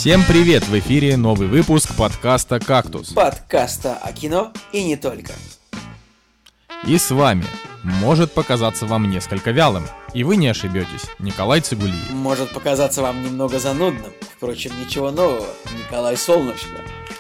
Всем привет! В эфире новый выпуск подкаста «Кактус». Подкаста о кино и не только. И с вами, может показаться вам несколько вялым, и вы не ошибетесь, Николай Цигулиев. Может показаться вам немного занудным, впрочем, ничего нового, Николай Солнышко.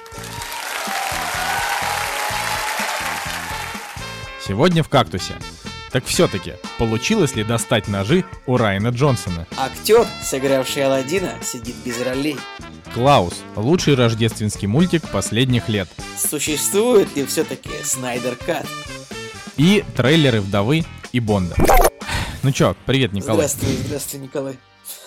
Сегодня в «Кактусе». Так все-таки, получилось ли достать ножи у Райана Джонсона? Актер, сыгравший Аладдина, сидит без ролей. Клаус – лучший рождественский мультик последних лет. Существует ли все-таки Снайдер Кат? И трейлеры «Вдовы» и «Бонда». Ну чё, привет, Николай. Здравствуй, Николай.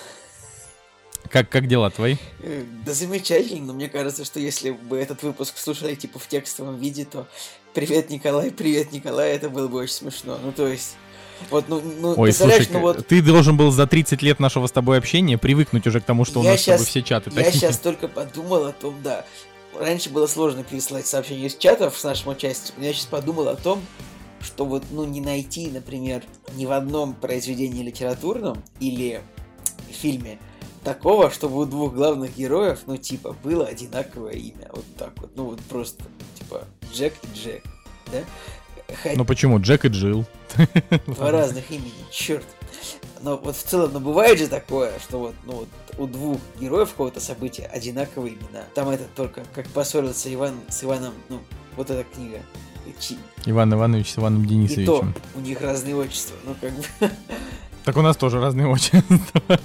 Как дела твои? Да замечательно, но мне кажется, что если бы этот выпуск слушали типа в текстовом виде, то привет, Николай, это было бы очень смешно. Ну то есть, вот, Ой, слушай, ты должен был за 30 лет нашего с тобой общения привыкнуть уже к тому, что у нас с тобой все чаты такие. Я сейчас только подумал о том, да, раньше было сложно пересылать сообщения из чатов с нашим участием, я сейчас подумал о том, что вот, не найти, например, ни в одном произведении литературном или фильме такого, чтобы у двух главных героев, было одинаковое имя. Вот так вот. Просто, Джек и Джек, да? Ну почему? Джек и Джилл. Два разных имени, черт. Но вот в целом, бывает же такое, что у двух героев какого-то события одинаковые имена. Там это только как поссорился Иван с Иваном, вот эта книга. Иван Иванович с Иваном Денисовичем. И то у них разные отчества, Так у нас тоже разные отчества.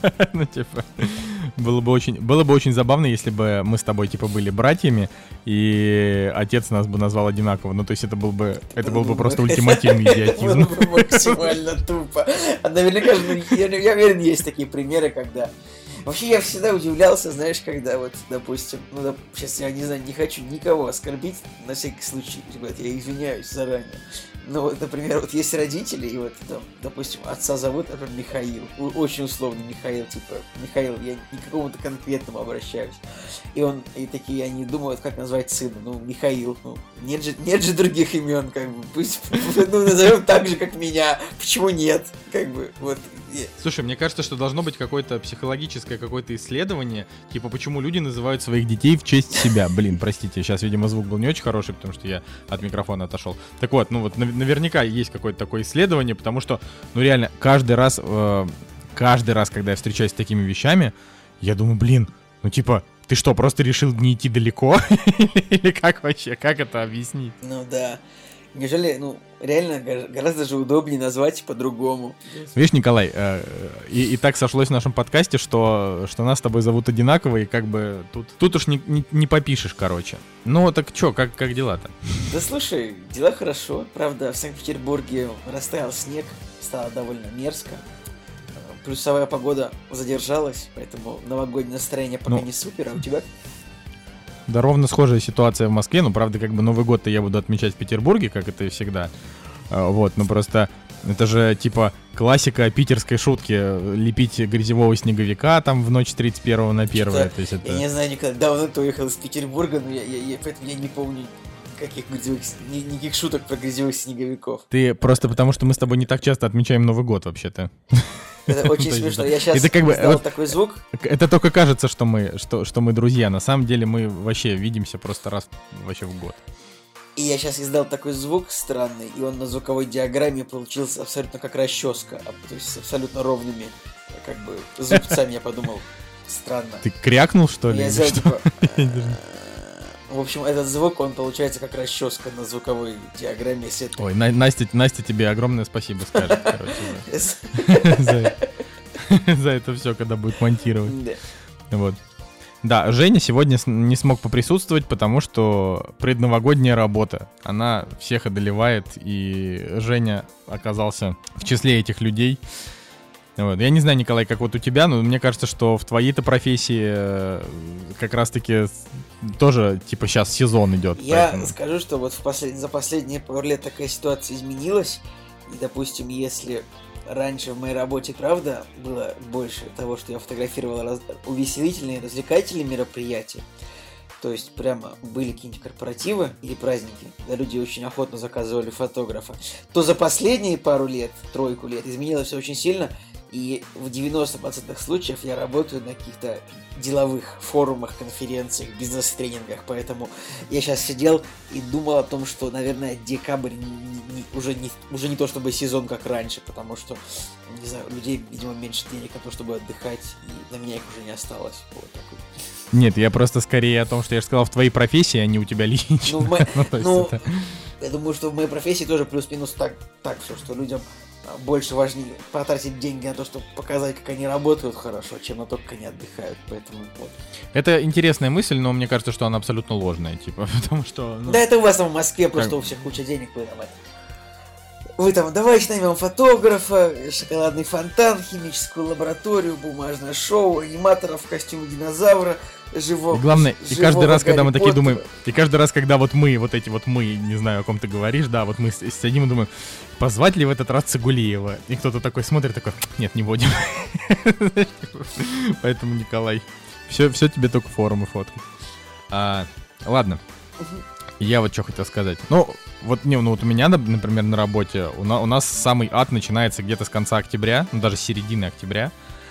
Было бы очень забавно, если бы мы с тобой, были братьями, и отец нас бы назвал одинаково. То есть это был бы просто ультимативный идиотизм. Это было бы максимально тупо. А наверняка, я уверен, есть такие примеры, когда... Вообще, я всегда удивлялся, знаешь, когда допустим, сейчас я не знаю, не хочу никого оскорбить, на всякий случай, ребят, я извиняюсь заранее. Например, есть родители, и допустим, отца зовут, например, Михаил, очень условно Михаил, Михаил, я не к какому-то конкретному обращаюсь. И такие, они думают, как назвать сына, Михаил, нет же других имен, пусть, назовем так же, как меня, почему нет, Слушай, мне кажется, что должно быть какое-то психологическое какое-то исследование, почему люди называют своих детей в честь себя. Блин, простите, сейчас, видимо, звук был не очень хороший, потому что я от микрофона отошел. Так вот, наверняка есть какое-то такое исследование, потому что, реально, каждый раз, когда я встречаюсь с такими вещами, я думаю, блин, ты что, просто решил не идти далеко? Или как вообще, как это объяснить? Да. Неужели, реально гораздо же удобнее назвать по-другому. Видишь, Николай, и так сошлось в нашем подкасте, что нас с тобой зовут одинаково, и тут уж не попишешь, короче. Так чё, как дела-то? Да слушай, дела хорошо. Правда, в Санкт-Петербурге растаял снег, стало довольно мерзко. Плюсовая погода задержалась, поэтому новогоднее настроение пока не супер, а у тебя? Да, ровно схожая ситуация в Москве, правда, Новый год-то я буду отмечать в Петербурге, как это и всегда. Просто это же, классика питерской шутки, лепить грязевого снеговика там в ночь 31 на 1. То есть это... Я не знаю, никогда давно ты уехал из Петербурга, но поэтому я не помню никаких шуток про грязевых снеговиков. Ты просто потому, что мы с тобой не так часто отмечаем Новый год, вообще-то. Это очень смешно. Я сейчас издал такой звук. Это только кажется, что мы друзья. На самом деле мы вообще видимся просто раз вообще в год. И я сейчас издал такой звук странный, и он на звуковой диаграмме получился абсолютно как расческа, то есть с абсолютно ровными зубцами. Я подумал, странно. Ты крякнул, что ли? Я сделал, в общем, этот звук, он получается как расческа на звуковой диаграмме. Ой, Настя, тебе огромное спасибо скажет, за это все, когда будет монтировать. Вот. Да, Женя сегодня не смог поприсутствовать, потому что предновогодняя работа. Она всех одолевает, и Женя оказался в числе этих людей. Вот. Я не знаю, Николай, как у тебя, но мне кажется, что в твоей-то профессии как раз-таки тоже, сейчас сезон идет. Я поэтому... скажу, что за последние пару лет такая ситуация изменилась. И, допустим, если раньше в моей работе, правда, было больше того, что я фотографировал увеселительные, развлекательные мероприятия, то есть прямо были какие-нибудь корпоративы или праздники, когда люди очень охотно заказывали фотографа, то за последние тройку лет изменилось все очень сильно. И в 90% случаев я работаю на каких-то деловых форумах, конференциях, бизнес-тренингах, поэтому я сейчас сидел и думал о том, что, наверное, декабрь уже не то чтобы сезон, как раньше, потому что, не знаю, у людей, видимо, меньше денег на то, чтобы отдыхать, и на меня их уже не осталось. Вот так вот. Нет, я просто скорее о том, что я же сказал в твоей профессии, а не у тебя лично. Я думаю, что в моей профессии тоже плюс-минус так все, что людям больше важнее потратить деньги на то, чтобы показать, как они работают хорошо, чем на то, как они отдыхают. Поэтому вот. Это интересная мысль, но мне кажется, что она абсолютно ложная, типа, потому что... Да это у вас там в Москве просто у всех куча денег, вы там, давайте наймем фотографа, шоколадный фонтан, химическую лабораторию, бумажное шоу, аниматоров в костюме динозавра, живого. Главное, и каждый раз, когда мы такие думаем, и каждый раз, когда вот мы, вот эти вот мы, не знаю, о ком ты говоришь, да, вот мы сидим и думаем, позвать ли в этот раз Цигулиева? И кто-то такой смотрит, такой, нет, не будем. Поэтому, Николай, все тебе только форумы фоткать. Ладно. Я вот что хотел сказать. Ну, вот у меня, например, на работе, у нас самый ад начинается где-то с конца октября, ну, даже с середины октября.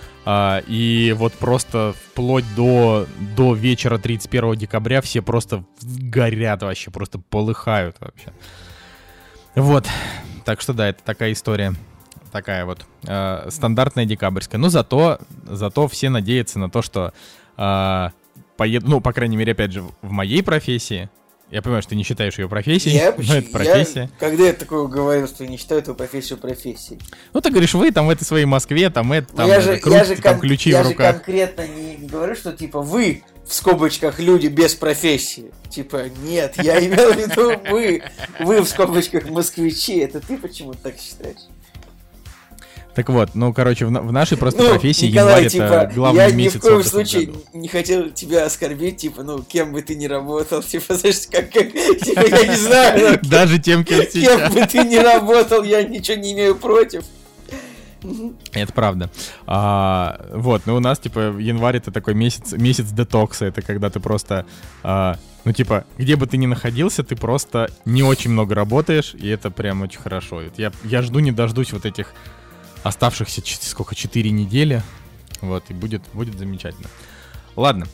И вот просто вплоть до вечера 31 декабря все просто горят вообще, просто полыхают вообще. Вот. Так что да, это такая история. Такая вот стандартная декабрьская. Но зато все надеются на то, что поедут, ну, по крайней мере, опять же, в моей профессии. Я понимаю, что ты не считаешь ее профессией, но это профессия. Когда я такое говорил, что я не считаю эту профессию профессией? Ну, ты говоришь, вы там в этой своей Москве, там это, там ключи в руках. Я же конкретно не говорю, что типа вы, в скобочках, люди без профессии. Типа, нет, я имел в виду вы в скобочках москвичи. Это ты почему так считаешь? Так вот, ну, короче, в нашей просто профессии Николай, январь это главный месяц. Я ни в коем случае не хотел тебя оскорбить, типа, ну, кем бы ты ни работал, типа, знаешь, как типа, я не знаю. Даже тем, кем сейчас. Кем бы ты ни работал, я ничего не имею против. Это правда. Вот, ну, у нас, типа, январь это такой месяц детокса, это когда ты просто... Ну, типа, где бы ты ни находился, ты просто не очень много работаешь, и это прям очень хорошо. Я жду не дождусь вот этих оставшихся, 4 недели. Вот, и будет замечательно. Ладно,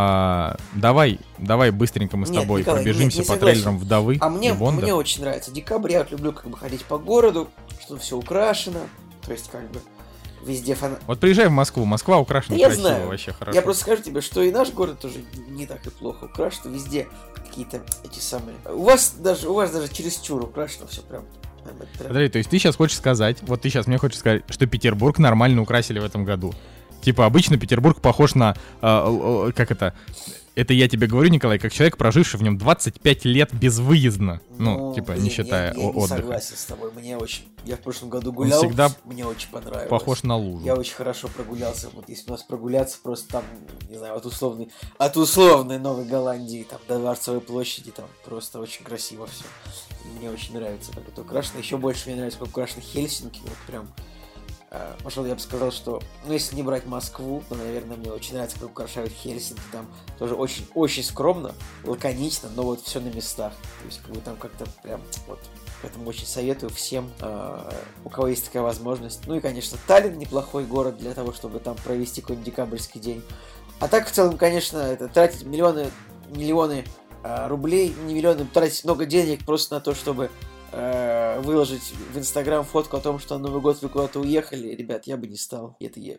давай быстренько мы с тобой Николай, пробежимся по трейлерам «Вдовы» и «Бонда». Мне очень нравится декабрь, я вот люблю как бы ходить по городу, что все украшено, то есть как бы везде Вот приезжай в Москву, Москва украшена красиво, знаю. Вообще хорошо. Я просто скажу тебе, что и наш город тоже не так и плохо украшен, везде какие-то эти самые... У вас даже чересчур украшено все прям... Подожди, то есть ты сейчас хочешь сказать, вот ты сейчас мне хочешь сказать, что Петербург нормально украсили в этом году? Типа обычно Петербург похож на, как это я тебе говорю, Николай, как человек, проживший в нем 25 лет безвыездно, не считая отдыха. Я не согласен с тобой, я в прошлом году гулял, мне очень понравилось. Похож на лужу. Я очень хорошо прогулялся, вот если у нас прогуляться просто там, не знаю, от условной Новой Голландии, там, до Дворцовой площади, там, просто очень красиво все. Мне очень нравится, как это украшено. Еще больше мне нравится, как украшены Хельсинки, вот прям... Пожалуй, я бы сказал, что, если не брать Москву, то, наверное, мне очень нравится, как украшают Хельсинки. Там тоже очень скромно, лаконично, но вот все на местах. То есть, как бы там как-то прям вот. Поэтому очень советую всем, у кого есть такая возможность. Ну и, конечно, Таллин неплохой город для того, чтобы там провести какой-нибудь декабрьский день. А так, в целом, конечно, это тратить миллионы рублей, не миллионы, тратить много денег просто на то, чтобы выложить в Инстаграм фотку о том, что на Новый год вы куда-то уехали. Ребят, я бы не стал. Это я.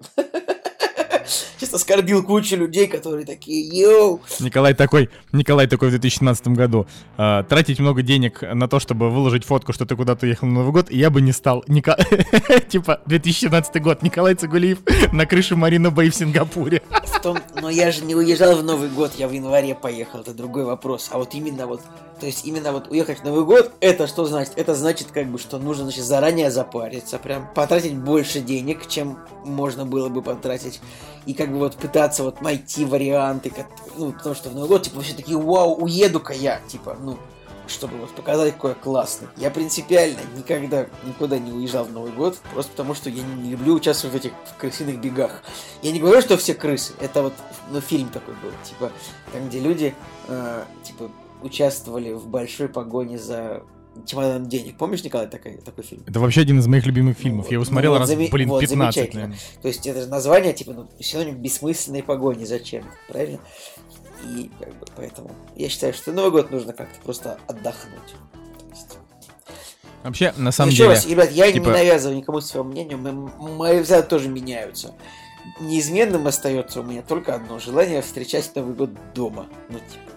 Сейчас оскорбил кучу людей, которые такие, йоу. Николай такой в 2017 году. Тратить много денег на то, чтобы выложить фотку, что ты куда-то уехал на Новый год, я бы не стал. Типа, 2017 год. Николай Цигулиев на крыше Марина Бэй в Сингапуре. Но я же не уезжал в Новый год, я в январе поехал, это другой вопрос. А вот именно уехать в Новый год, это что значит? Это значит, как бы, что нужно, заранее запариться, прям потратить больше денег, чем можно было бы потратить. И как бы пытаться найти варианты, потому что в Новый год, все такие, вау, уеду-ка я, чтобы показать, какой я классный. Я принципиально никуда не уезжал в Новый год, просто потому что я не люблю участвовать в этих крысиных бегах. Я не говорю, что все крысы, это фильм такой был, там, где люди, участвовали в большой погоне за «Чемодан денег». Помнишь, Николай, такой фильм? Это вообще один из моих любимых фильмов. Я его смотрел раз, 15, наверное. То есть это же название, типа, синоним бессмысленной погони. Зачем? Правильно? И как бы поэтому я считаю, что Новый год нужно как-то просто отдохнуть. Вообще, на самом деле... Еще раз, ребят, я не навязываю никому своего мнения, мои взгляды тоже меняются. Неизменным остается у меня только одно: желание встречать Новый год дома. Ну, типа.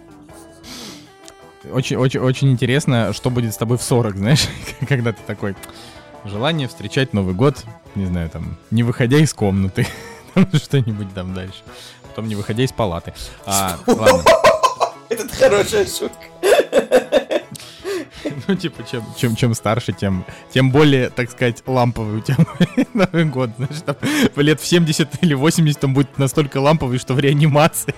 Очень интересно, что будет с тобой в 40, знаешь, когда ты такой: желание встречать Новый год, не знаю, там, не выходя из комнаты, что-нибудь там дальше, потом не выходя из палаты. Ладно. Это хорошая шутка. Ну, типа, чем старше, тем более, так сказать, ламповый у тебя Новый год. Знаешь, там лет в 70 или 80 он будет настолько ламповый, что в реанимации.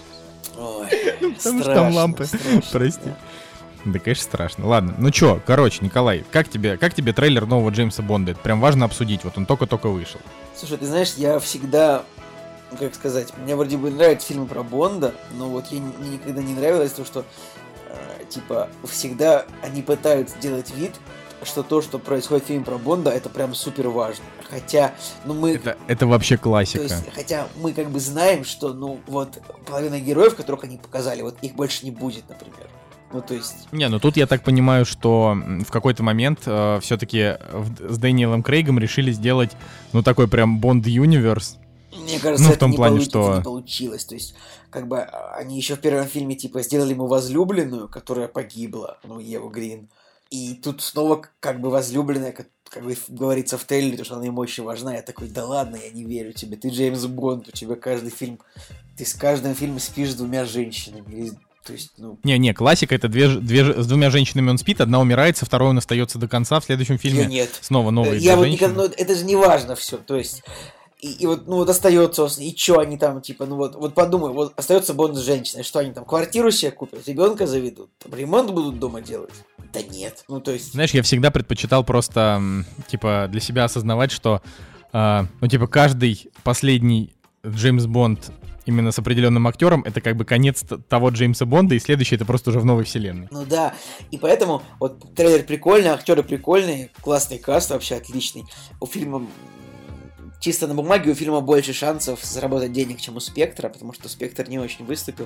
Ой, потому что там лампы. Прости. Да, конечно, страшно. Ладно, ну чё, короче, Николай, как тебе трейлер нового Джеймса Бонда? Это прям важно обсудить, вот он только-только вышел. Слушай, ты знаешь, я всегда, как сказать, мне вроде бы нравятся фильмы про Бонда, но вот мне никогда не нравилось то, что типа, всегда они пытаются сделать вид, что то, что происходит в фильме про Бонда, это прям супер важно. Хотя, ну мы... Это вообще классика. То есть, хотя мы как бы знаем, что, ну, вот, половина героев, которых они показали, вот их больше не будет, например. Ну, то есть... Не, ну тут я так понимаю, что в какой-то момент все-таки с Дэниелом Крейгом решили сделать, ну, такой прям Бонд-юниверс. Мне кажется, ну, в том плане, что... не получилось. То есть, как бы, они еще в первом фильме, типа, сделали ему возлюбленную, которая погибла, ну, Еву Грин. И тут снова, как бы, возлюбленная, как бы говорится в трейлере, потому что она ему очень важна. Я такой: да ладно, я не верю тебе. Ты Джеймс Бонд, у тебя каждый фильм... Ты с каждым фильмом спишь с 2 женщинами. Или... То есть, ну... Не, классика — это с 2 женщинами он спит, одна умирает, со второй он остается до конца, в следующем фильме нет. Снова новые я вот женщины. Ну, это же не важно все, то есть... И вот, ну вот остается, и что они там, типа, ну вот подумай, вот остается Бонд с женщиной, что они там, квартиру себе купят, ребенка заведут, там, ремонт будут дома делать? Да нет, ну то есть... Знаешь, я всегда предпочитал просто, типа, для себя осознавать, что, ну типа, каждый последний Джеймс Бонд именно с определенным актером, это как бы конец того Джеймса Бонда, и следующий это просто уже в новой вселенной. Ну да, и поэтому вот трейлер прикольный, актеры прикольные, классный каст вообще отличный. У фильма... Чисто на бумаге у фильма больше шансов заработать денег, чем у Спектра, потому что Спектр не очень выступил.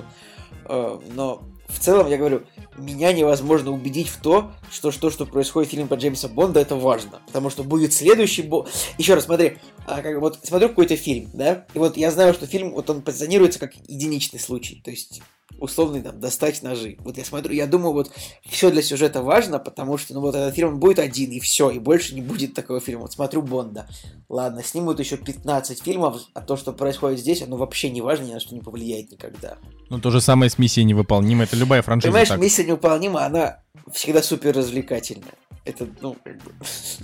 Но в целом, я говорю, меня невозможно убедить в то, что происходит в фильме про Джеймса Бонда, это важно. Потому что будет следующий Бонд... Еще раз, смотри, вот смотрю какой-то фильм, да, и вот я знаю, что фильм, вот он позиционируется как единичный случай, то есть условный, там, достать ножи. Вот я смотрю, я думаю, вот все для сюжета важно, потому что, ну, вот этот фильм будет один, и все, и больше не будет такого фильма. Вот смотрю Бонда. Ладно, снимут еще 15 фильмов, а то, что происходит здесь, оно вообще не важно, ни на что не повлияет никогда. Ну, то же самое с «Миссией невыполнима», это любая франшиза. Понимаешь, так. «Миссия невыполнима», она всегда супер развлекательная. Это, ну, как бы...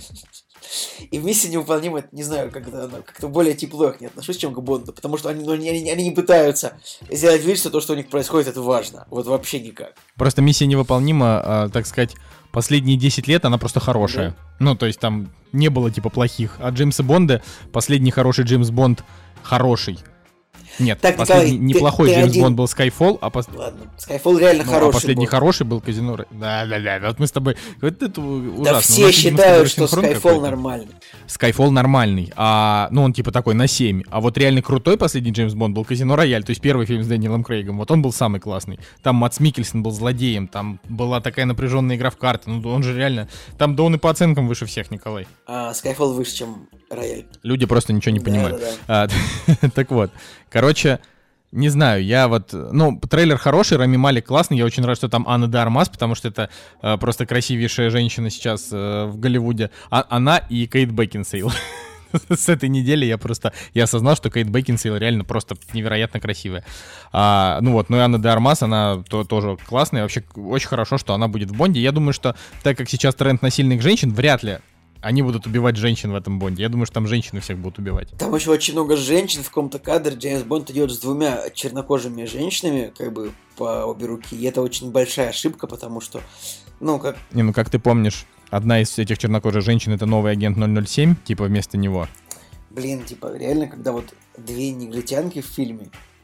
И в «Миссии невыполнима», не знаю, как-то более тепло я к ней отношусь, чем к Бонду, потому что они не пытаются сделать вид, что то, что у них происходит, это важно. Вот вообще никак. Просто «Миссия невыполнима», так сказать, последние 10 лет она просто хорошая. Да. Ну, то есть там не было типа плохих. А Джеймса Бонда, последний хороший Джеймс Бонд, хороший. Нет, так, последний Николай, неплохой Джеймс Бонд был Skyfall, Ладно, Skyfall реально хороший. А последний Бонд. Хороший был Казино. Да, вот мы с тобой... Вот это ужасно. Да все считают, что Skyfall нормальный. Skyfall нормальный. Ну, он типа такой на 7. А вот реально крутой последний Джеймс Бонд был Казино Рояль. То есть первый фильм с Дэниелом Крейгом. Вот он был самый классный. Там Мадс Миккельсен был злодеем. Там была такая напряженная игра в карты. Ну, он же реально... Там да он и по оценкам выше всех, Николай. Skyfall выше, чем Рояль. Люди просто ничего не понимают. Да. Так вот. Короче... Не знаю, я вот... Ну, трейлер хороший, Рами Малек классный. Я очень рад, что там Анна де Армас, потому что это просто красивейшая женщина сейчас в Голливуде. Она и Кейт Бекинсейл. С этой недели я осознал, что Кейт Бекинсейл реально просто невероятно красивая. Ну и Анна де Армас, она тоже классная. Вообще очень хорошо, что она будет в Бонде. Я думаю, что так как сейчас тренд на сильных женщин, вряд ли они будут убивать женщин в этом Бонде. Я думаю, что там женщины всех будут убивать. Там еще очень много женщин в каком-то кадре. Джеймс Бонд идет с 2 чернокожими женщинами, как бы по обе руки. И это очень большая ошибка, потому что, как ты помнишь, одна из этих чернокожих женщин — это новый агент 007, типа вместо него. Блин, типа реально, когда вот 2 негритянки в фильме,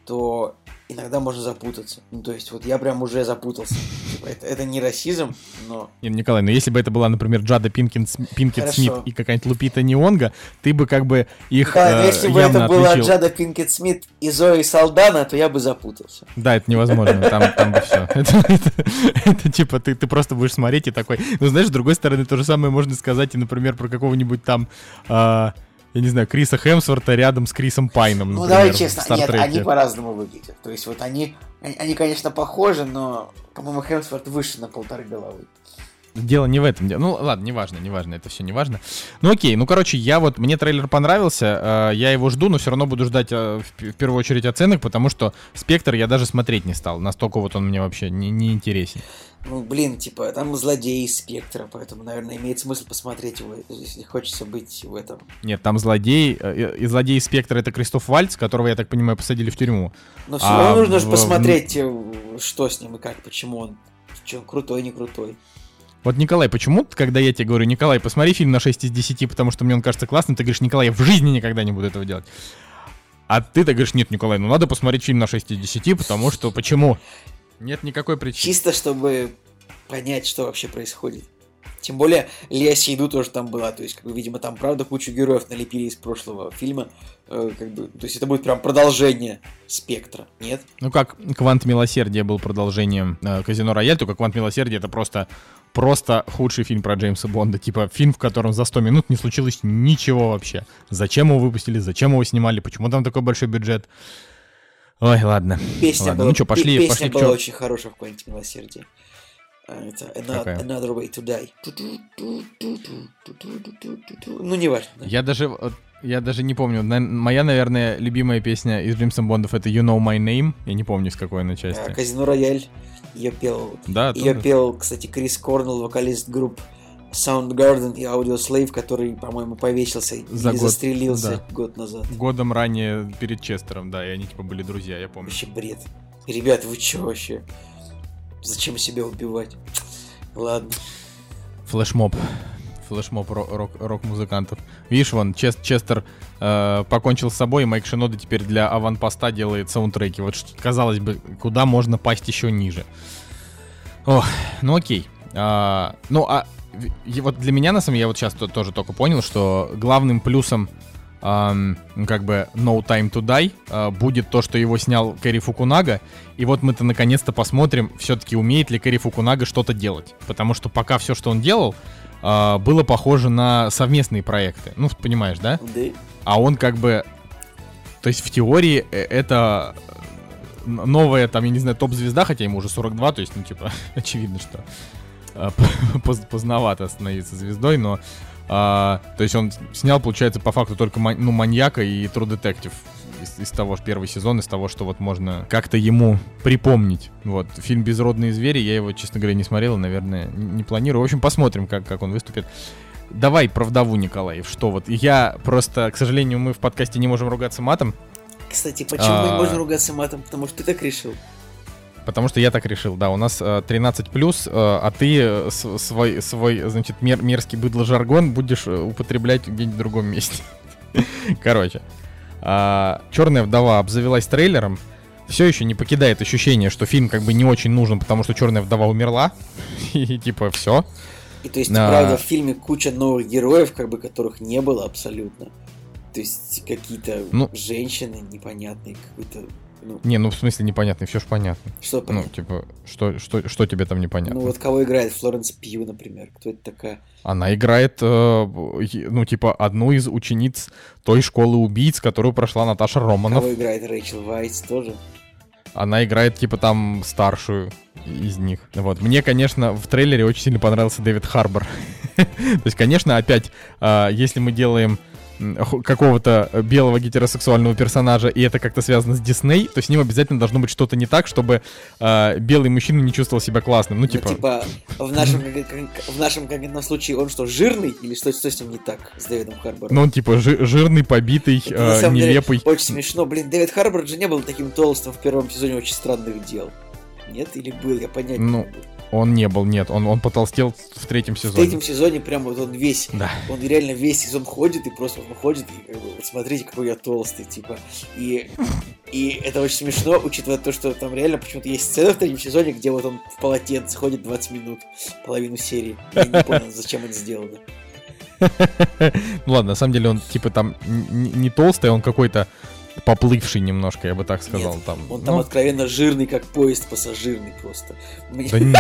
то иногда можно запутаться. Ну, то есть, вот я прям уже запутался. Типа, это не расизм, но... Нет, Николай, но если бы это была, например, Джада Пинкет Хорошо. Смит и какая-нибудь Лупита Нионго, ты бы как бы их Николай, но если бы явно это была отличил. Джада Пинкет Смит и Зои Салдана, то я бы запутался. Да, это невозможно, там бы все. Это типа ты просто будешь смотреть и такой... Ну, знаешь, с другой стороны, то же самое можно сказать и, например, про какого-нибудь там... Я не знаю, Криса Хемсворта рядом с Крисом Пайном, Ну, например, давай в честно, нет, Стартреке. они по-разному выглядят. То есть, вот они, конечно, похожи, но, по-моему, Хемсворт выше на 1,5 головы. Дело не в этом. Ну, ладно, неважно, это все неважно. Ну, окей, ну, короче, мне трейлер понравился, я его жду, но все равно буду ждать в первую очередь оценок, потому что «Спектр» я даже смотреть не стал, настолько вот он мне вообще не интересен. Ну, блин, типа, там злодей из Спектра, поэтому, наверное, имеет смысл посмотреть его, если хочется быть в этом. Нет, там злодей, и злодей «Спектра» — это Кристоф Вальц, которого, я так понимаю, посадили в тюрьму. Но все равно нужно же посмотреть, что с ним и как, почему он, что крутой, не крутой. Вот, Николай, почему, когда я тебе говорю, Николай, посмотри фильм на 6 из 10, потому что мне он кажется классным, ты говоришь, Николай, я в жизни никогда не буду этого делать. А ты-то говоришь, нет, Николай, ну надо посмотреть фильм на 6 из 10, потому что почему? Нет никакой причины. Чисто, чтобы понять, что вообще происходит. Тем более, Лея Сейду тоже там была, то есть, как бы, видимо, там, правда, кучу героев налепили из прошлого фильма, как бы, то есть, это будет прям продолжение «Спектра», нет? Ну, как «Квант милосердия» был продолжением «Казино Рояль», только «Квант милосердия» — это просто худший фильм про Джеймса Бонда. Типа фильм, в котором за 100 минут не случилось ничего вообще. Зачем его выпустили, зачем его снимали, почему там такой большой бюджет. Ой, ладно. Песня ладно. была, Ну что, пошли песня к была чёрту. очень хорошая в «Кванте милосердия». Это Какая? Another Way to Die. Ну, не важно. Да. Я даже не помню. Моя, наверное, любимая песня из Джеймса Бондов — это You Know My Name. Я не помню, с какой она части. «Казино Рояль». Ее пел, Да, пел, кстати, Крис Корнелл, вокалист групп Soundgarden и Audioslave, который, по-моему, повесился или застрелился год назад. Годом ранее перед Честером, да, и они типа были друзья, я помню. Вообще бред. Ребята, вы чё вообще? Зачем себя убивать? Ладно. Флешмоб рок-музыкантов. Видишь, вон, Честер покончил с собой, и Майк Шинода теперь для Аванпоста делает саундтреки. Вот, казалось бы, куда можно пасть еще ниже. Ох, ну окей. И вот для меня, на самом деле, я вот сейчас тоже только понял, что главным плюсом как бы No Time to Die будет то, что его снял Кэри Фукунага. И вот мы-то наконец-то посмотрим, все-таки умеет ли Кэри Фукунага что-то делать. Потому что пока все, что он делал, было похоже на совместные проекты. Ну, понимаешь, да? Да. А он как бы... То есть в теории это новая, там, я не знаю, топ-звезда, хотя ему уже 42, то есть, ну, типа, очевидно, что поздновато становиться звездой, но... то есть он снял, получается, по факту только маньяка и True Detective из того же первого сезона, из того, что вот можно как-то ему припомнить. Вот, фильм «Безродные звери», я его, честно говоря, не смотрел, наверное, не планирую. В общем, посмотрим, как он выступит. Давай про вдову, Николаев. Что вот, я просто, к сожалению, мы в подкасте не можем ругаться матом. Кстати, почему мы не можем ругаться матом? Потому что ты так решил. Потому что я так решил, да, у нас 13+, а ты свой значит, мерзкий быдло-жаргон будешь употреблять где-нибудь в другом месте. Короче, «Черная вдова» обзавелась трейлером, все еще не покидает ощущение, что фильм как бы не очень нужен, потому что «Черная вдова» умерла, и типа все. И то есть, правда, в фильме куча новых героев, как бы которых не было абсолютно. То есть какие-то женщины непонятные, какой-то... Не, ну в смысле непонятно, все ж понятно. Что понятно? Ну, типа, что тебе там непонятно? Ну вот кого играет Флоренс Пью, например? Кто это такая? Она играет, ну типа, одну из учениц той школы убийц, которую прошла Наташа Романов. Кого играет Рэйчел Вайс тоже? Она играет, типа, там, старшую из них. Вот. Мне, конечно, в трейлере очень сильно понравился Дэвид Харбор. То есть, конечно, опять, если мы делаем какого-то белого гетеросексуального персонажа, и это как-то связано с Дисней, то с ним обязательно должно быть что-то не так, чтобы белый мужчина не чувствовал себя классным. Ну, типа... Ну, типа, в нашем конкретном случае он что, жирный? Или что с ним не так, с Дэвидом Харбором? Ну, он, типа, жирный, побитый, нелепый. Деле, очень смешно. Блин, Дэвид Харбор же не был таким толстым в первом сезоне «Очень странных дел». Нет? Или был? Я понять не могу. Он не был, нет, он потолстел в третьем сезоне. В третьем сезоне прям вот он весь, да. Он реально весь сезон ходит, и просто он ходит, и как бы, вот смотрите, какой я толстый, типа. И И это очень смешно, учитывая то, что там реально почему-то есть сцена в третьем сезоне, где вот он в полотенце ходит 20 минут, половину серии. Я не понял, зачем это сделано. Ну ладно, на самом деле он типа там не толстый, он какой-то поплывший немножко, я бы так сказал. Нет, там. Он там откровенно жирный, как поезд пассажирный просто. Да нет,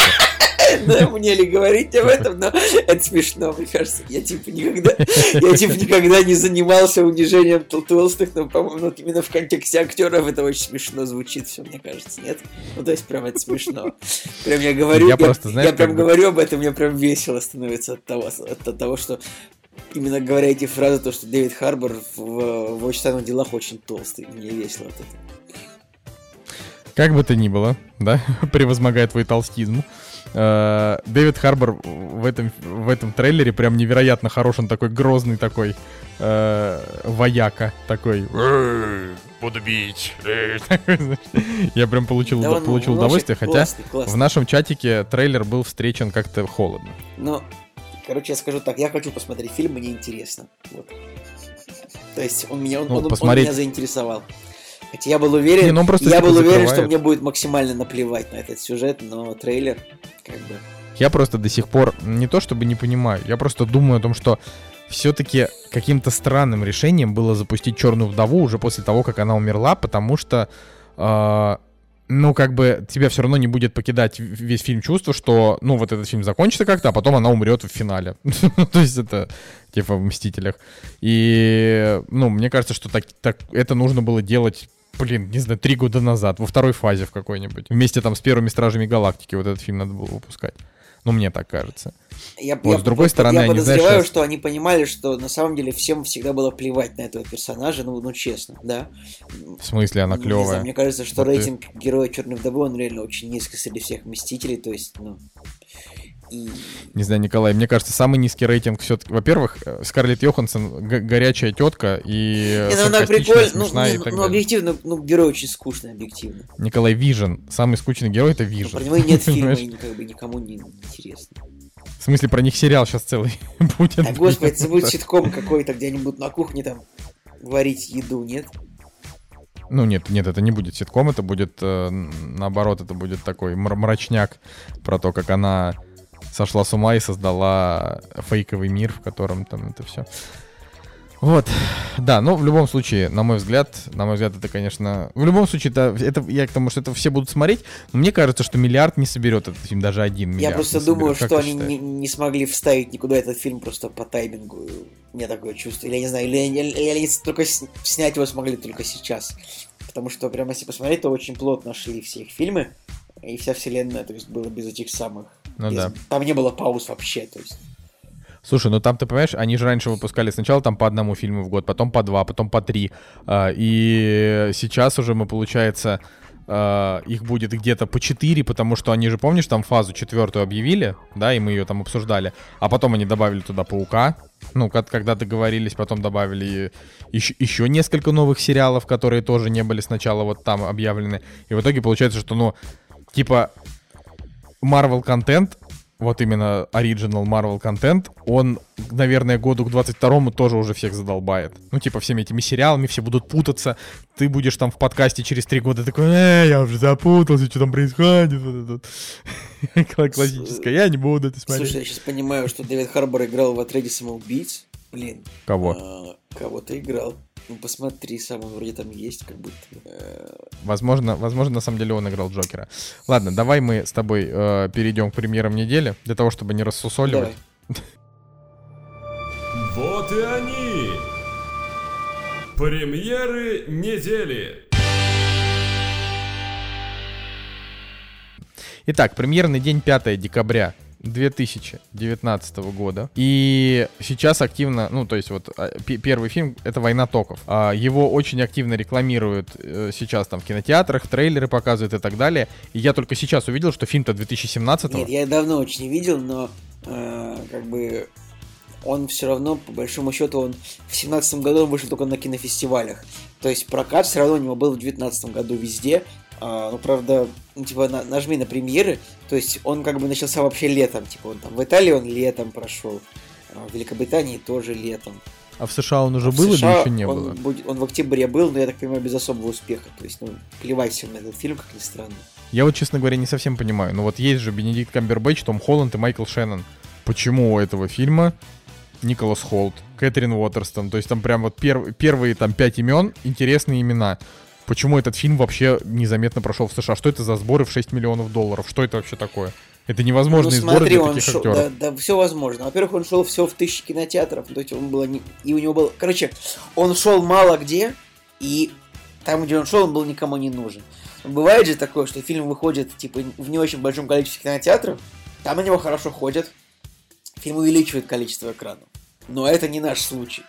Мне ли говорить об этом, но это смешно, мне кажется. Я типа никогда не занимался унижением толстых, но, по-моему, именно в контексте актеров это очень смешно звучит все, мне кажется, нет? Ну, то есть, прям это смешно. Прям я говорю, я прям говорю об этом, мне прям весело становится от того, что именно говоря эти фразы, то, что Дэвид Харбор в «Очень странных делах» очень толстый. Мне весело от этого. Как бы то ни было, да, превозмогая твой толстизм, Дэвид Харбор в этом трейлере прям невероятно хорош, он такой грозный такой вояка, такой буду бить. Я прям получил удовольствие, хотя классный. В нашем чатике трейлер был встречен как-то холодно. Ну, короче, я скажу так, я хочу посмотреть фильм, мне интересно. Вот. То есть он меня заинтересовал. Хотя я был уверен, что мне будет максимально наплевать на этот сюжет, но трейлер как бы... Я просто до сих пор не то чтобы не понимаю, я просто думаю о том, что все-таки каким-то странным решением было запустить «Черную вдову» уже после того, как она умерла, потому что, ну, как бы тебя все равно не будет покидать весь фильм чувство, что, ну, вот этот фильм закончится как-то, а потом она умрет в финале. То есть это типа в «Мстителях». И, ну, мне кажется, что так это нужно было делать, не знаю, 3 года назад, во второй фазе в какой-нибудь. Вместе там с первыми «Стражами Галактики» вот этот фильм надо было выпускать. Ну, мне так кажется. С другой стороны, я подозреваю, что они понимали, что на самом деле всем всегда было плевать на этого персонажа, ну честно, да. В смысле, она клевая? Не знаю, мне кажется, что рейтинг героя Черной вдовы, он реально очень низкий среди всех Мстителей, то есть, ну... Не знаю, Николай, мне кажется, самый низкий рейтинг все-таки... Во-первых, Скарлетт Йоханссон горячая тетка и саркастичная, смешная и так далее. Объективно, герой очень скучный, объективно. Николай, Вижен. Самый скучный герой — это Вижен. Про него нет фильма, и как бы никому не интересно. В смысле, про них сериал сейчас целый будет? А, господи, это будет ситком какой-то, где они будут на кухне там варить еду, нет? Ну нет, это не будет ситком, это будет, наоборот, это будет такой мрачняк про то, как она сошла с ума и создала фейковый мир, в котором там это все. Вот, да, но в любом случае, на мой взгляд, это, конечно... В любом случае, это я к тому, что это все будут смотреть, но мне кажется, что миллиард не соберет этот фильм, даже 1 миллиард. Я просто думаю, что они не смогли вставить никуда этот фильм просто по таймингу. У меня такое чувство. Или я не знаю, или они только снять его смогли только сейчас. Потому что прямо если посмотреть, то очень плотно шли все их фильмы, и вся вселенная, то есть, была без этих самых... Да. Там не было пауз вообще, то есть... Слушай, ну там, ты понимаешь, они же раньше выпускали сначала там по 1 фильму в год, потом по 2, потом по 3. И сейчас уже получается, их будет где-то по 4, потому что они же, помнишь, там фазу 4 объявили, да, и мы ее там обсуждали. А потом они добавили туда Паука. Ну, когда договорились, потом добавили еще несколько новых сериалов, которые тоже не были сначала вот там объявлены. И в итоге получается, что, ну, типа, Marvel контент, вот именно Original Marvel контент, он, наверное, году к 22-му тоже уже всех задолбает. Ну, типа, всеми этими сериалами все будут путаться. Ты будешь там в подкасте через 3 года такой, я уже запутался, что там происходит. Вот это. Классическое, я не буду это смотреть. Слушай, я сейчас понимаю, что Дэвид Харбор играл в «Отряде самоубийц». Блин. Кого? Кого-то играл. Ну, посмотри, сам он вроде там есть, как будто. Возможно, на самом деле он играл Джокера. Ладно, давай мы с тобой перейдем к премьерам недели, для того, чтобы не рассусоливать. Вот и они! Премьеры недели! Итак, премьерный день 5 декабря 2019 года. И сейчас активно, ну, то есть вот первый фильм — это «Война токов». Его очень активно рекламируют сейчас там в кинотеатрах, трейлеры показывают и так далее. И я только сейчас увидел, что фильм-то 2017-го. Нет, я давно очень не видел, но как бы он все равно, по большому счету, он в 2017 году вышел только на кинофестивалях. То есть прокат все равно у него был в 2019 году везде. Ну, правда, типа, нажми на премьеры, то есть он как бы начался вообще летом, типа, он там в Италии он летом прошел, в Великобритании тоже летом. А в США он уже В был США или еще не он было? Он в октябре был, но я так понимаю, без особого успеха. То есть, плевать всем на этот фильм, как ни странно. Я вот, честно говоря, не совсем понимаю. Ну вот есть же Бенедикт Камбербэтч, Том Холланд и Майкл Шеннон. Почему у этого фильма Николас Холт, Кэтрин Уотерстон? То есть там прям вот первые там 5 имен, интересные имена. Почему этот фильм вообще незаметно прошел в США? Что это за сборы в $6 миллионов? Что это вообще такое? Это невозможные сборы для таких актеров. Да, все возможно. Во-первых, он шел всего в 1000 кинотеатров. То есть он был и у него был... Короче, он шел мало где, и там, где он шел, он был никому не нужен. Бывает же такое, что фильм выходит типа в не очень большом количестве кинотеатров, там на него хорошо ходят, фильм увеличивает количество экранов. Но это не наш случай.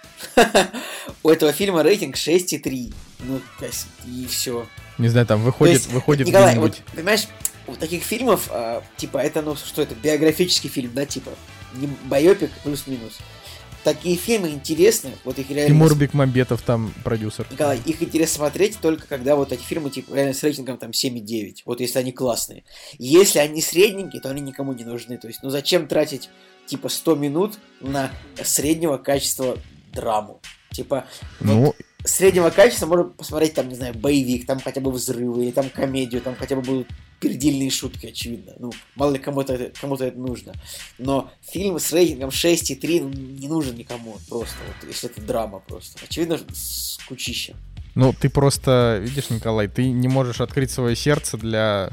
У этого фильма рейтинг 6,3. Ну, и все. Не знаю, там выходит Николай, где-нибудь... вот, понимаешь, у таких фильмов, типа, это, что это, биографический фильм, да, типа, не байопик плюс-минус. Такие фильмы интересны, вот их реально... Тимур Бекмамбетов там продюсер. Николай, их интересно смотреть только когда вот эти фильмы, типа, реально с рейтингом там 7,9, вот если они классные. Если они средненькие, то они никому не нужны, то есть, зачем тратить, типа, 100 минут на среднего качества драму? Типа, вот среднего качества можно посмотреть, там, не знаю, боевик, там хотя бы взрывы, или там комедию, там хотя бы будут пердильные шутки, очевидно. Ну, мало ли кому-то это нужно. Но фильм с рейтингом 6,3 не нужен никому просто, вот, если это драма просто. Очевидно, скучище. Ну, ты просто, видишь, Николай, ты не можешь открыть свое сердце для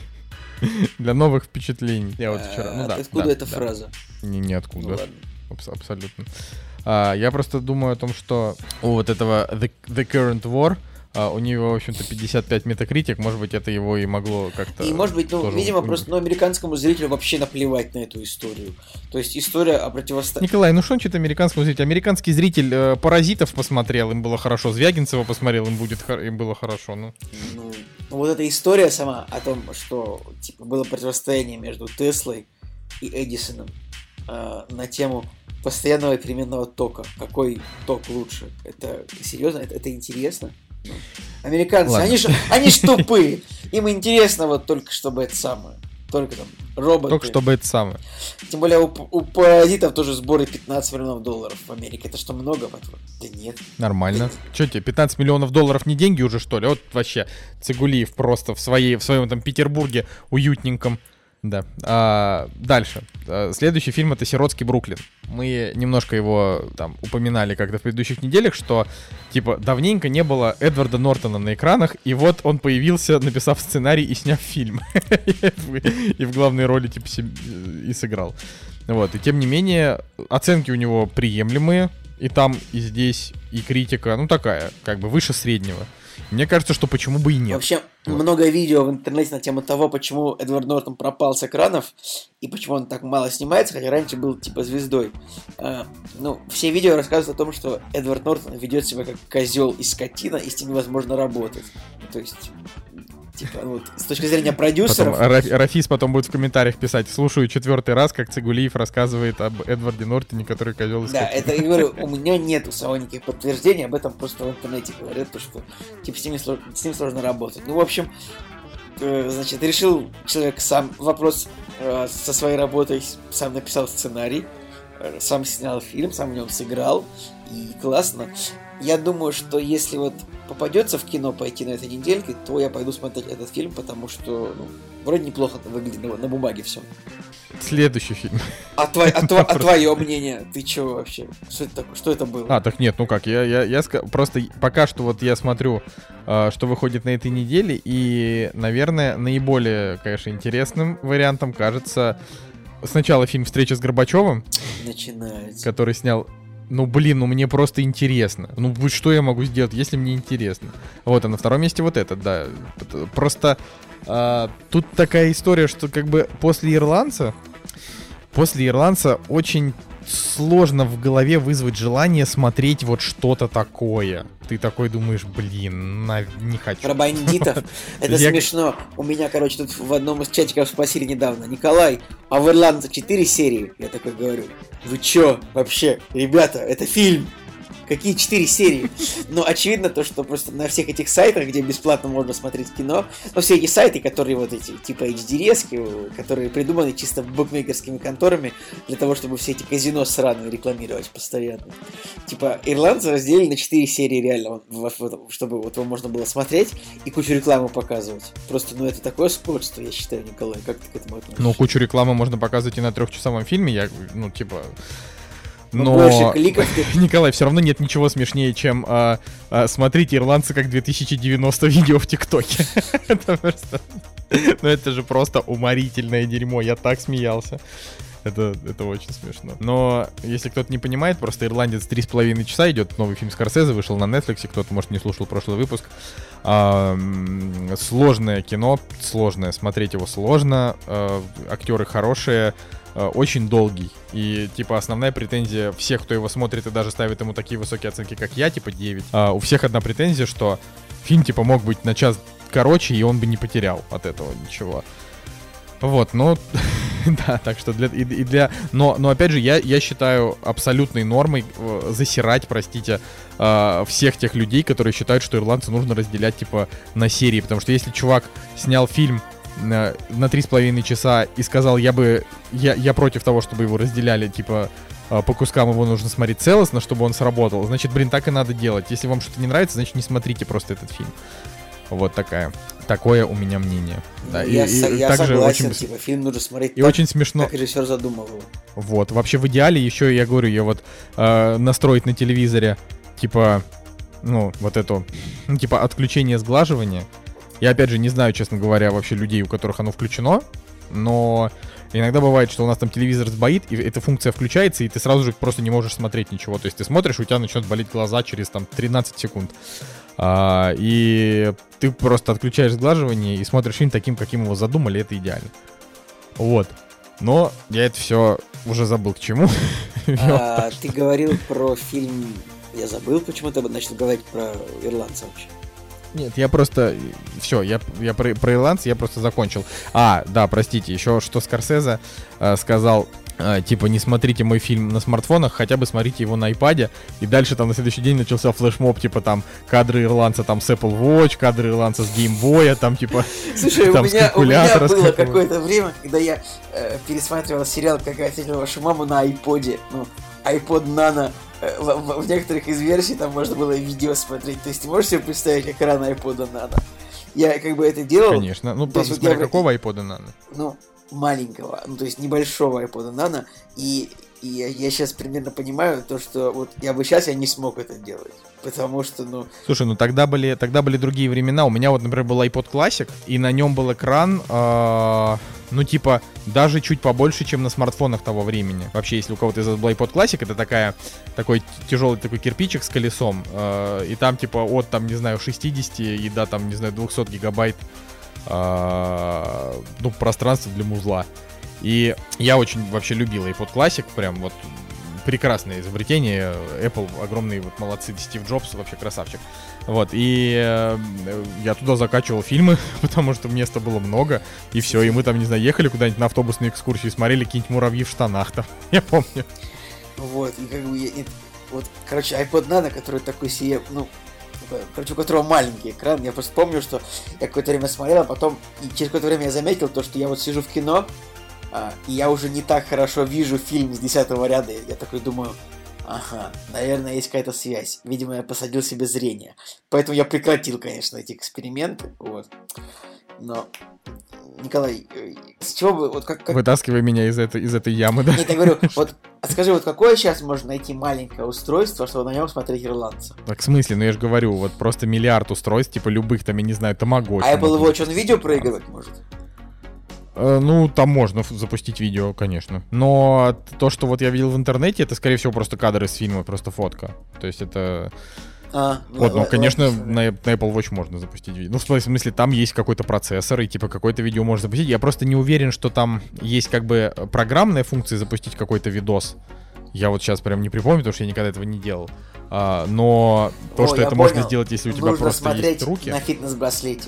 новых впечатлений. Я вот вчера... Откуда эта фраза? Ниоткуда. Ну, ладно. Абсолютно. Я просто думаю о том, что у вот этого The Current War у него, в общем-то, 55 метакритик, может быть, это его и могло как-то... И, может быть, видимо, просто американскому зрителю вообще наплевать на эту историю. То есть история о противостоянии... Николай, ну что он что-то американскому зрителю? Американский зритель «Паразитов» посмотрел, им было хорошо, Звягинцева посмотрел, им было хорошо, ну... Ну, вот эта история сама о том, что, типа, было противостояние между Теслой и Эдисоном на тему постоянного и переменного тока. Какой ток лучше? Это серьезно? Это интересно? Американцы, они ж тупые. Им интересно вот только чтобы это самое. Только там роботы. Только чтобы это самое. Тем более у паразитов тоже сборы $15 миллионов в Америке. Это что, много? Да нет. Нормально. Че тебе, $15 миллионов не деньги уже, что ли? Вот вообще Цигулиев просто в своем там Петербурге уютненьком. Да. Дальше. Следующий фильм — это «Сиротский Бруклин». Мы немножко его там упоминали как-то в предыдущих неделях, что типа давненько не было Эдварда Нортона на экранах, и вот он появился, написав сценарий и сняв фильм. И в главной роли типа и сыграл. Вот. И тем не менее, оценки у него приемлемые. И там, и здесь, и критика, ну такая, как бы выше среднего. Мне кажется, что почему бы и нет. Вообще, много видео в интернете на тему того, почему Эдвард Нортон пропал с экранов, и почему он так мало снимается, хотя раньше был типа звездой. Все видео рассказывают о том, что Эдвард Нортон ведет себя как козел и скотина, и с ним невозможно работать. То есть... Вот, с точки зрения продюсеров... Рафис потом будет в комментариях писать: слушаю 4-й раз, как Цигулиев рассказывает об Эдварде Нортоне, который козел. Да, это, я говорю, у меня нету самого никаких подтверждений, об этом просто в интернете говорят, то, что типа с ним сложно работать. Ну, в общем, значит, решил человек сам вопрос со своей работой, сам написал сценарий, сам снял фильм, сам в нем сыграл, и классно. Я думаю, что если вот попадется в кино пойти на этой недельке, то я пойду смотреть этот фильм, потому что вроде неплохо выглядит на бумаге все. Следующий фильм. А твое мнение? Ты чё вообще? Что это такое? Что это было? Так нет, ну как, я просто пока что вот я смотрю, что выходит на этой неделе, и, наверное, наиболее, конечно, интересным вариантом кажется сначала фильм «Встреча с Горбачевым», начинается, который снял... мне просто интересно. Что я могу сделать, если мне интересно? Вот, а на втором месте вот этот, да. Просто тут такая история, что как бы после «Ирландца» очень сложно в голове вызвать желание смотреть вот что-то такое. Ты такой думаешь, не хочу. Про бандитов? Это смешно. У меня, тут в одном из чатиков спросили недавно: Николай, а в «Ирландце» 4 серии? Я такой говорю: вы чё вообще? Ребята, это фильм! Какие 4 серии? Но очевидно то, что просто на всех этих сайтах, где бесплатно можно смотреть кино, но все эти сайты, которые вот эти, типа HD-резки, которые придуманы чисто букмекерскими конторами для того, чтобы все эти казино сраные рекламировать постоянно. Типа, ирландцы разделили на 4 серии реально, чтобы вот его можно было смотреть и кучу рекламы показывать. Просто, ну, это такое скотство, я считаю, Николай. Как ты к этому относишься? Ну, кучу рекламы можно показывать и на 3-часовом фильме, типа... Но, больше кликов Николай, все равно нет ничего смешнее, чем смотрите ирландцы как 2090 видео в ТикТоке. Ну это же просто уморительное дерьмо, я так смеялся. Это очень смешно. Но если кто-то не понимает, просто «Ирландец» 3,5 часа идет, новый фильм Скорсезе, вышел на Netflix, кто-то, может, не слушал прошлый выпуск. Сложное кино, сложное, смотреть его сложно, актеры хорошие, очень долгий. И, типа, основная претензия всех, кто его смотрит и даже ставит ему такие высокие оценки, как я, типа 9, у всех одна претензия, что фильм, типа, мог быть на час короче, и он бы не потерял от этого ничего. Вот, ну, да, так что но опять же, я считаю абсолютной нормой засирать, простите, всех тех людей, которые считают, что ирландцы нужно разделять, типа, на серии, потому что если чувак снял фильм на 3,5 часа и сказал, я против того, чтобы его разделяли, типа, по кускам, его нужно смотреть целостно, чтобы он сработал, значит, блин, так и надо делать. Если вам что-то не нравится, значит, не смотрите просто этот фильм. Вот такое у меня мнение. Да, я также согласен, очень, типа, фильм нужно смотреть и так, очень смешно, как режиссер задумал его. Вот, вообще в идеале еще, я говорю, ее вот настроить на телевизоре, типа, ну, вот эту, ну, типа, отключение сглаживания. Я, опять же, не знаю, честно говоря, вообще людей, у которых оно включено, но иногда бывает, что у нас там телевизор сбоит, и эта функция включается, и ты сразу же просто не можешь смотреть ничего. То есть ты смотришь, у тебя начнут болеть глаза через там 13 секунд. И ты просто отключаешь сглаживание и смотришь фильм таким, каким его задумали, это идеально. Вот. Но я это все уже забыл к чему. Ты говорил про фильм... Я забыл, почему ты начал говорить про ирландца вообще. Нет, я просто... Все, я про ирландца я просто закончил. Да, простите, еще что Скорсезе сказал... Типа, не смотрите мой фильм на смартфонах, хотя бы смотрите его на iPad. И дальше там на следующий день начался флешмоб, типа там кадры ирландца там с Apple Watch, кадры ирландца с Game Boy, там типа... Слушай, там, у меня было какое-то время, когда я пересматривал сериал «Как я встретил вашу маму» на iPod. Ну, iPod Nano. В некоторых из версий там можно было видео смотреть. То есть ты можешь себе представить экран iPod Nano? Я как бы это делал. Конечно. Ну, просто смотря какого iPod Nano? Ну, маленького, ну, то есть небольшого iPod Nano, и я сейчас примерно понимаю то, что вот я не смог это делать, потому что, ну... Слушай, ну тогда были другие времена, у меня вот, например, был iPod Classic, и на нем был экран, ну, типа, даже чуть побольше, чем на смартфонах того времени. Вообще, если у кого-то из вас был iPod Classic, это такой тяжелый такой кирпичик с колесом, и там, типа, от, там, не знаю, 60 и до, там, не знаю, 200 гигабайт ну, пространство для музла. И я очень вообще любил iPod Classic, прям вот прекрасное изобретение. Apple огромные вот молодцы, Стив Джобс вообще красавчик. Вот, и я туда закачивал фильмы, потому что места было много, и все, и мы там, не знаю, ехали куда-нибудь на автобусную экскурсию, смотрели какие-нибудь муравьи в штанах там, я помню. Вот, и как бы, вот, короче, iPod Nano, который такой себе, ну, короче, у которого маленький экран. Я просто помню, что я какое-то время смотрел, а потом и через какое-то время я заметил то, что я вот сижу в кино, и я уже не так хорошо вижу фильм с 10-го ряда. Я такой думаю, ага, наверное, есть какая-то связь. Видимо, я посадил себе зрение. Поэтому я прекратил, конечно, эти эксперименты. Вот. Но, Николай, с чего бы... Вот как... Вытаскивай меня из этой ямы, да? Нет, я говорю, вот скажи, вот какое сейчас можно найти маленькое устройство, чтобы на нем смотреть ирландца? Так в смысле? Ну я же говорю, вот просто миллиард устройств, типа любых, там, я не знаю, тамагочи. А Apple Watch, он видео проигрывать может? Ну, там можно запустить видео, конечно. Но то, что вот я видел в интернете, это, скорее всего, просто кадры из фильма, просто фотка. То есть это... Вот, ну, конечно, на Apple Watch можно запустить видео. Ну, в смысле, там есть какой-то процессор, и, типа, какое-то видео можно запустить. Я просто не уверен, что там есть, как бы, программная функция запустить какой-то видос. Я вот сейчас прям не припомню, потому что я никогда этого не делал. Но то, что это можно сделать, если у тебя просто есть руки... на фитнес-браслете.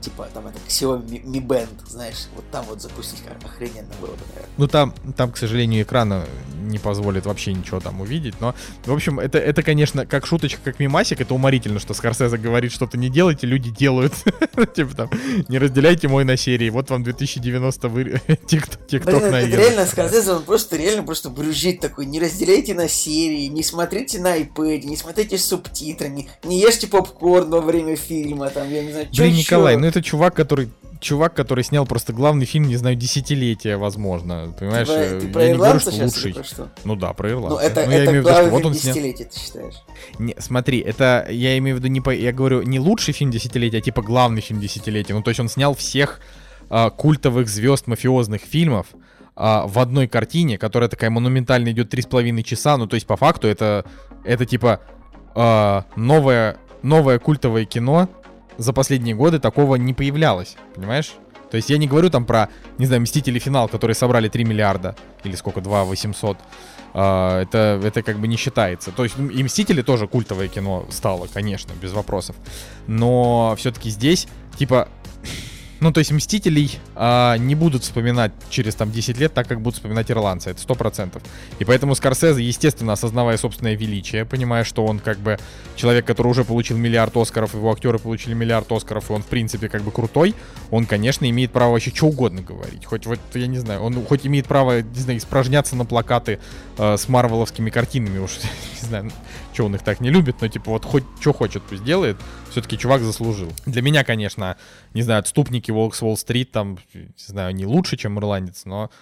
типа там это Xiaomi Mi Band, знаешь, вот там вот запустить охрененно было бы, наверное. Ну там, к сожалению, экрана не позволит вообще ничего там увидеть, но, в общем, это, конечно, как шуточка, как мемасик, это уморительно, что Скорсезе говорит, что-то не делайте, люди делают. Типа там, не разделяйте мой на серии, вот вам 2090 тикток Блин, на это реально Скорсезе, он просто брюзжит такой, не разделяйте на серии, не смотрите на iPad, не смотрите с субтитрами, не ешьте попкорн во время фильма, там, я не знаю, что Блин, еще. Николай, ну это чувак, который снял просто главный фильм, не знаю, десятилетия, возможно. Понимаешь, Ты про я не говорю, ирландца что сейчас лучший. или про что? Ну да, про ирландца. Ну, это я имею в виду, что главный вот фильм он снял. десятилетия, ты считаешь? Не, смотри, это я имею в виду я говорю не лучший фильм десятилетия, а типа главный фильм десятилетия. Ну, то есть он снял всех культовых звезд мафиозных фильмов в одной картине, которая такая монументально идет 3,5 часа. Ну, то есть по факту это типа новое культовое кино. За последние годы такого не появлялось, понимаешь? То есть я не говорю там про, не знаю, «Мстители. Финал», которые собрали 3 миллиарда, или сколько, 2 800. Это как бы не считается. То есть и «Мстители» тоже культовое кино стало, конечно, без вопросов. Но все-таки здесь, типа... Ну, то есть «Мстителей» не будут вспоминать через там 10 лет так, как будут вспоминать «Ирландца», это 100%. И поэтому Скорсезе, естественно, осознавая собственное величие, понимая, что он как бы человек, который уже получил миллиард Оскаров, его актеры получили миллиард Оскаров, и он, в принципе, как бы крутой, он, конечно, имеет право вообще что угодно говорить. Хоть вот, я не знаю, он хоть имеет право, не знаю, испражняться на плакаты с марвеловскими картинами, уж, не знаю, что он их так не любит, но, типа, вот хоть что хочет, пусть делает. Все-таки чувак заслужил. Для меня, конечно, не знаю, «Отступники», «Волк с Уолл-стрит», там, не знаю, не лучше, чем «Ирландец»,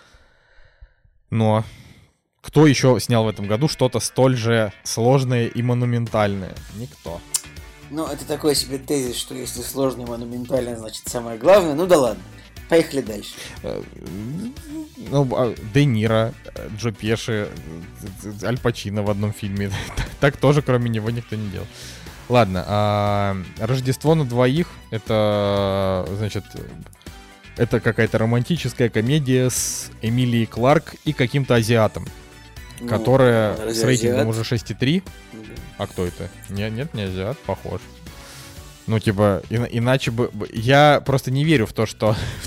но кто еще снял в этом году что-то столь же сложное и монументальное? Никто. Ну, это такой себе тезис, что если сложно и монументально, значит самое главное. Ну да ладно. Поехали дальше. Ну, Де Ниро, Джо Пеши, Аль Пачино в одном фильме. Так тоже, кроме него, никто не делал. Ладно, «Рождество на двоих» — это, значит, это какая-то романтическая комедия с Эмилией Кларк и каким-то азиатом, которая с рейтингом уже 6,3. А кто это? Нет, не азиат, похож. Ну, типа, иначе бы... Я просто не верю в то, что в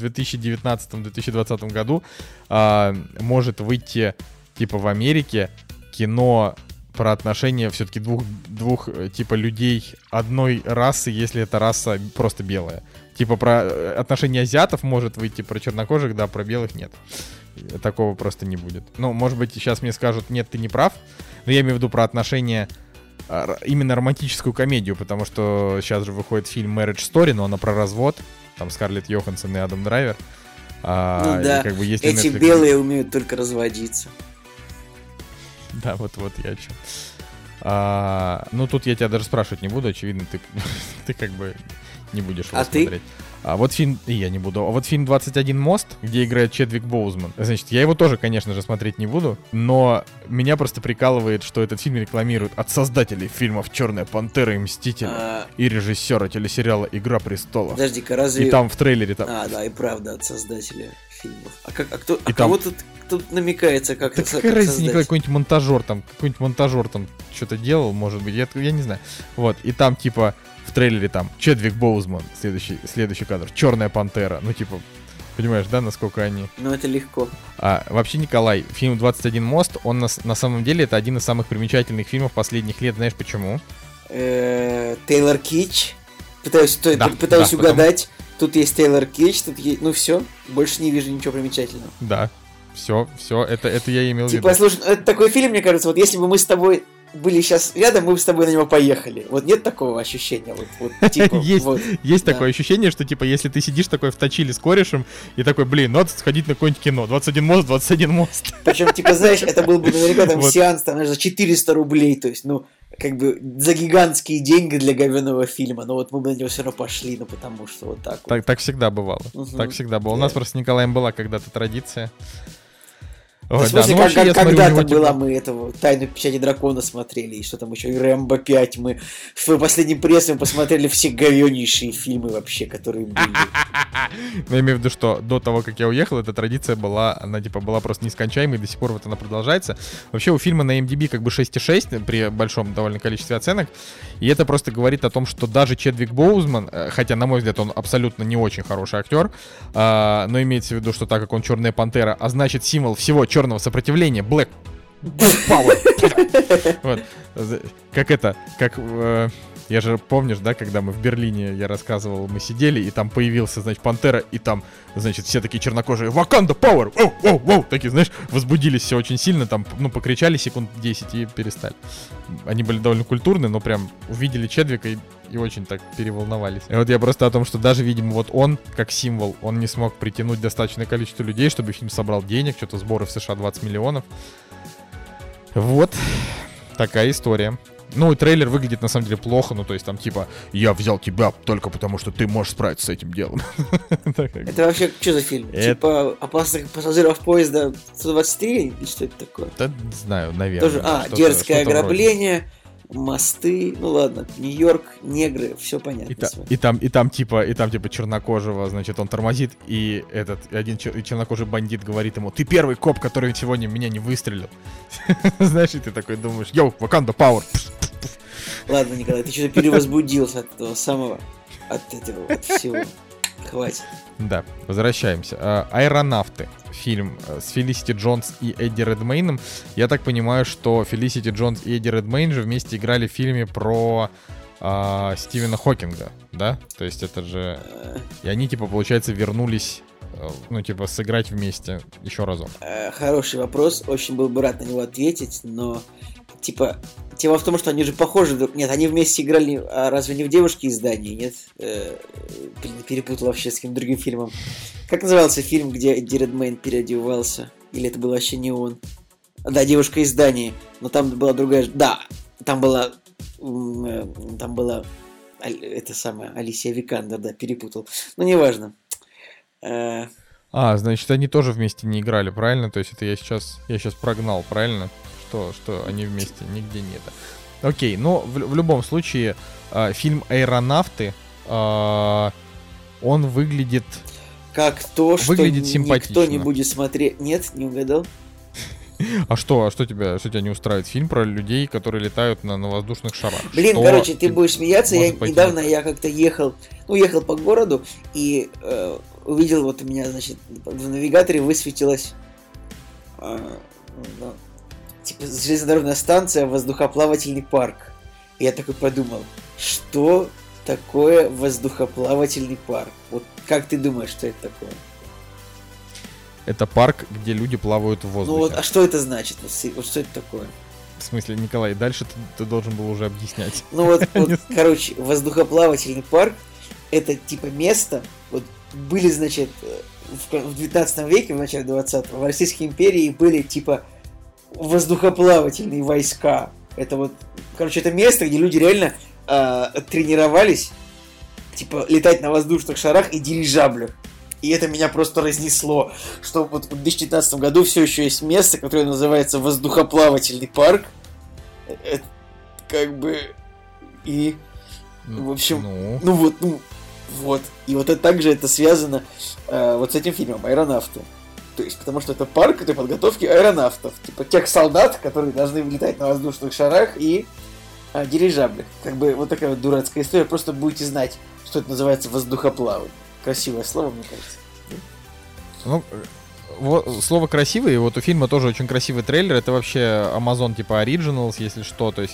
2019-2020 году может выйти, типа, в Америке кино про отношения все-таки двух типа людей одной расы, если эта раса просто белая. Типа про отношения азиатов может выйти, про чернокожих, да, про белых нет. Такого просто не будет. Ну, может быть, сейчас мне скажут, нет, ты не прав, но я имею в виду про отношения, именно романтическую комедию, потому что сейчас же выходит фильм Marriage Story, но она про развод, там Скарлетт Йоханссон и Адам Драйвер. Ну да, как бы, если эти Netflix... белые умеют только разводиться. Да, вот я о чем. Ну, тут я тебя даже спрашивать не буду, очевидно, ты как бы не будешь его смотреть. Вот фильм, и я не буду. А вот фильм «21 мост», где играет Чедвик Боузман, значит, я его тоже, конечно же, смотреть не буду, но меня просто прикалывает, что этот фильм рекламируют от создателей фильмов «Черная пантера» и «Мстители» и режиссера телесериала «Игра престолов». Подожди-ка, разве... И там в трейлере там... да, и правда, от создателя фильмов. Кто тут намекается, как это какая разница, Николай, какой-нибудь монтажер там что-то делал, может быть, я не знаю. Вот, и там типа в трейлере там Чедвик Боузман, следующий кадр, «Черная пантера». Ну, типа, понимаешь, да, насколько они... Ну, это легко. Вообще, Николай, фильм «21 мост», он на самом деле это один из самых примечательных фильмов последних лет. Знаешь почему? Тейлор Китч. Пытаюсь угадать. Тут есть Тейлор Китч, тут есть... Ну, все. Больше не вижу ничего примечательного. Да. Все, это я имел в виду. Типа, слушай, это такой фильм, мне кажется, вот если бы мы с тобой были сейчас рядом, мы бы с тобой на него поехали. Вот нет такого ощущения? Типа, есть такое ощущение, что типа если ты сидишь такой в точиле с корешем и такой, блин, надо сходить на какое-нибудь кино. 21 мост. Причем, типа, знаешь, это был бы наверняка там сеанс, там, за 400 рублей, то есть, ну, как бы за гигантские деньги для говенного фильма, но вот мы бы на него все равно пошли, ну, потому что вот так вот. Так всегда бывало. Так всегда было. У нас просто с Николаем была когда-то традиция. В смысле, когда-то было, мы этого «Тайну печати дракона» смотрели, и что там еще, и «Рэмбо 5», мы в последнем прессе посмотрели все говёнейшие фильмы вообще, которые были. Я имею в виду, что до того, как я уехал, эта традиция была, она типа была просто нескончаемой, и до сих пор вот она продолжается. Вообще у фильма на IMDb как бы 6,6 при большом довольно количестве оценок, и это просто говорит о том, что даже Чедвик Боузман, хотя, на мой взгляд, он абсолютно не очень хороший актер, но имеется в виду, что так как он Черная Пантера, а значит символ всего черного сопротивления, Black Power. Вот. Я же, помнишь, да, когда мы в Берлине, я рассказывал, мы сидели, и там появился, значит, Пантера, и там, значит, все такие чернокожие «Wakanda Power!» Воу! Такие, знаешь, возбудились все очень сильно, там, ну, покричали секунд 10 и перестали. Они были довольно культурны, но прям увидели Чедвика и очень так переволновались. И вот я просто о том, что даже, видимо, вот он, как символ, он не смог притянуть достаточное количество людей, чтобы фильм собрал денег, что-то сборы в США 20 миллионов. Вот такая история. Ну, и трейлер выглядит, на самом деле, плохо. Ну, то есть там, типа, я взял тебя только потому, что ты можешь справиться с этим делом. Это вообще что за фильм? Типа «Опасных пассажиров поезда 123» или что это такое? Да, не знаю, наверное. Тоже, дерзкое ограбление, мосты, ну ладно, Нью-Йорк, негры, все понятно. И там типа чернокожего, значит, он тормозит, и этот один чернокожий бандит говорит ему: ты первый коп, который сегодня в меня не выстрелил. Знаешь, и ты такой думаешь: йоу, Wakanda Power. Ладно, Николай, ты что-то перевозбудился от этого самого, от всего. Хватит. Да, возвращаемся. «Аэронавты». Фильм с Фелисити Джонс и Эдди Редмейном. Я так понимаю, что Фелисити Джонс и Эдди Редмейн же вместе играли в фильме про Стивена Хокинга, да? То есть это же... И они, типа, получается, вернулись, ну, типа, сыграть вместе еще разок. Хороший вопрос. Очень был бы рад на него ответить, но, типа... Тема в том, что они же похожи. Нет, они вместе играли, а разве не в «Девушке из Дании», нет? Перепутал вообще с каким-то другим фильмом. Как назывался фильм, где Эдди Редмейн переодевался? Или это был вообще не он? Да, «Девушка из Дании». Но там была другая... Да, там была это самая Алисия Викандер, да, перепутал. Но неважно. Значит, они тоже вместе не играли, правильно? То есть это я сейчас прогнал, правильно? Что они вместе, нигде нет. Окей, но в любом случае фильм «Аэронавты», он выглядит... Как то, что симпатично. Никто не будет смотреть... Нет, не угадал? А что тебя не устраивает? Фильм про людей, которые летают на воздушных шарах. Блин, короче, ты будешь смеяться. Недавно я как-то ехал по городу и увидел, вот у меня, значит, в навигаторе высветилась типа железнодорожная станция, воздухоплавательный парк. И я такой подумал, что такое воздухоплавательный парк? Вот как ты думаешь, что это такое? Это парк, где люди плавают в воздухе. Ну вот, а что это значит? Вот что это такое? В смысле, Николай, дальше ты должен был уже объяснять. Ну вот, короче, воздухоплавательный парк — это типа место, вот были, значит, в 19 веке, в начале 20-го, в Российской империи были типа воздухоплавательные войска. Это вот, короче, это место, где люди реально тренировались, типа, летать на воздушных шарах и дирижаблях. И это меня просто разнесло, что вот в 2019 году все еще есть место, которое называется воздухоплавательный парк. Это как бы... И... В общем... Вот. И вот это также это связано вот с этим фильмом «Аэронавты». То есть, потому что это парк этой подготовки аэронавтов. Типа тех солдат, которые должны летать на воздушных шарах и дирижаблях. Как бы вот такая вот дурацкая история. Просто будете знать, что это называется воздухоплавание. Красивое слово, мне кажется. Ну, вот, слово красивый, и вот у фильма тоже очень красивый трейлер. Это вообще Amazon типа Originals, если что. То есть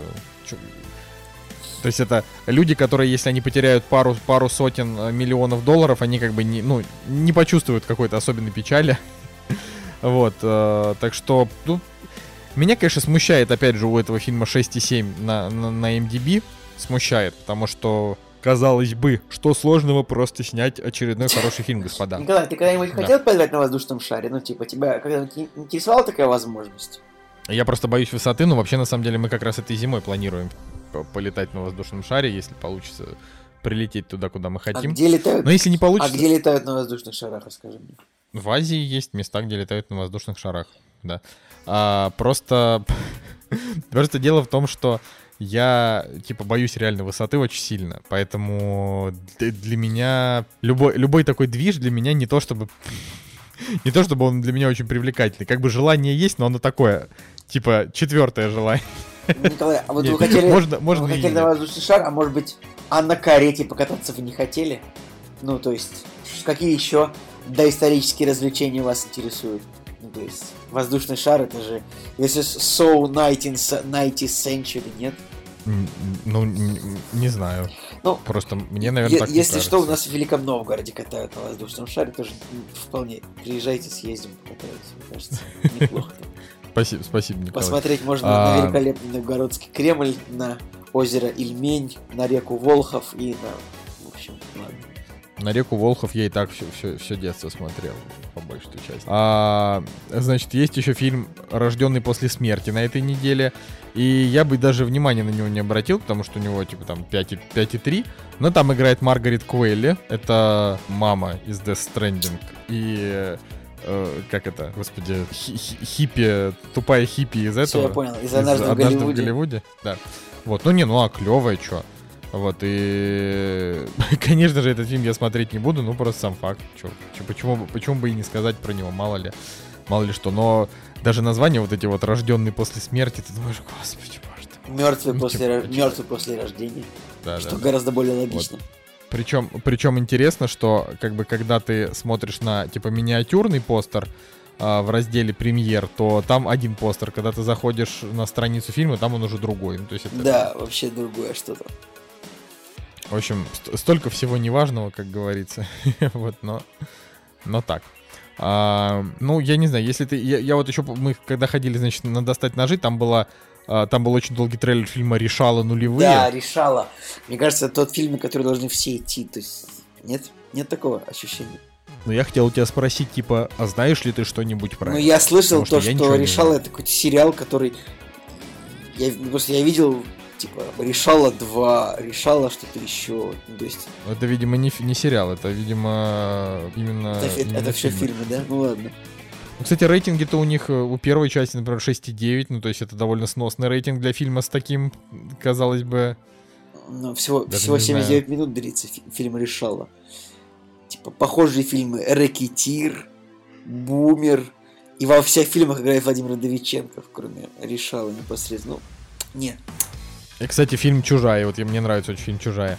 это люди, которые, если они потеряют пару сотен миллионов долларов, они как бы не почувствуют какой-то особенной печали. Вот, так что, ну, меня, конечно, смущает, опять же, у этого фильма 6,7 на IMDb. Смущает, потому что, казалось бы, что сложного просто снять очередной хороший фильм, господа. Николай, ты когда-нибудь хотел полетать на воздушном шаре? Ну, типа, тебя когда-нибудь интересовала такая возможность? Я просто боюсь высоты, но вообще, на самом деле, мы как раз этой зимой планируем полетать на воздушном шаре, если получится прилететь туда, куда мы хотим. А где летают? Но если не получится... А где летают на воздушных шарах, расскажи мне. В Азии есть места, где летают на воздушных шарах, да. Просто дело в том, что я, типа, боюсь реально высоты очень сильно, поэтому для меня любой такой движ для меня не то чтобы он для меня очень привлекательный. Как бы желание есть, но оно такое, типа, 4-е желание. Николай, а вот Нет, вы хотели, можно вы и хотели нет. на воздушный шар, а может быть, на карете покататься вы не хотели? Ну, то есть, какие еще доисторические развлечения вас интересуют? Ну, то есть, воздушный шар, это же, если so 19th century, нет? Ну, не знаю. Ну, Просто мне, наверное, так не если что, у кажется. нас в Великом Новгороде катают на воздушном шаре, тоже вполне. Приезжайте, съездим, покатаемся, мне кажется, неплохо. Спасибо, Николай. Посмотреть можно на великолепный Новгородский Кремль, на озеро Ильмень, на реку Волхов и на... В общем, ладно. На реку Волхов я и так все детство смотрел, по большей части. Значит, есть еще фильм «Рожденный после смерти» на этой неделе. И я бы даже внимания на него не обратил, потому что у него, типа, там 5,3. Но там играет Маргарет Куэлли. Это мама из Death Stranding. И... как это, господи, хиппи, тупая хиппи из этого. Все, я понял, из «Однажды в Голливуде. Да. Вот, клевая, чё. Вот, и, конечно же, этот фильм я смотреть не буду, ну, просто сам факт. Почему бы и не сказать про него, мало ли что. Но даже название вот эти вот «Рожденный после смерти», ты думаешь, господи, боже ты. Мертвый после рождения. Да, что гораздо более логично. Вот. Причем интересно, что как бы когда ты смотришь на типа миниатюрный постер в разделе премьер, то там один постер. Когда ты заходишь на страницу фильма, там он уже другой. Ну, то есть это... Да, вообще другое что-то. В общем, столько всего неважного, как говорится. Вот, но так. Ну, я не знаю, если ты... Я вот еще... Мы когда ходили, значит, на «Достать ножи», там был очень долгий трейлер фильма «Решала нулевые». Да, «Решала». Мне кажется, это тот фильм, на который должны все идти. То есть, нет такого ощущения. Ну, я хотел у тебя спросить, типа, а знаешь ли ты что-нибудь про это? Ну, я слышал то, что — «Решала» — это какой-то сериал, который... Я видел... Типа, «Решала 2», «Решала» что-то еще. Ну, то есть... Это, видимо, не сериал, это, видимо, именно... Это все фильмы, да? Ну ладно. Ну, кстати, рейтинги-то у них у первой части, например, 6,9, ну, то есть это довольно сносный рейтинг для фильма с таким, казалось бы... Ну, всего 79 минут длится фильм «Решала». Типа, похожие фильмы «Рэкетир», «Бумер», и во всех фильмах играет Владимир Вдовиченков, кроме «Решала» непосредственно. Ну, нет. И, кстати, фильм «Чужая», вот мне нравится очень фильм «Чужая».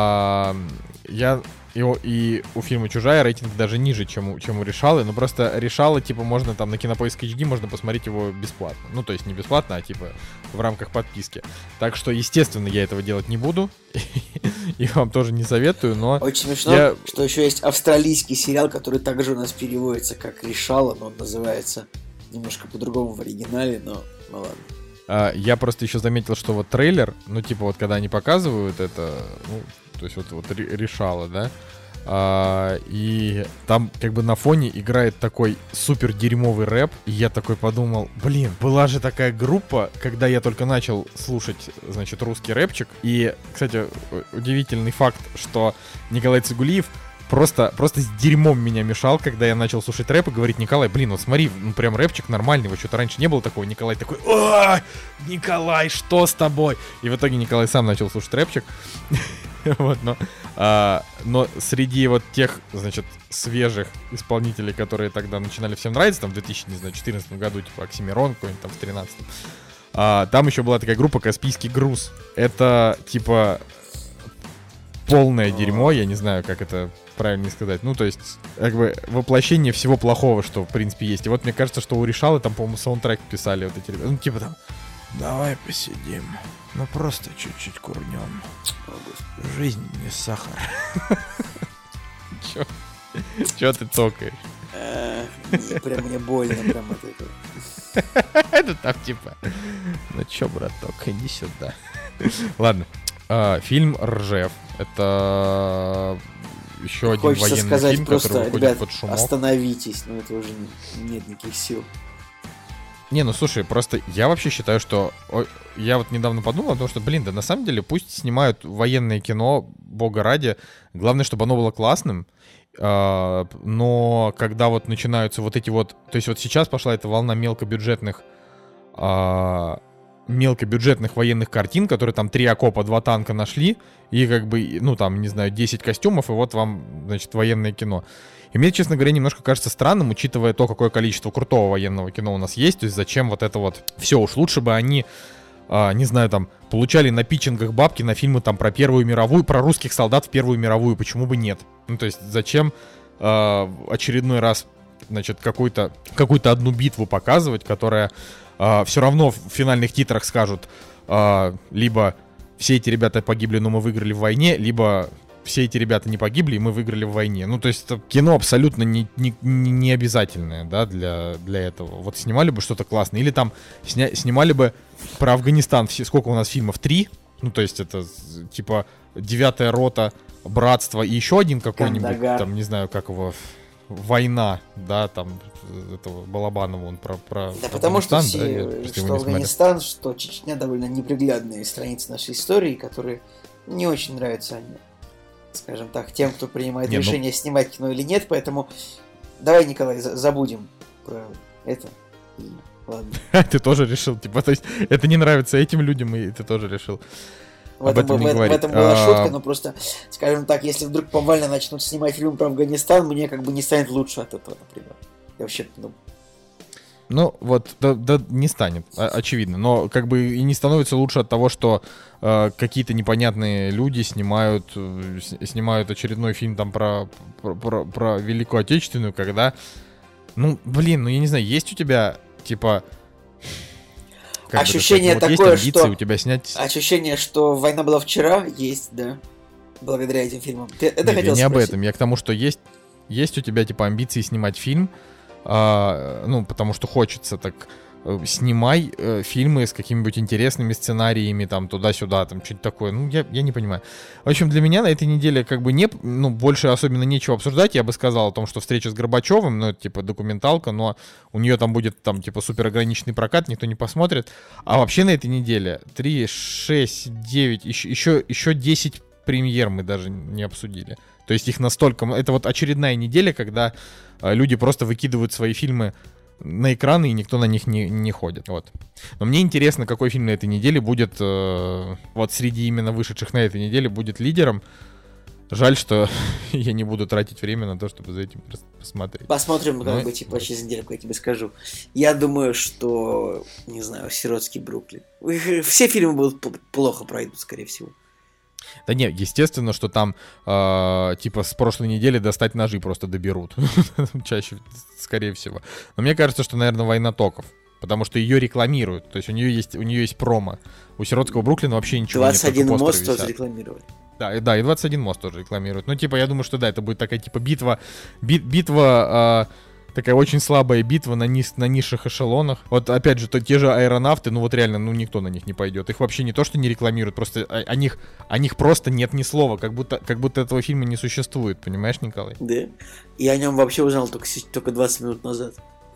И у фильма «Чужая» рейтинг даже ниже, чем у «Решалы», но просто «Решала», типа, можно там на Кинопоиск HD, можно посмотреть его бесплатно. Ну, то есть не бесплатно, а типа в рамках подписки. Так что, естественно, я этого делать не буду. И вам тоже не советую, но... Очень смешно, что еще есть австралийский сериал, который также у нас переводится как «Решала», но он называется немножко по-другому в оригинале, но ладно. Я просто еще заметил, что вот трейлер, ну, типа, вот когда они показывают это, ну, то есть вот «Решала», да, и там как бы на фоне играет такой супер дерьмовый рэп, и я такой подумал, блин, была же такая группа, когда я только начал слушать, значит, русский рэпчик, и, кстати, удивительный факт, что Николай Цигулиев просто с дерьмом меня мешал, когда я начал слушать рэп и говорить: Николай, блин, вот смотри, ну прям рэпчик нормальный, вот что-то раньше не было такого. Николай такой: о, Николай, что с тобой? И в итоге Николай сам начал слушать рэпчик. Вот, но среди вот тех, значит, свежих исполнителей, которые тогда начинали всем нравиться, там в 2014 году, типа Оксимирон какой-нибудь, там в 2013, там еще была такая группа «Каспийский груз». Это, типа, полное дерьмо, я не знаю, как это правильно сказать. Ну, то есть, как бы, воплощение всего плохого, что, в принципе, есть. И вот мне кажется, что у Решалы там, по-моему, саундтрек писали вот эти ребята. Ну, типа там: давай посидим, ну просто чуть-чуть курнем. Жизнь не сахар. Чё ты токаешь? Прям мне больно, прям от этого. Это там типа: ну чё, браток, иди сюда. Ладно. Фильм «Ржев». Это еще один Хочется военный сказать фильм, просто, который выходит ребят, под шумок. остановитесь, но это уже нет никаких сил. Не, ну слушай, просто я вообще считаю, что... Я вот недавно подумал о том, что, блин, да на самом деле пусть снимают военное кино, бога ради. Главное, чтобы оно было классным. но когда вот начинаются вот эти вот... То есть вот сейчас пошла эта волна мелкобюджетных военных картин, которые там 3 окопа, 2 танка нашли, и как бы, ну там, не знаю, 10 костюмов, и вот вам, значит, военное кино. И мне, честно говоря, немножко кажется странным, учитывая то, какое количество крутого военного кино у нас есть, то есть зачем вот это вот... Все, уж лучше бы они, не знаю, там, получали на питчингах бабки на фильмы там про Первую мировую, про русских солдат в Первую мировую, почему бы нет? Ну, то есть зачем очередной раз, значит, какую-то одну битву показывать, которая все равно в финальных титрах скажут либо все эти ребята погибли, но мы выиграли в войне, либо все эти ребята не погибли, и мы выиграли в войне. Ну, то есть это кино абсолютно не обязательное, да, для этого. Вот снимали бы что-то классное, или там снимали бы про Афганистан, сколько у нас фильмов? 3? Ну, то есть это типа 9-я рота, Братство и еще один какой-нибудь, Кандагар. там, не знаю, как его... Война, да, там, этого Балабанова, он про Да, потому что Афганистан, все, да, что Афганистан, что Чечня довольно неприглядные страницы нашей истории, которые не очень нравятся они, скажем так, тем, кто принимает решение снимать кино или нет, поэтому давай, Николай, забудем про это. И ладно. Ты тоже решил, типа, то есть это не нравится этим людям, и ты тоже решил В об этом не говорить. В этом была шутка, но просто, скажем так, если вдруг повально начнут снимать фильм про Афганистан, мне как бы не станет лучше от этого, например. Я вообще, Ну, вот, да не станет, очевидно. Но как бы и не становится лучше от того, что какие-то непонятные люди снимают очередной фильм там про Великую Отечественную, когда... Ну, блин, ну я не знаю, есть у тебя, типа... Ощущение вот такое, есть амбиции что... у тебя снять... Ощущение, что «Война была вчера» есть, да. Благодаря этим фильмам. Ты это хотел не спросить? об этом. Я к тому, что есть у тебя, типа, амбиции снимать фильм, ну, потому что хочется так... Снимай фильмы с какими-нибудь интересными сценариями, там, туда-сюда, там, что-то такое. Ну, я не понимаю. В общем, для меня на этой неделе как бы больше особенно нечего обсуждать. Я бы сказал о том, что встреча с Горбачевым, ну, это, типа, документалка, но у нее там будет, там, типа, супер ограниченный прокат, никто не посмотрит. А вообще на этой неделе 3, 6, 9, еще 10 премьер мы даже не обсудили. То есть их настолько... Это вот очередная неделя, когда люди просто выкидывают свои фильмы на экраны, и никто на них не ходит. Вот. Но мне интересно, какой фильм на этой неделе будет, вот среди именно вышедших на этой неделе, будет лидером. Жаль, что я не буду тратить время на то, чтобы за этим посмотреть. Посмотрим, как бы, типа, через недельку я тебе скажу. Я думаю, что, не знаю, «Сиротский Бруклин». Все фильмы будут плохо пройдут, скорее всего. Да нет, естественно, что там, типа, с прошлой недели достать ножи просто доберут. Чаще, скорее всего. Но мне кажется, что, наверное, «Война токов». Потому что ее рекламируют. То есть у нее есть промо. У «Сиротского Бруклина» вообще ничего нет. 21 мост тоже рекламировали. Да, и 21 мост тоже рекламируют. Ну, типа, я думаю, что да, это будет такая, типа, битва, такая очень слабая битва на низших эшелонах. Вот, опять же, те же аэронавты, ну, вот реально, ну, никто на них не пойдет. Их вообще не то, что не рекламируют, просто о них просто нет ни слова, как будто этого фильма не существует, понимаешь, Николай? Да. Я о нем вообще узнал только 20 минут назад.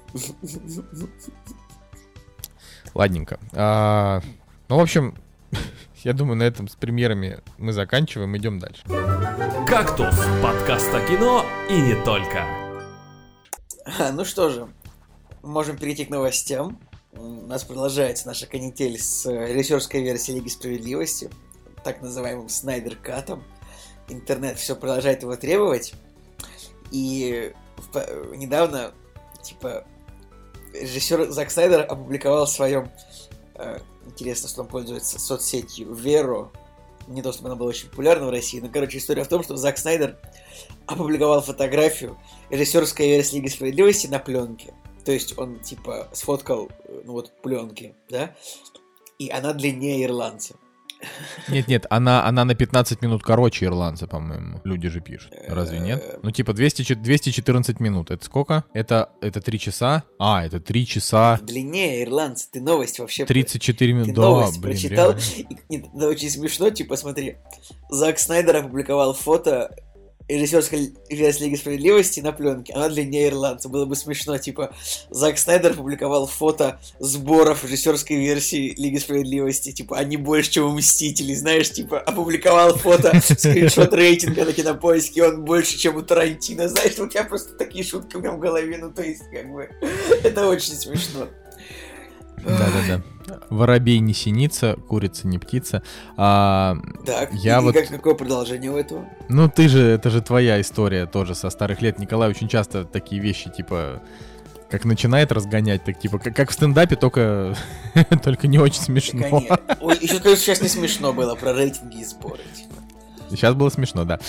Ладненько. Ну, в общем... Я думаю, на этом с премьерами мы заканчиваем, идем дальше. «Кактус» — подкаст о кино и не только. Ну что же, можем перейти к новостям. У нас продолжается наша канитель с режиссерской версией Лиги Справедливости, так называемым Снайдер-катом. Интернет все продолжает его требовать. И недавно, типа, режиссер Зак Снайдер опубликовал в своем... Интересно, что он пользуется соцсетью Vero. Не то, чтобы она была очень популярна в России, но, короче, история в том, что Зак Снайдер опубликовал фотографию режиссерской версии Лиги Справедливости на пленке. То есть он, типа, сфоткал, ну вот, пленки, да? И она длиннее ирландца. Нет, она на 15 минут короче ирландца, по-моему. Люди же пишут. Разве нет? Ну, типа, 214 минут. Это сколько? Это 3 часа? Это 3 часа. Длиннее ирландца. Ты новость вообще... 34 минуты. Ты новость прочитал. Это очень смешно. Типа, смотри. Зак Снайдер опубликовал фото режиссерская версия Лиги Справедливости на пленке, она длиннее ирландца. Было бы смешно, типа, Зак Снайдер публиковал фото сборов режиссерской версии Лиги Справедливости, типа, они больше, чем у Мстителей, знаешь, типа, опубликовал фото, скриншот рейтинга на Кинопоиске, он больше, чем у Тарантино, знаешь, у тебя просто такие шутки у меня в голове, ну, то есть, как бы, это очень смешно. Да-да-да. Воробей не синица, курица не птица. Так, какое продолжение у этого? Ну, это же твоя история тоже со старых лет. Николай очень часто такие вещи, типа, как начинает разгонять, так типа, как в стендапе, только не очень смешно. Ой, еще скажу, сейчас не смешно было про рейтинги и сборы. Сейчас было смешно, да.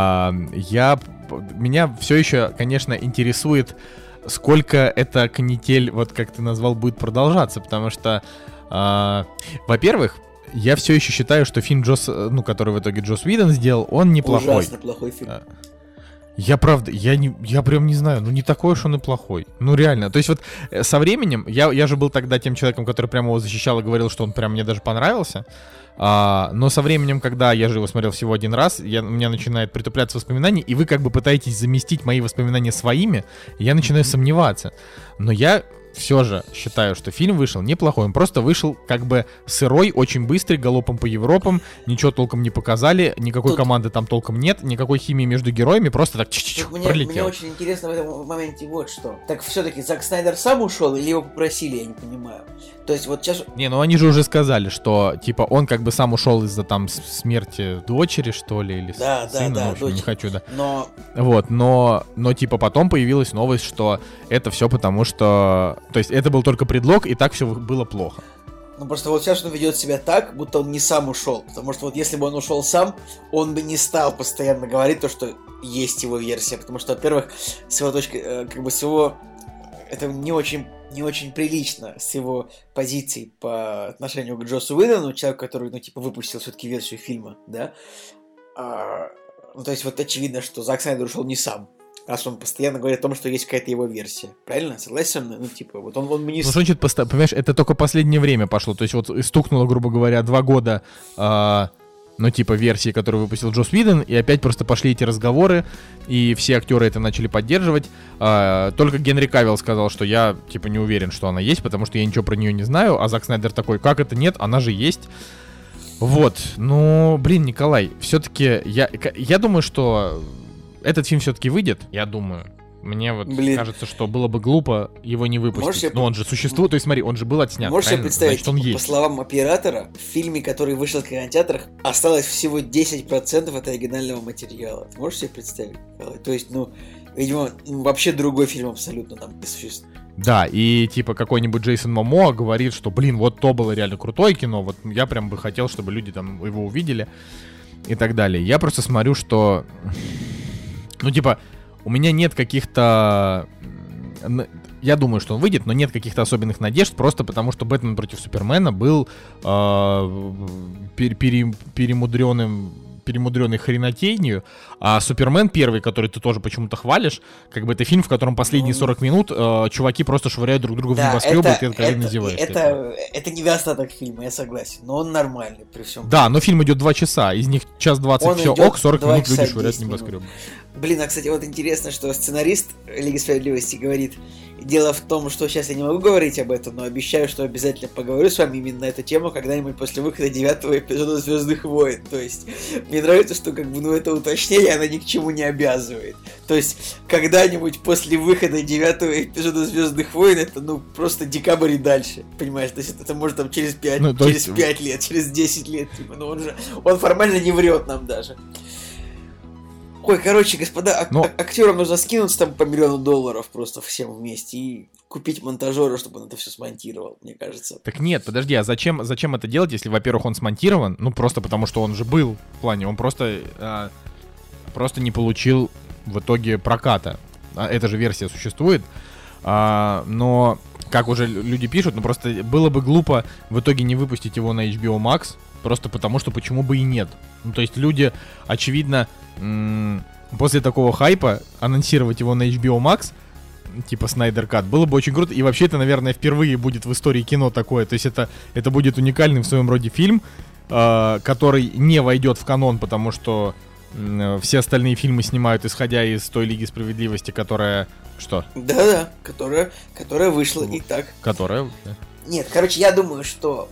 Меня все еще, конечно, интересует, сколько эта канитель, вот как ты назвал, будет продолжаться, потому что, во-первых, я все еще считаю, что фильм который в итоге Джосс Уидон сделал, он неплохой. Ужасно плохой фильм. Я прям не знаю, не такой уж он и плохой. Ну реально, то есть вот со временем, я же был тогда тем человеком, который прямо его защищал и говорил, что он прям мне даже понравился. Но со временем, когда я же его смотрел всего один раз, у меня начинает притупляться воспоминания, и вы как бы пытаетесь заместить мои воспоминания своими, и я начинаю сомневаться. Но я все же считаю, что фильм вышел неплохой. Он просто вышел как бы сырой, очень быстрый, галопом по Европам. Ничего толком не показали, никакой команды там толком нет, никакой химии между героями, просто так пролетел. Мне очень интересно в этом моменте вот что. Так все-таки Зак Снайдер сам ушел или его попросили, я не понимаю. То есть вот сейчас... Не, ну они же уже сказали, что типа он как бы сам ушел из-за там смерти дочери, что ли, или сына, да, в общем, не хочу, да. Но типа потом появилась новость, что это все потому, что... То есть это был только предлог, и так все было плохо. Ну просто вот сейчас он ведет себя так, будто он не сам ушел. Потому что вот если бы он ушел сам, он бы не стал постоянно говорить то, что есть его версия. Потому что, во-первых, с его точки, это не очень прилично с его позицией по отношению к Джоссу Уидону, человеку, который, выпустил все-таки версию фильма, да. То есть вот очевидно, что Зак Снайдер ушел не сам. Раз он постоянно говорит о том, что есть какая-то его версия. Правильно? Согласен со мной? Вот он бы не... Ну, значит, понимаешь, это только последнее время пошло. То есть вот стукнуло, грубо говоря, 2 года, версии, которую выпустил Джосс Уидон, и опять просто пошли эти разговоры, и все актеры это начали поддерживать. Только Генри Кавилл сказал, что я, не уверен, что она есть, потому что я ничего про нее не знаю, а Зак Снайдер такой, как это нет, она же есть. Вот, Николай, все-таки я думаю, что этот фильм все-таки выйдет, я думаю. Мне кажется, что было бы глупо его не выпустить. Но он же существует, то есть смотри, он же был отснят. Можешь себе представить, значит, он есть. По словам оператора, в фильме, который вышел в кинотеатрах, осталось всего 10% от оригинального материала. Ты можешь себе представить? То есть, видимо, вообще другой фильм абсолютно там не существует. Да, и какой-нибудь Джейсон Момоа говорит, что, вот то было реально крутое кино, вот я прям бы хотел, чтобы люди там его увидели и так далее. Я просто смотрю, что... у меня нет каких-то... Я думаю, что он выйдет, но нет каких-то особенных надежд, просто потому что «Бэтмен против Супермена» был перемудренной хренотенью, а «Супермен» первый, который ты тоже почему-то хвалишь, это фильм, в котором последние 40 минут чуваки просто швыряют друг друга в небоскребы, и ты откровенно издеваешься. Это недостаток фильма, я согласен, но он нормальный при всем. Да, но фильм идет 2 часа, из них 1:20 все ок, 40 минут люди швыряют в небоскребы. Блин, а кстати, вот интересно, что сценарист Лиги Справедливости говорит, дело в том, что сейчас я не могу говорить об этом, но обещаю, что обязательно поговорю с вами именно на эту тему когда-нибудь после выхода 9-го эпизода «Звездных войн». То есть, мне нравится, что это уточнение, оно ни к чему не обязывает. То есть, когда-нибудь после выхода 9-го эпизода «Звездных войн» это, просто декабрь и дальше, понимаешь? То есть, это может там через 5 лет, через 10 лет, он формально не врет нам даже. Ой, короче, господа, актерам нужно скинуться там по $1 миллион просто всем вместе и купить монтажера, чтобы он это все смонтировал, мне кажется. Так нет, подожди, а зачем это делать, если, во-первых, он смонтирован? Просто потому, что он же был в плане, он просто не получил в итоге проката. Эта же версия существует, но, как уже люди пишут, просто было бы глупо в итоге не выпустить его на HBO Max, просто потому, что почему бы и нет. То есть люди, очевидно, после такого хайпа анонсировать его на HBO Max, Snyder Cut, было бы очень круто. И вообще это, наверное, впервые будет в истории кино такое. То есть это будет уникальный в своем роде фильм, который не войдет в канон, потому что все остальные фильмы снимают, исходя из той Лиги Справедливости, которая... Что? Да-да, которая вышла и так. Которая... Нет, короче, я думаю, что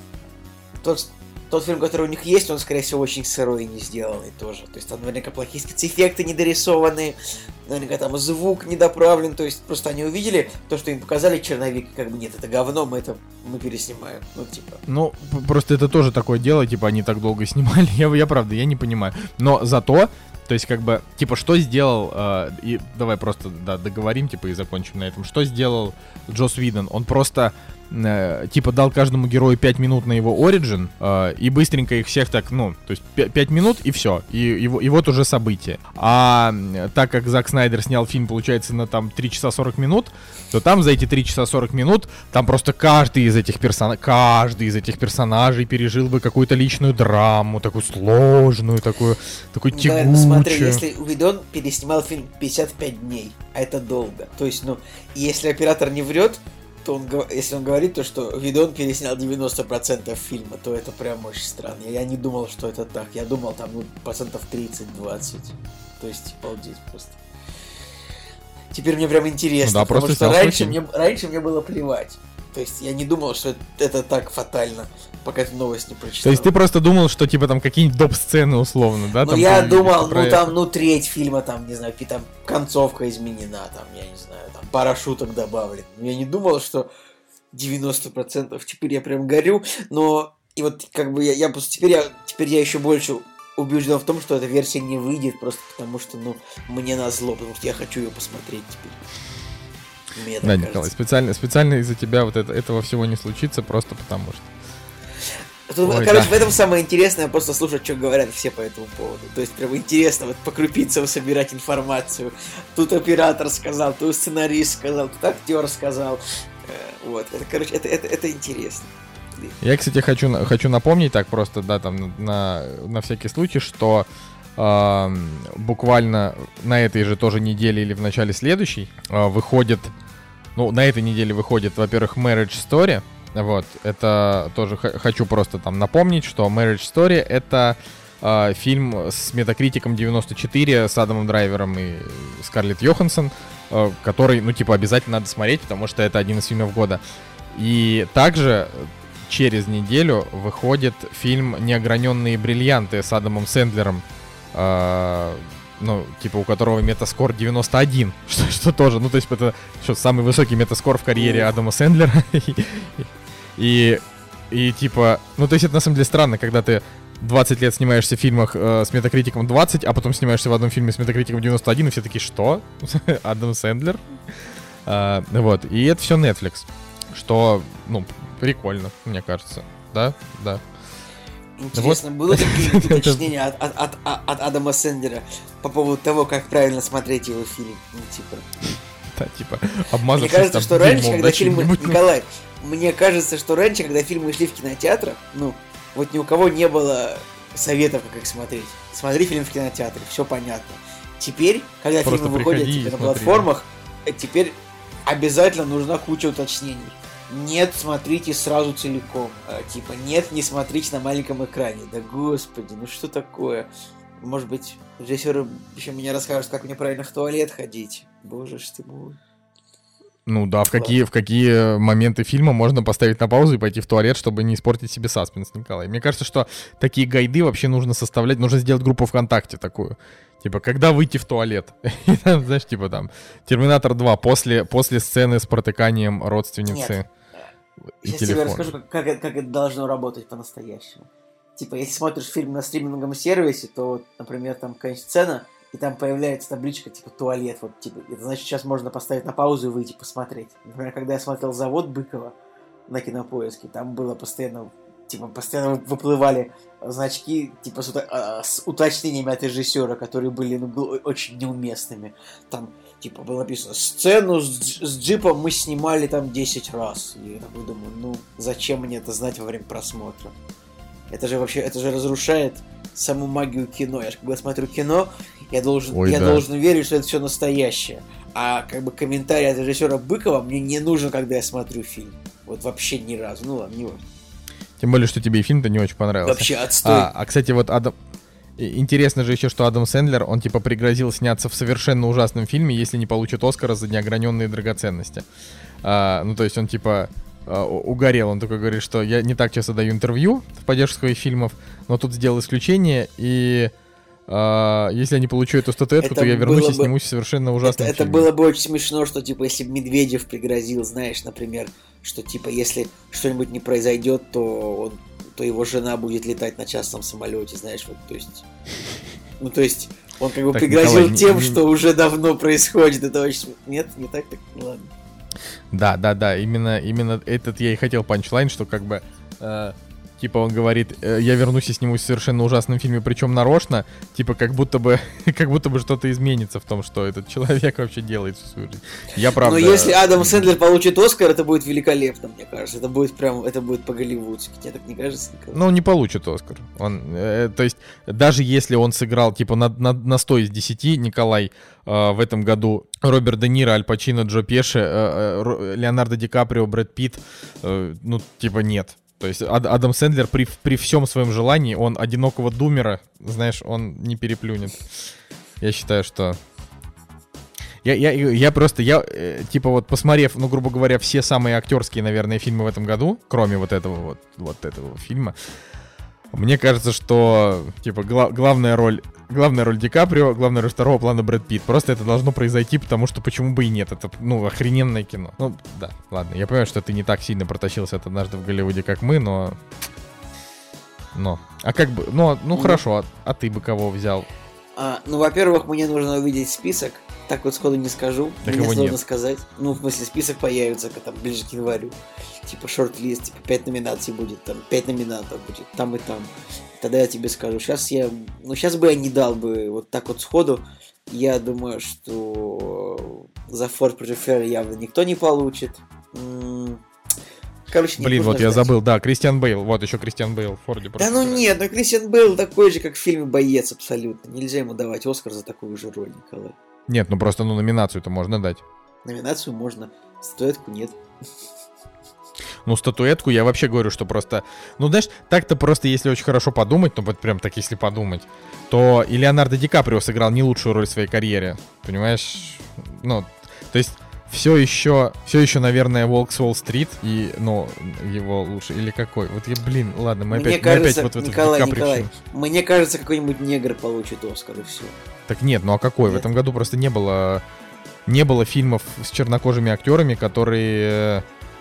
тот фильм, который у них есть, он, скорее всего, очень сырой и не сделанный тоже. То есть там наверняка плохие спецэффекты недорисованные, наверняка там звук недоправлен. То есть просто они увидели то, что им показали черновик, как бы нет, это говно, мы переснимаем. Ну, типа. Ну, просто это тоже такое дело, типа, они так долго снимали. Я правда, я не понимаю. Но зато, то есть, как бы, типа, что сделал, и давай просто договорим, типа, и закончим на этом. Что сделал Джосс Уидон? Он просто... типа дал каждому герою 5 минут на его оригин, и быстренько их всех так, ну, то есть 5 минут и все, и вот уже событие. А так как Зак Снайдер снял фильм, получается, на там 3 часа 40 минут, то там за эти 3 часа 40 минут, там просто каждый из этих персонажей пережил бы какую-то личную драму, такую сложную, такую тягучую. Да, смотри, если Уидон переснимал фильм 55 дней, а это долго, то есть, ну, если оператор не врет, то если он говорит, то, что Уидон переснял 90% фильма, то это прям очень странно. Я не думал, что это так. Я думал, там, ну, 30-20%. То есть, обалдеть просто. Теперь мне прям интересно, ну, да, потому что раньше мне было плевать. То есть, я не думал, что это так фатально, пока эту новость не прочитал. То есть, ты просто думал, что, типа, там, какие-нибудь доп-сцены, условно, да? Ну, я думал, ну, там, ну, треть фильма, там, не знаю, там, концовка изменена, там, я не знаю, там, пара шуток добавлен. Я не думал, что 90%, теперь я прям горю, но, и вот, как бы, я просто, теперь я еще больше убежден в том, что эта версия не выйдет, просто потому что, ну, мне назло, потому что я хочу ее посмотреть теперь. Мне да, Николай, специально из-за тебя вот этого всего не случится, просто потому что... Тут, ой, короче, да. В этом самое интересное просто слушать, что говорят все по этому поводу. То есть прям интересно вот по крупицам собирать информацию. Тут оператор сказал, тут сценарист сказал, тут актер сказал. Вот, это, короче, это интересно. Я, кстати, хочу напомнить так просто, да, там на всякий случай, что буквально на этой же тоже неделе или в начале следующей выходит, ну, на этой неделе выходит, во-первых, Marriage Story. Вот, это тоже хочу просто там напомнить, что Marriage Story — это фильм с метакритиком 94 с Адамом Драйвером и Скарлетт Йоханссон, который, ну, типа, обязательно надо смотреть, потому что это один из фильмов года. И также через неделю выходит фильм «Неограненные бриллианты» с Адамом Сэндлером, ну, типа, у которого метаскор 91, что тоже, ну, то есть это самый высокий метаскор в карьере Адама Сэндлера. И типа, ну, то есть это на самом деле странно, когда ты 20 лет снимаешься в фильмах с метакритиком 20, а потом снимаешься в одном фильме с метакритиком 91, и все такие, что? Адам Сэндлер? Вот, и это все Netflix, что, ну, прикольно, мне кажется, да. Интересно, вот. Будут какие-нибудь уточнения от Адама Сэндлера по поводу того, как правильно смотреть его фильм? Ну, типа... Да, типа, обмазавшись. Мне кажется, что раньше, когда фильмы... Николай, мне кажется, что раньше, когда фильмы шли в кинотеатрах, ну, вот ни у кого не было советов, как их смотреть. Смотри фильм в кинотеатре, все понятно. Теперь, когда просто фильмы выходят типа, на платформах, теперь обязательно нужна куча уточнений. Нет, смотрите сразу целиком. Типа, нет, не смотрите на маленьком экране. Да господи, ну что такое? Может быть, режиссеры еще мне расскажут, как мне правильно в туалет ходить. Боже ж ты мой. Ну да, в какие моменты фильма можно поставить на паузу и пойти в туалет, чтобы не испортить себе саспенс, Николай. Мне кажется, что такие гайды вообще нужно составлять, нужно сделать группу ВКонтакте такую. Типа, когда выйти в туалет? Знаешь, типа там, Терминатор 2, после сцены с протыканием родственницы и сейчас телефона. Я тебе расскажу, как это должно работать по-настоящему. Типа, если смотришь фильм на стриминговом сервисе, то, например, там какая-нибудь сцена, и там появляется табличка, типа, туалет, вот, типа, это значит, сейчас можно поставить на паузу и выйти посмотреть. Например, когда я смотрел «Завод» Быкова на Кинопоиске, там было постоянно выплывали значки, типа, с уточнениями от режиссера, которые были, ну, очень неуместными. Там, типа, было написано: сцену с джипом мы снимали там 10 раз. И я такой думаю, ну, зачем мне это знать во время просмотра? Это же разрушает саму магию кино. Я же когда смотрю кино, я должен верить, что это все настоящее. А как бы комментарий от режиссера Быкова мне не нужен, когда я смотрю фильм. Вот вообще ни разу. Ну ладно, не важно. Тем более, что тебе и фильм-то не очень понравился. Вообще отстой. Кстати, вот интересно же еще, что Адам Сэндлер, он типа пригрозил сняться в совершенно ужасном фильме, если не получит Оскара за неограненные драгоценности. Ну, то есть он типа угорел. Он такой говорит, что я не так часто даю интервью в поддержку своих фильмов, но тут сделал исключение, и если я не получу эту статуэтку, то я вернусь и снимусь в совершенно ужасном фильме. Это было бы очень смешно, что, типа, если бы Медведев пригрозил, знаешь, например, что, типа, если что-нибудь не произойдет, то его жена будет летать на частном самолете, знаешь, вот, то есть... Ну, то есть, он как бы так, пригрозил Николай, тем, что уже давно происходит. Это очень... Нет, не так, так, ладно. Да, именно этот я и хотел панчлайн, что как бы... Типа он говорит, я вернусь и снимусь в совершенно ужасном фильме, причем нарочно, типа как будто бы что-то изменится в том, что этот человек вообще делает в свою жизнь. Я правда... Но если Адам Сэндлер получит Оскар, это будет великолепно, мне кажется. Это будет по-голливудски. Тебе так не кажется, Николай? Ну, он не получит Оскар. То есть, даже если он сыграл, типа, на 100 из 10, Николай, в этом году Роберт Де Ниро, Аль Пачино, Джо Пеши, Леонардо Ди Каприо, Брэд Питт, ну, типа, нет. То есть Адам Сэндлер при всем своем желании, он одинокого думера, знаешь, он не переплюнет. Я считаю, что... Я просто, типа вот посмотрев, ну, грубо говоря, все самые актерские, наверное, фильмы в этом году, кроме вот этого фильма, мне кажется, что, типа, главная роль Ди Каприо, главная роль второго плана Брэд Питт. Просто это должно произойти, потому что почему бы и нет. Это, ну, охрененное кино. Ну, да, ладно. Я понимаю, что ты не так сильно протащился от «Однажды в Голливуде», как мы, но... А как бы... Ну хорошо, а ты бы кого взял? Ну, во-первых, мне нужно увидеть список. Так вот сходу не скажу. Так мне сложно нет. сказать. Ну, в смысле, список появится там ближе к январю. Типа шорт-лист, типа 5 номинаций будет, там 5 номинантов будет, там и там. Тогда я тебе скажу. Сейчас бы я не дал бы вот так вот сходу. Я думаю, что за Форд против Феррари явно никто не получит. Короче, блин, вот я забыл, да, Кристиан Бейл. Вот еще Кристиан Бейл в Форде против Феррари. Да ну нет, но Кристиан Бейл такой же, как в фильме «Боец» абсолютно. Нельзя ему давать Оскар за такую же роль, Николай. Нет, ну просто номинацию-то можно дать. Номинацию можно, статуэтку нет. Ну, статуэтку я вообще говорю, что просто... Ну, знаешь, так-то просто, если очень хорошо подумать, ну, вот прям так, если подумать, то и Леонардо Ди Каприо сыграл не лучшую роль в своей карьере. Понимаешь? Ну, то есть, все еще, наверное, «Волк с Уолл-стрит», и, ну, его лучше... Или какой? Вот я, блин, ладно, мы опять вот в Николай, мне кажется, какой-нибудь негр получит Оскар, и все. Так нет, ну а какой? Нет. В этом году просто не было фильмов с чернокожими актерами, которые...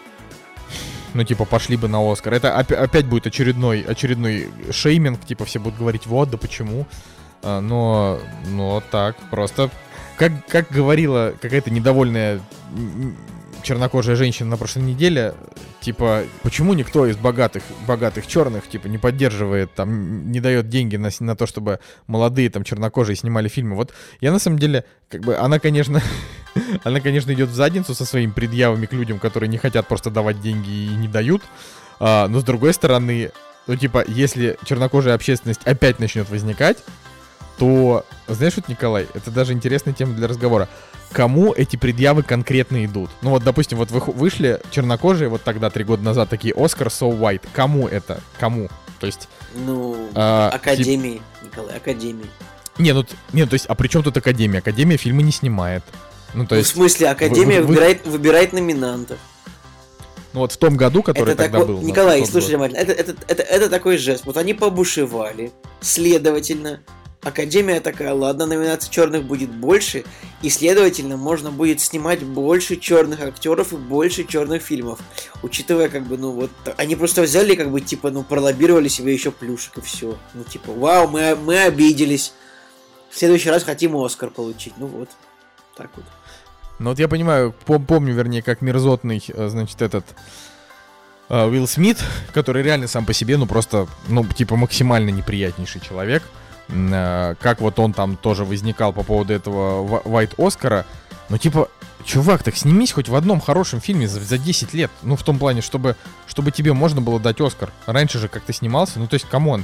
Ну, типа, пошли бы на Оскар. Это опять будет очередной шейминг. Типа, все будут говорить, вот, да почему. Но так, просто... Как говорила какая-то недовольная чернокожая женщина на прошлой неделе, типа, почему никто из богатых черных, типа, не поддерживает, там, не дает деньги на то, чтобы молодые, там, чернокожие снимали фильмы. Вот я, на самом деле, как бы, она, конечно, идет в задницу со своими предъявами к людям, которые не хотят просто давать деньги и не дают, но, с другой стороны, ну, типа, если чернокожая общественность опять начнет возникать, то, знаешь, вот, Николай, это даже интересная тема для разговора. Кому эти предъявы конкретно идут? Ну вот, допустим, вот вышли чернокожие вот тогда, 3 года назад, такие «Oscar so white». Кому это? Кому? То есть... Ну, Академии, Николай, Академии. То есть, а при чем тут Академия? Академия фильмы не снимает. Ну, то есть... В смысле, Академия выбирает номинантов. Ну вот в том году, который это тогда был. Николай, слушай, это такой жест. Вот они побушевали, следовательно... Академия такая, ладно, номинаций черных будет больше, и, следовательно, можно будет снимать больше черных актеров и больше черных фильмов. Учитывая, как бы, ну вот, они просто взяли, как бы, типа, ну, пролоббировали себе еще плюшек и все. Ну, типа, вау, мы обиделись. В следующий раз хотим Оскар получить. Ну вот, так вот. Ну вот я понимаю, помню, вернее, как мерзотный, значит, этот... Уилл Смит, который реально сам по себе, ну, просто, ну, типа, максимально неприятнейший человек. Как вот он там тоже возникал по поводу этого White Оскара. Ну, типа, чувак, так снимись хоть в одном хорошем фильме за 10 лет. Ну, в том плане, чтобы тебе можно было дать Оскар. Раньше же как ты снимался, ну, то есть, камон.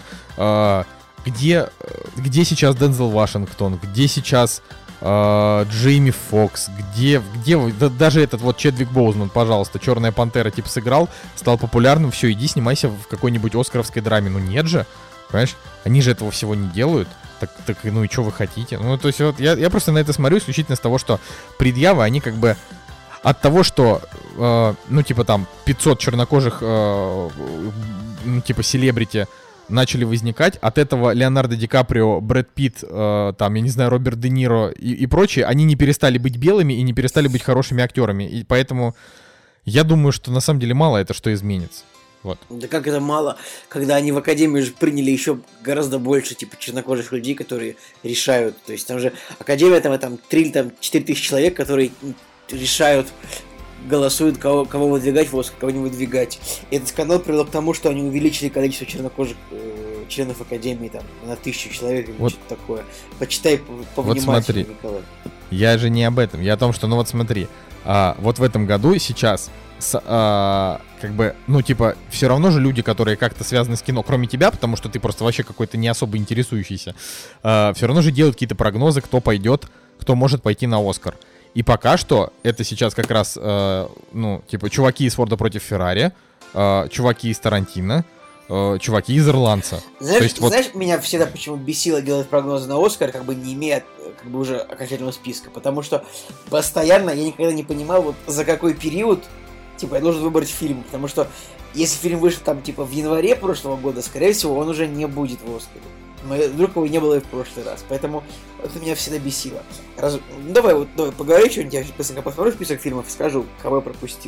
Где сейчас Дензел Вашингтон? Где сейчас Джейми Фокс? Где даже этот вот Чедвик Боузман, пожалуйста, «Черная пантера» типа сыграл, стал популярным, все, иди снимайся в какой-нибудь оскаровской драме. Ну, нет же. Понимаешь? Они же этого всего не делают. Так, ну и что вы хотите? Ну, то есть вот я просто на это смотрю исключительно с того, что предъявы, они как бы от того, что, ну, типа там 500 чернокожих, ну, типа селебрити начали возникать, от этого Леонардо Ди Каприо, Брэд Питт, там, я не знаю, Роберт Де Ниро и прочие, они не перестали быть белыми и не перестали быть хорошими актерами. И поэтому я думаю, что на самом деле мало это что изменится. Вот. Да как это мало, когда они в Академию же приняли еще гораздо больше, типа, чернокожих людей, которые решают. То есть там же Академия, там 3 или там 4 тысячи человек, которые решают, голосуют, кого выдвигать в Оскар, кого не выдвигать. И этот скандал привел к тому, что они увеличили количество чернокожих членов Академии там на 1000 человек или вот, что-то такое. Почитай повнимательнее, вот смотри, Николай. Я же не об этом. Я о том, что, ну вот смотри, вот в этом году сейчас как бы, ну типа, все равно же люди, которые как-то связаны с кино, кроме тебя, потому что ты просто вообще какой-то не особо интересующийся, все равно же делают какие-то прогнозы, кто пойдет, кто может пойти на Оскар. И пока что это сейчас как раз, ну, типа, чуваки из Форда против Феррари, чуваки из Тарантино, чуваки из Ирландца. Знаешь, меня всегда почему бесило делать прогнозы на Оскар, как бы не имея как бы уже окончательного списка, потому что постоянно я никогда не понимал, вот за какой период, типа, я должен выбрать фильм, потому что если фильм вышел там, типа, в январе прошлого года, скорее всего, он уже не будет в Оскаре. Но вдруг его не было и в прошлый раз. Поэтому это меня всегда бесило. Давай поговори что-нибудь, я быстренько посмотрю список фильмов и скажу, кого я пропустил.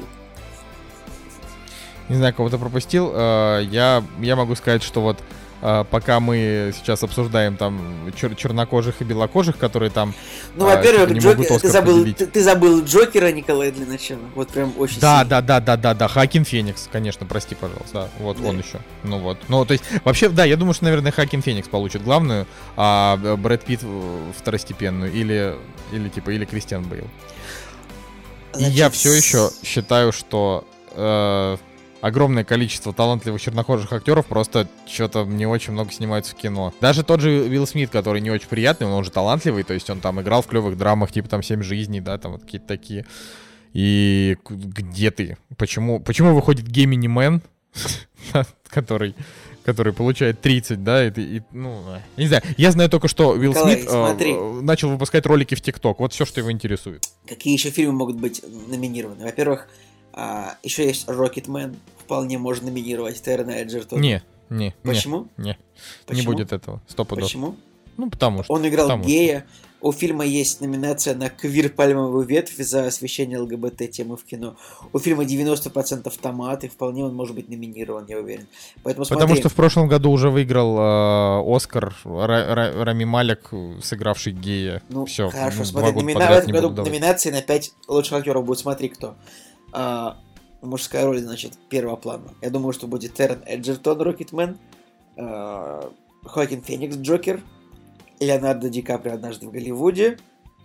Не знаю, кого ты пропустил. Я могу сказать, что вот пока мы сейчас обсуждаем там чернокожих и белокожих, которые там... Ну, во-первых, ты забыл Джокера, Николай, для начала. Вот прям очень сильно. Да. Хоакин Феникс, конечно, прости, пожалуйста. Да, вот да. Он еще. Ну вот. Ну, то есть, вообще, да, я думаю, что, наверное, Хоакин Феникс получит главную, а Брэд Питт второстепенную. Или Кристиан Бейл. Значит... И я все еще считаю, что... огромное количество талантливых чернокожих актеров просто что-то не очень много снимаются в кино. Даже тот же Уилл Смит, который не очень приятный, он же талантливый, то есть он там играл в клевых драмах, типа там «7 жизней», да, там вот какие-то такие. И где ты? Почему выходит Гемини Мэн, который получает 30, да, ну, я не знаю. Я знаю только, что Уилл Смит начал выпускать ролики в ТикТок. Вот все, что его интересует. Какие еще фильмы могут быть номинированы? Во-первых, еще есть Рокетмен. Вполне можно номинировать Террена Эджертона. Не. Почему? Не будет этого. 100%. Почему? Ну, потому что. Он играл гея. У фильма есть номинация на квир-пальмовую ветвь за освещение ЛГБТ-темы в кино. У фильма 90% томат, и вполне он может быть номинирован, я уверен. Поэтому смотри. Потому что в прошлом году уже выиграл Оскар Рами Малек, сыгравший гея. Ну, все. Хорошо, смотри, в этом году номинации на 5 лучших актеров будет, смотри, кто. Мужская роль, значит, первого плана. Я думаю, что будет Террен Эджертон, Рокетмен, Хоакин Феникс, Джокер, Леонардо Ди Каприо «Однажды в Голливуде».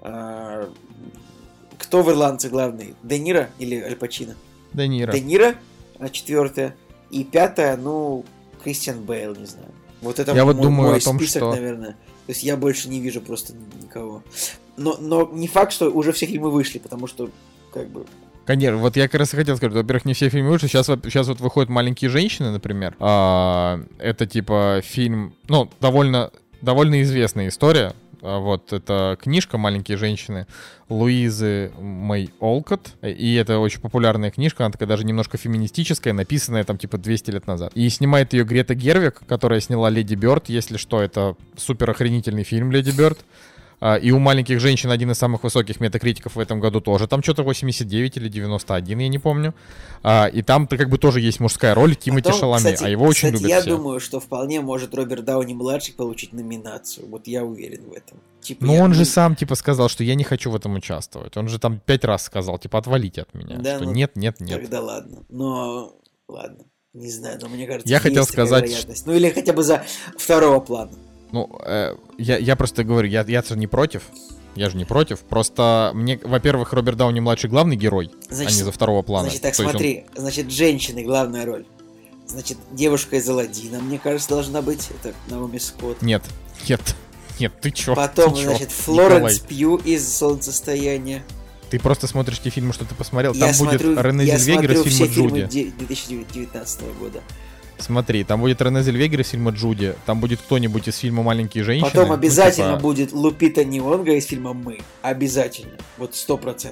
Кто в «Ирландце» главный? Де Ниро или Аль Пачино? Де Ниро. Де Ниро, 4-я. И 5-я, ну, Кристиан Бейл, не знаю. Вот это мой список, наверное. То есть я больше не вижу просто никого. Но не факт, что уже все фильмы вышли, потому что, как бы... Конечно, вот я как раз и хотел сказать, во-первых, не все фильмы вышли, сейчас вот выходят «Маленькие женщины», например. Это типа фильм, ну, довольно известная история. Вот, это книжка «Маленькие женщины» Луизы Мэй Олкотт. И это очень популярная книжка, она такая даже немножко феминистическая, написанная там типа 200 лет назад. И снимает ее Грета Гервиг, которая сняла «Леди Бёрд». Если что, это супер охренительный фильм «Леди Бёрд». И у «Маленьких женщин» один из самых высоких метакритиков в этом году тоже. Там что-то 89 или 91, я не помню. И там-то как бы тоже есть мужская роль Тимоти Шаламе, а его очень любят я все. думаю, что вполне может Роберт Дауни-младший получить номинацию. Вот я уверен в этом. Типа, ну он же сам типа сказал, что я не хочу в этом участвовать. Он же там 5 раз сказал, типа отвалите от меня. Да, что ну, нет. Тогда ладно. Но ладно. Не знаю, но мне кажется, я хотел сказать, что... Ну или хотя бы за второго плана. Ну, я просто говорю, я же не против. Я же не против. Просто мне, во-первых, Роберт Дауни-младший главный герой, значит, а не за второго плана. Значит, так смотри, значит, женщины главная роль. Значит, девушка из Аладдина, мне кажется, должна быть. Это Наоми Скотт. Нет, ты чё? Потом, значит, Флоренс Пью из «Солнцестояния». Ты просто смотришь те фильмы, что ты посмотрел. Там будет Рене Зельвегер из фильма «Джуди». Я смотрю все фильмы 2019 года. Смотри, там будет Рене Зельвегер из фильма «Джуди», там будет кто-нибудь из фильма «Маленькие женщины». Потом обязательно ну, типа... будет Лупита Нионго из фильма «Мы». Обязательно. Вот 100%.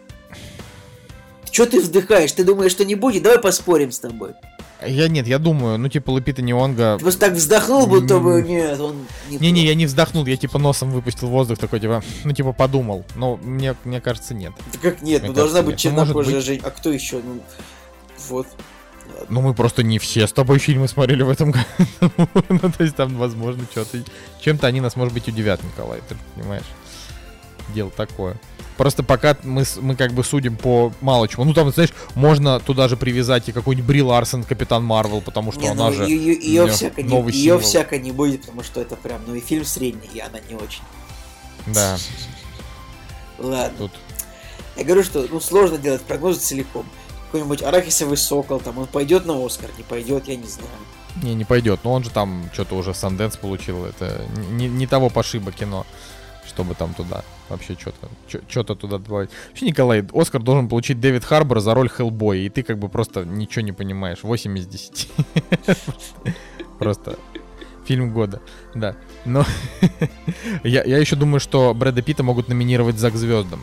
Чё ты вздыхаешь? Ты думаешь, что не будет? Давай поспорим с тобой. Я думаю, ну типа Лупита Нионго... Ты просто так вздохнул, будто бы нет, он не... Не-не, я не вздохнул, я типа носом выпустил воздух такой, типа, ну типа подумал. Но мне кажется, нет. Да как нет? Мне Ну должна быть нет. чернокожая Жень. А кто еще? Ну, вот. Ладно. Ну мы просто не все с тобой фильмы смотрели в этом году. Ну то есть там, возможно, что-то... Чем-то они нас, может быть, удивят, Николай, ты понимаешь? Дело такое. Просто пока мы как бы судим по мало чему. Ну там, знаешь, можно туда же привязать и какой-нибудь Бри Ларсон, Капитан Марвел, потому что она же ее всяко новый не будет, потому что это прям, ну и фильм средний, и она не очень. Да. Ладно. Тут... Я говорю, что ну сложно делать прогнозы целиком. Какой-нибудь Арахисовый сокол, там он пойдет на Оскар, не пойдет, я не знаю. Не пойдет. Но он же там что-то уже Санденс получил. Это не того пошиба кино, чтобы там туда вообще что-то туда добавить. Вообще, Николай, Оскар должен получить Дэвид Харбор за роль Хеллбоя, и ты как бы просто ничего не понимаешь. 8 из 10. Просто фильм года. Да. Но я еще думаю, что Брэда Питта могут номинировать за «К звездам».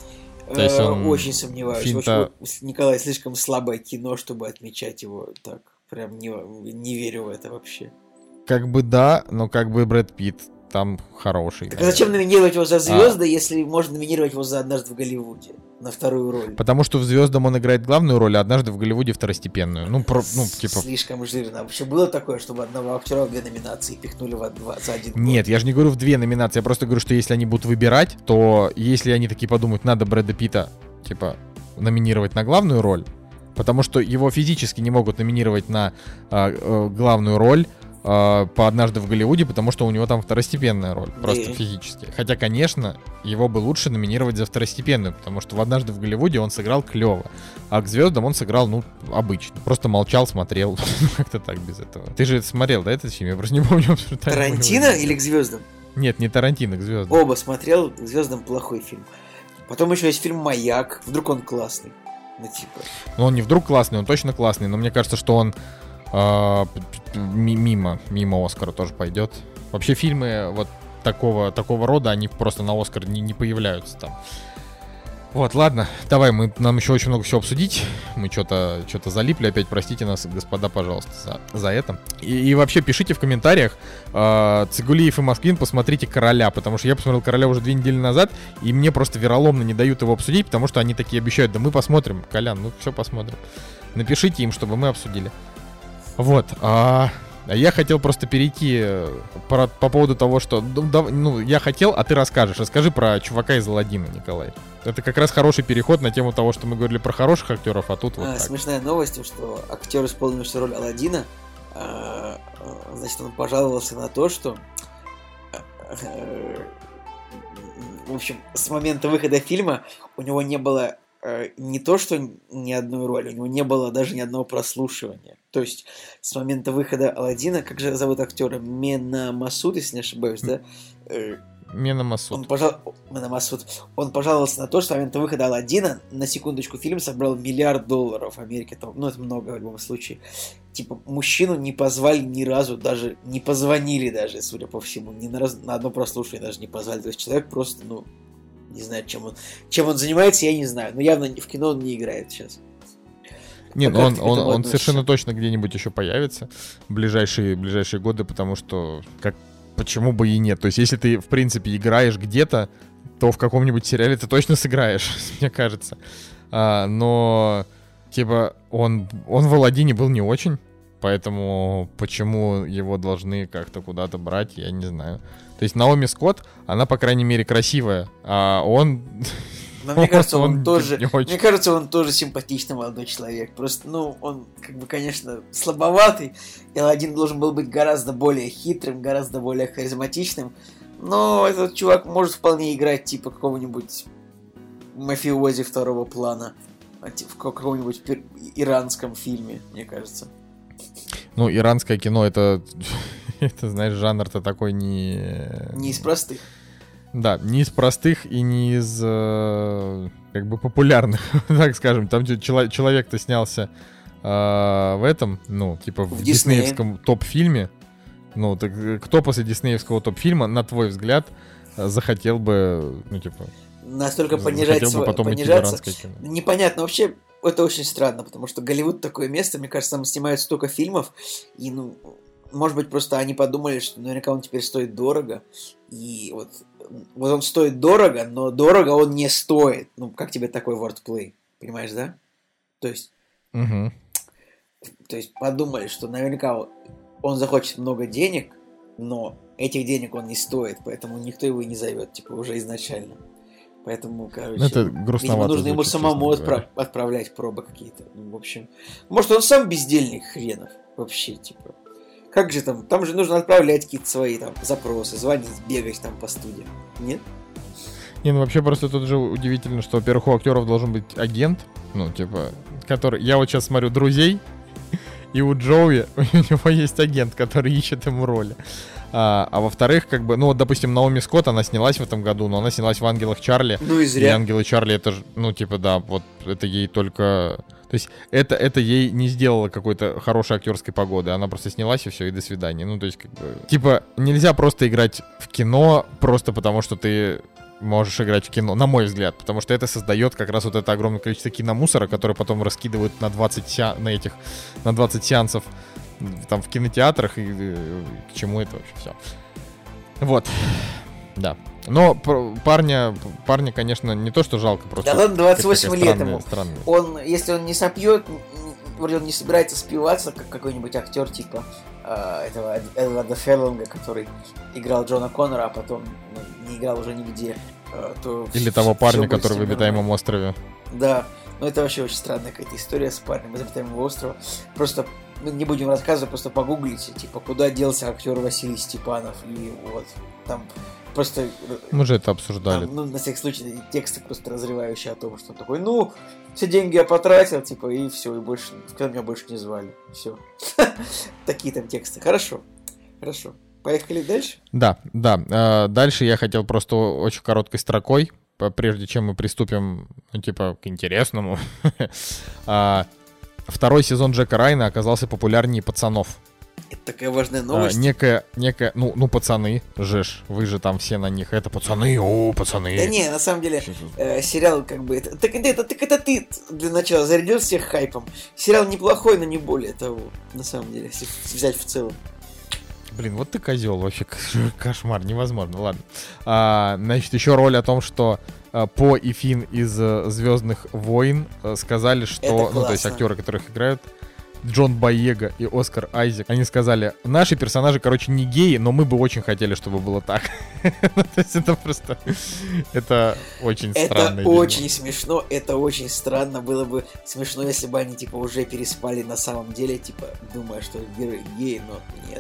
Очень сомневаюсь. Фильм-то... Николай, слишком слабое кино, чтобы отмечать его так. Прям не верю в это вообще. Как бы да, но как бы Брэд Питт там хороший. Так а зачем номинировать его за «Звезды», если можно номинировать его за «Однажды в Голливуде» на вторую роль? Потому что в «Звездам» он играет главную роль, а «Однажды в Голливуде» второстепенную. Типа... Слишком жирно. Вообще было такое, чтобы одного актера в 2 номинации пихнули за один год? Нет, я же не говорю в 2 номинации, я просто говорю, что если они будут выбирать, то если они такие подумают, надо Брэда Питта, типа, номинировать на главную роль, потому что его физически не могут номинировать на главную роль по «Однажды в Голливуде», потому что у него там второстепенная роль, просто физически. Хотя, конечно, его бы лучше номинировать за второстепенную, потому что в «Однажды в Голливуде» он сыграл клево, а «К звездам» он сыграл, ну, обычно. Просто молчал, смотрел, как-то так без этого. Ты же это смотрел, да, этот фильм? Я просто не помню. Тарантино или «К звездам»? Нет, не Тарантино, «К звездам». Оба смотрел, «К звездам» плохой фильм. Потом еще есть фильм «Маяк», вдруг он классный. Ну, типа... Ну, он не вдруг классный, он точно классный, но мне кажется, что он мимо Оскара тоже пойдет. Вообще фильмы вот такого рода, они просто на Оскар не появляются там. Вот, ладно, давай, нам еще очень много всего обсудить. Мы что-то залипли опять, простите нас, господа, пожалуйста, за это. И вообще пишите в комментариях, Цигулиев и Москвин, посмотрите «Короля», потому что я посмотрел «Короля» уже 2 недели назад, и мне просто вероломно не дают его обсудить, потому что они такие обещают, да мы посмотрим, Колян, ну все посмотрим. Напишите им, чтобы мы обсудили. Вот, я хотел просто перейти по поводу того, что... Ну, я хотел, а ты расскажешь. Расскажи про чувака из «Аладдина», Николай. Это как раз хороший переход на тему того, что мы говорили про хороших актеров, а тут вот так. Смешная новость, что актер, исполнивший роль Аладдина, значит, он пожаловался на то, что... В общем, с момента выхода фильма у него не было... не то, что ни одной роли, у него не было даже ни одного прослушивания. То есть с момента выхода «Аладдина», как же зовут актера? Мена Масуд, если не ошибаюсь, да? Мена Масуд. Он пожаловался на то, что с момента выхода «Аладдина», на секундочку, фильм собрал $1 миллиард в Америке. Ну, это много в любом случае. Типа, мужчину не позвали ни разу, даже не позвонили даже, судя по всему. Ни на одно прослушивание даже не позвали. То есть человек просто, ну... Не знаю, чем он занимается, я не знаю. Но явно в кино он не играет сейчас. Нет, он совершенно точно где-нибудь еще появится в ближайшие годы, потому что почему бы и нет. То есть, если ты, в принципе, играешь где-то, то в каком-нибудь сериале ты точно сыграешь, мне кажется. Но, типа, он в «Аладдине» был не очень, поэтому почему его должны как-то куда-то брать, я не знаю. То есть Наоми Скотт, она, по крайней мере, красивая, а он... Но мне кажется, он тоже симпатичный молодой человек. Просто, ну, он, как бы, конечно, слабоватый. И Аладдин должен был быть гораздо более хитрым, гораздо более харизматичным. Но этот чувак может вполне играть, типа, какого-нибудь мафиози второго плана. В каком-нибудь иранском фильме, мне кажется. Ну, иранское кино, это, знаешь, жанр-то такой не из простых. Да, не из простых и не из, как бы, популярных, так скажем. Там человек-то снялся в этом, ну, типа в диснеевском топ-фильме, ну, так кто после диснеевского топ-фильма, на твой взгляд, захотел бы, ну, типа... Настолько понижаться. Кино. Непонятно. Вообще, это очень странно, потому что Голливуд такое место, мне кажется, там снимают столько фильмов, и, ну, может быть, просто они подумали, что наверняка он теперь стоит дорого, и вот он стоит дорого, но дорого он не стоит. Ну, как тебе такой wordplay? Понимаешь, да? То есть... Угу. То есть подумали, что наверняка он захочет много денег, но этих денег он не стоит, поэтому никто его и не зовет, типа, уже изначально. Поэтому, короче, это грустновато, нужно ему самому отправлять пробы какие-то. Ну, в общем, может, он сам бездельник хренов вообще, типа. Как же там же нужно отправлять какие-то свои там запросы, звонить, бегать там по студиям. Нет? Не, ну вообще просто тут же удивительно, что, во-первых, у актеров должен быть агент, ну, типа, который... Я вот сейчас смотрю «Друзей», и у Джоуи, у него есть агент, который ищет ему роли. А во-вторых, как бы, ну вот, допустим, Наоми Скотт, она снялась в этом году, но она снялась в «Ангелах Чарли». Ну и зря. И «Ангелы Чарли» это же, ну, типа, да, вот это ей только... То есть это ей не сделало какой-то хорошей актерской погоды. Она просто снялась и все, и до свидания. Ну, то есть, как бы... Типа, нельзя просто играть в кино просто потому, что ты можешь играть в кино, на мой взгляд. Потому что это создает как раз вот это огромное количество киномусора, которое потом раскидывают на 20 сеансов там в кинотеатрах. И к чему это вообще все? Вот. Да. Но парня, конечно, не то, что жалко, просто... Да ладно, 28 лет ему. Странная. Он, если он не сопьет, вроде он не собирается спиваться, как какой-нибудь актер типа этого Эдварда Ферлинга, который играл Джона Коннора, а потом не играл уже нигде. Или того парня, который в обитаемом острове. Да, но это вообще очень странная какая-то история с парнем из обитаемого острова. Просто не будем рассказывать, просто погуглите, типа, куда делся актер Василий Степанов, и вот, там просто... Мы же это обсуждали. Там, ну, на всякий случай, тексты просто разрывающие о том, что он такой, ну, все деньги я потратил, типа, и все, и больше, когда меня больше не звали, все. Такие там тексты. Хорошо. Поехали дальше? Да. Дальше я хотел просто очень короткой строкой, прежде чем мы приступим, ну, типа, к интересному. Второй сезон Джека Райана оказался популярнее «Пацанов». Это такая важная новость. Некая, ну, пацаны, вы же там все на них, это пацаны, пацаны. Да не, на самом деле, сериал как бы, это ты для начала зарядил всех хайпом. Сериал неплохой, но не более того, на самом деле, если взять в целом. Блин, вот ты козел, вообще кошмар, невозможно, ладно. Значит, еще роль о том, что По и Финн из «Звездных войн» сказали, что, ну, то есть актеры, которых играют, Джон Боега и Оскар Айзек, они сказали, наши персонажи, короче, не геи, но мы бы очень хотели, чтобы было так. То есть это просто... Это очень странно. Это очень смешно, это очень странно. Было бы смешно, если бы они, типа, уже переспали на самом деле, типа, думая, что герои геи, но нет.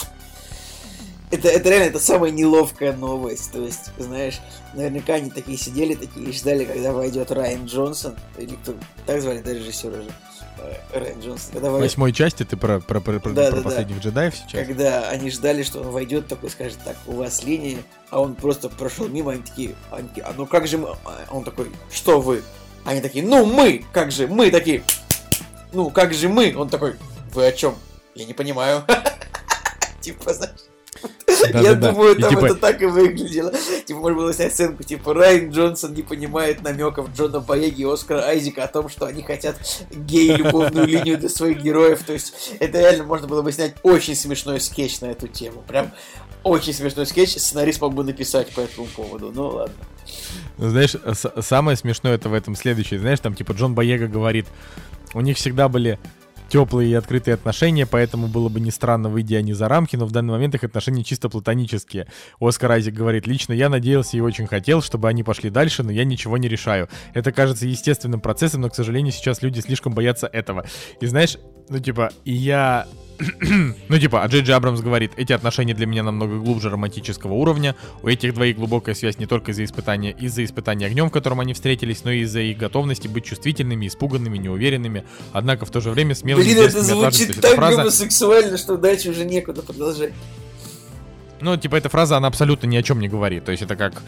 Это реально, это самая неловкая новость. То есть, знаешь, наверняка они такие сидели, такие ждали, когда войдет Райан Джонсон. Или кто, так звали, да, режиссера же. Райан Джонсон. Когда войдет... 8-й части ты про последних джедаев сейчас? Когда они ждали, что он войдет, такой скажет, так, у вас линия, а он просто прошел мимо, они такие, а ну как же мы? Он такой, что вы? Они такие, ну мы, как же? Мы такие, ну как же мы? Он такой, вы о чем? Я не понимаю. Типа, знаешь. Я думаю, там это так и выглядело. Типа, можно было снять сценку, типа, Райан Джонсон не понимает намеков Джона Боеги и Оскара Айзека о том, что они хотят гей-любовную линию для своих героев. То есть, это реально можно было бы снять очень смешной скетч на эту тему. Прям очень смешной скетч. Сценарист мог бы написать по этому поводу. Ну, ладно. Знаешь, самое смешное это в этом следующее. Знаешь, там, типа, Джон Боега говорит, у них всегда были теплые и открытые отношения, поэтому было бы не странно, выйдя они за рамки, но в данный момент их отношения чисто платонические. Оскар Айзек говорит, лично я надеялся и очень хотел, чтобы они пошли дальше, но я ничего не решаю. Это кажется естественным процессом, но, к сожалению, сейчас люди слишком боятся этого. И знаешь, ну типа, и я... Ну типа, а Джей Джей Абрамс говорит, эти отношения для меня намного глубже романтического уровня, у этих двоих глубокая связь не только из-за испытания огнем, в котором они встретились, но и из-за их готовности быть чувствительными, испуганными, неуверенными, однако в то же время смелыми. Блин, это звучит так гомосексуально, что дальше уже некуда продолжать. Ну, типа, эта фраза, она абсолютно ни о чем не говорит. То есть это как,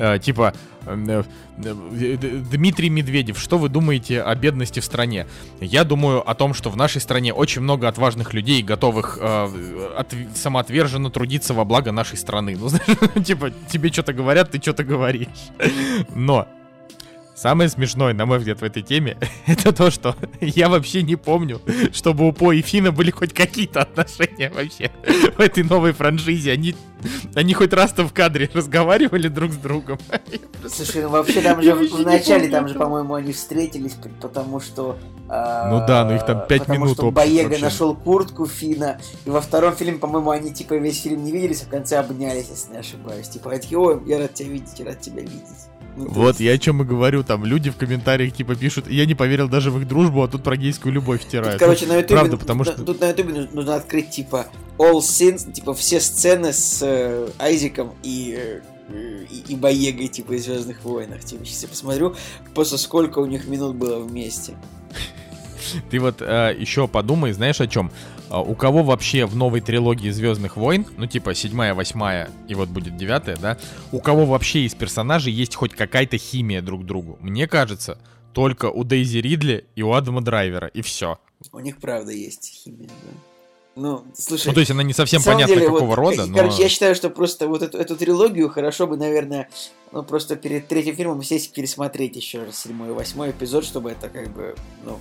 Дмитрий Медведев, что вы думаете о бедности в стране? Я думаю о том, что в нашей стране очень много отважных людей, готовых самоотверженно трудиться во благо нашей страны. Ну, знаешь, типа, тебе что-то говорят, ты что-то говоришь. Но самое смешное, на мой взгляд, в этой теме, это то, что я вообще не помню, чтобы у По и Фина были хоть какие-то отношения вообще в этой новой франшизе. Они хоть раз-то в кадре разговаривали друг с другом. Слушай, ну вообще там же в начале, там же, по-моему, они встретились, потому что... Ну да, но их там 5 минут. Потому что Боега нашел куртку Фина, и во втором фильме, по-моему, они типа весь фильм не виделись, а в конце обнялись, если не ошибаюсь. Типа, они такие, ой, я рад тебя видеть, рад тебя видеть. Ну, вот, есть... я о чем и говорю, там люди в комментариях типа пишут, я не поверил даже в их дружбу, а тут про гейскую любовь втирают. Тут, короче, на ютубе, правда, потому что... Тут на ютубе нужно открыть, типа, all scenes, типа, все сцены с Айзеком и Боегой, типа, из «Звездных войнах». Типа, сейчас я посмотрю, просто сколько у них минут было вместе. Ты вот еще подумай, знаешь о чем? У кого вообще в новой трилогии «Звездных войн», ну типа 7-я, 8-я и вот будет 9-я, да? У кого вообще из персонажей есть хоть какая-то химия друг к другу? Мне кажется, только у Дейзи Ридли и у Адама Драйвера, и все. У них правда есть химия, да. Ну, слушай... Ну, то есть она не совсем понятно деле, какого вот, рода, но... Короче, я считаю, что просто вот эту трилогию хорошо бы, наверное, ну, просто перед третьим фильмом сесть пересмотреть еще раз 7-й и 8-й эпизод, чтобы это как бы, ну...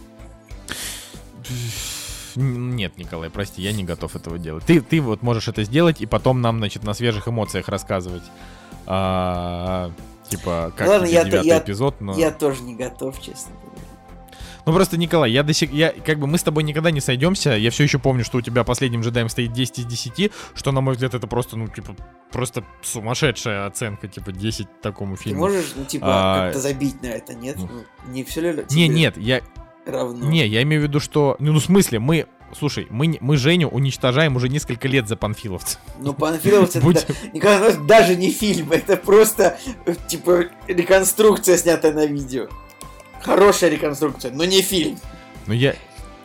Нет, Николай, прости, я не готов этого делать. Ты вот можешь это сделать и потом нам, значит, на свежих эмоциях рассказывать. Типа, как ладно, тебе 9-й эпизод, но... Я тоже не готов, честно говоря. Ну просто, Николай, как бы мы с тобой никогда не сойдемся. Я все еще помню, что у тебя последним джедаем стоит 10 из 10, что, на мой взгляд, это просто, ну, типа, просто сумасшедшая оценка, типа, 10 такому фильму. Ты можешь, ну, типа, как-то забить на это, нет? Ну, не все ли тебе нет, я... равно? Не, я имею в виду, что... Ну, в смысле, Слушай, мы Женю уничтожаем уже несколько лет за панфиловцев. Ну, панфиловцы это даже не фильм, это просто, типа, реконструкция, снятая на видео. Хорошая реконструкция, но не фильм. Ну, я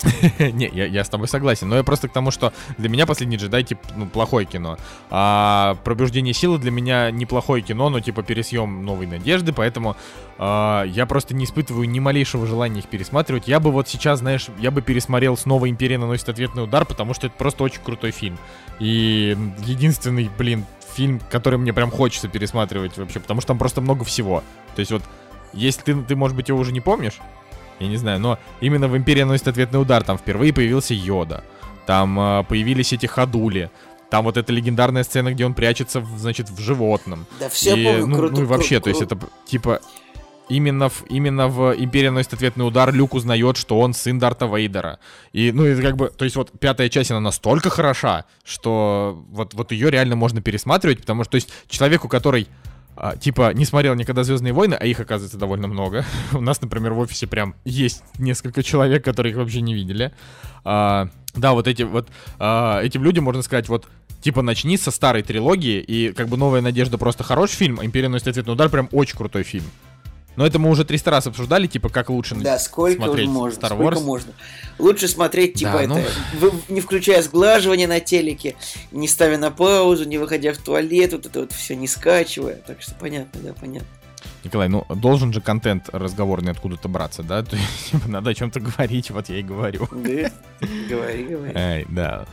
с тобой согласен, но я просто к тому, что для меня «Последний джедай», типа, ну, плохое кино, а «Пробуждение силы» для меня неплохое кино, но, типа, пересъем «Новой надежды», поэтому я просто не испытываю ни малейшего желания их пересматривать. Я бы вот сейчас, знаешь, я бы пересмотрел снова «Империя наносит ответный удар», потому что это просто очень крутой фильм. И единственный, фильм, который мне прям хочется пересматривать вообще, потому что там просто много всего. То есть вот, если ты может быть, его уже не помнишь, я не знаю, но именно в «Империи наносит ответный удар» там впервые появился Йода, там появились эти ходули, там вот эта легендарная сцена, где он прячется, значит, в животном. Да все помню, круто. Ну и вообще, то есть это типа именно в «Империи наносит ответный удар» Люк узнает, что он сын Дарта Вейдера. И, ну, это как бы, то есть вот 5-я часть, она настолько хороша, что вот ее реально можно пересматривать, потому что, то есть человеку, который... типа, не смотрел никогда «Звездные войны», а их, оказывается, довольно много. У нас, например, в офисе прям есть несколько человек, которые их вообще не видели. Да, вот этим людям можно сказать, вот, типа, начни со старой трилогии, и, как бы, «Новая надежда» просто хороший фильм, а «Империя наносит ответный удар» прям очень крутой фильм. Но это мы уже 300 раз обсуждали, типа, как лучше смотреть Star Wars. Сколько можно. Лучше смотреть, типа, не включая сглаживание на телеке, не ставя на паузу, не выходя в туалет, вот это вот все не скачивая. Так что понятно, да, понятно. Николай, ну, должен же контент разговорный откуда-то браться, да? То есть, типа, надо о чем-то говорить, вот я и говорю. Да, говори. Ай, да,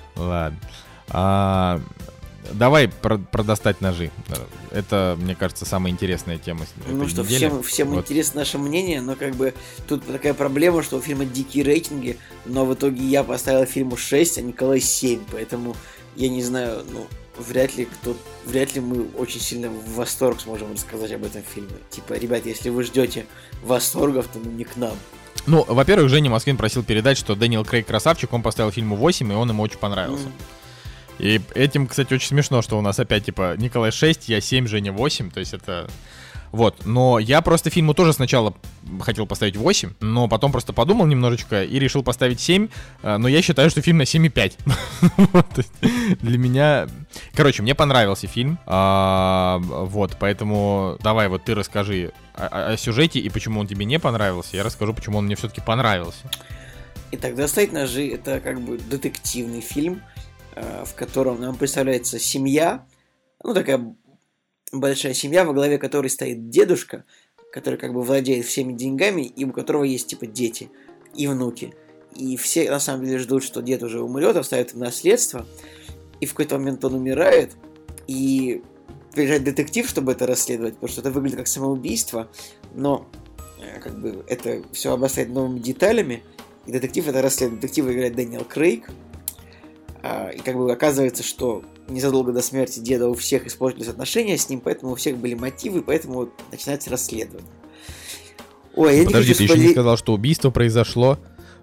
ладно. Давай про достать ножи. Это, мне кажется, самая интересная тема. Ну что, всем вот. Интересно наше мнение, но как бы тут такая проблема, что у фильма дикие рейтинги, но в итоге я поставил фильму 6, а Николай 7, поэтому я не знаю, ну, вряд ли мы очень сильно в восторг сможем рассказать об этом фильме. Типа, ребят, если вы ждете восторгов, то не к нам. Ну, во-первых, Женя Москвин просил передать, что Дэниел Крейг красавчик, он поставил фильму 8, и он ему очень понравился. И этим, кстати, очень смешно, что у нас опять, типа, Николай 6, я 7, Женя 8, то есть это... Вот, но я просто фильму тоже сначала хотел поставить 8, но потом просто подумал немножечко и решил поставить 7, но я считаю, что фильм на 7,5. Для меня... Короче, мне понравился фильм, вот, поэтому давай вот ты расскажи о сюжете и почему он тебе не понравился, я расскажу, почему он мне все-таки понравился. Итак, «Достать ножи» — это как бы детективный фильм, в котором нам представляется семья, ну, такая большая семья, во главе которой стоит дедушка, который как бы владеет всеми деньгами, и у которого есть, типа, дети и внуки. И все, на самом деле, ждут, что дед уже умрет, оставит им наследство. И в какой-то момент он умирает, и приезжает детектив, чтобы это расследовать, потому что это выглядит как самоубийство, но как бы это все обрастает новыми деталями, и детектив это расследует. Детектива играет Дэниел Крейг, и как бы оказывается, что незадолго до смерти деда у всех испортились отношения с ним, поэтому у всех были мотивы, поэтому вот начинается расследование. Ой, я Подожди, не хочу ты еще не сказал, что убийство произошло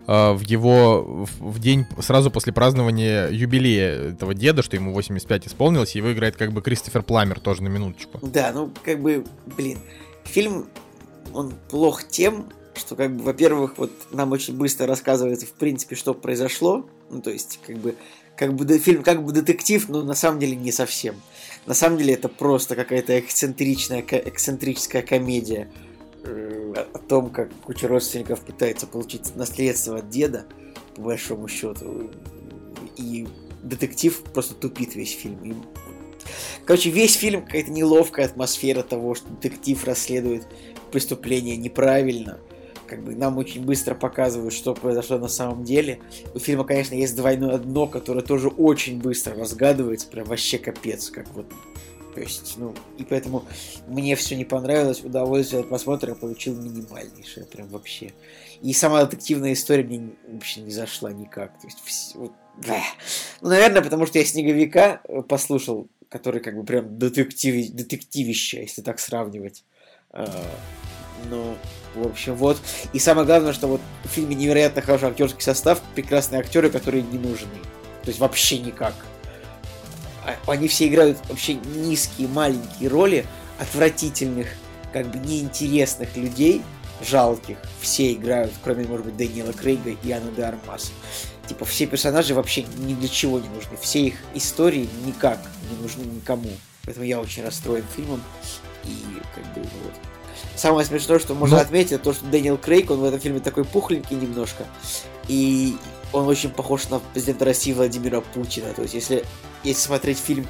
в день сразу после празднования юбилея этого деда, что ему 85 исполнилось, и его играет как бы Кристофер Пламмер, тоже на минуточку. Да, ну как бы, фильм, он плох тем, что как бы, во-первых, вот нам очень быстро рассказывается, в принципе, что произошло, ну то есть фильм как бы детектив, но на самом деле не совсем. На самом деле это просто какая-то эксцентрическая комедия о том, как куча родственников пытается получить наследство от деда, по большому счету, и детектив просто тупит весь фильм. Короче, весь фильм какая-то неловкая атмосфера того, что детектив расследует преступление неправильно. Как бы нам очень быстро показывают, что произошло на самом деле. У фильма, конечно, есть двойное дно, которое тоже очень быстро разгадывается, прям вообще капец, как вот. То есть, ну, и поэтому мне все не понравилось, удовольствие от просмотра я получил минимальнейшее, прям вообще. И сама детективная история мне вообще не зашла никак. То есть, вот, ну, наверное, потому что я «Снеговика» послушал, который как бы прям детективище, если так сравнивать. Ну, в общем, вот. И самое главное, что вот в фильме невероятно хороший актерский состав, прекрасные актеры, которые не нужны. То есть вообще никак. Они все играют вообще низкие, маленькие роли отвратительных, как бы неинтересных людей, жалких. Все играют, кроме, может быть, Дэниела Крейга и Анны де Армас. Типа, все персонажи вообще ни для чего не нужны. Все их истории никак не нужны никому. Поэтому я очень расстроен фильмом. И, как бы, вот. Самое смешное, что можно отметить, это то, что Дэниел Крейг, он в этом фильме такой пухленький немножко. И он очень похож на президента России Владимира Путина. То есть, если смотреть фильм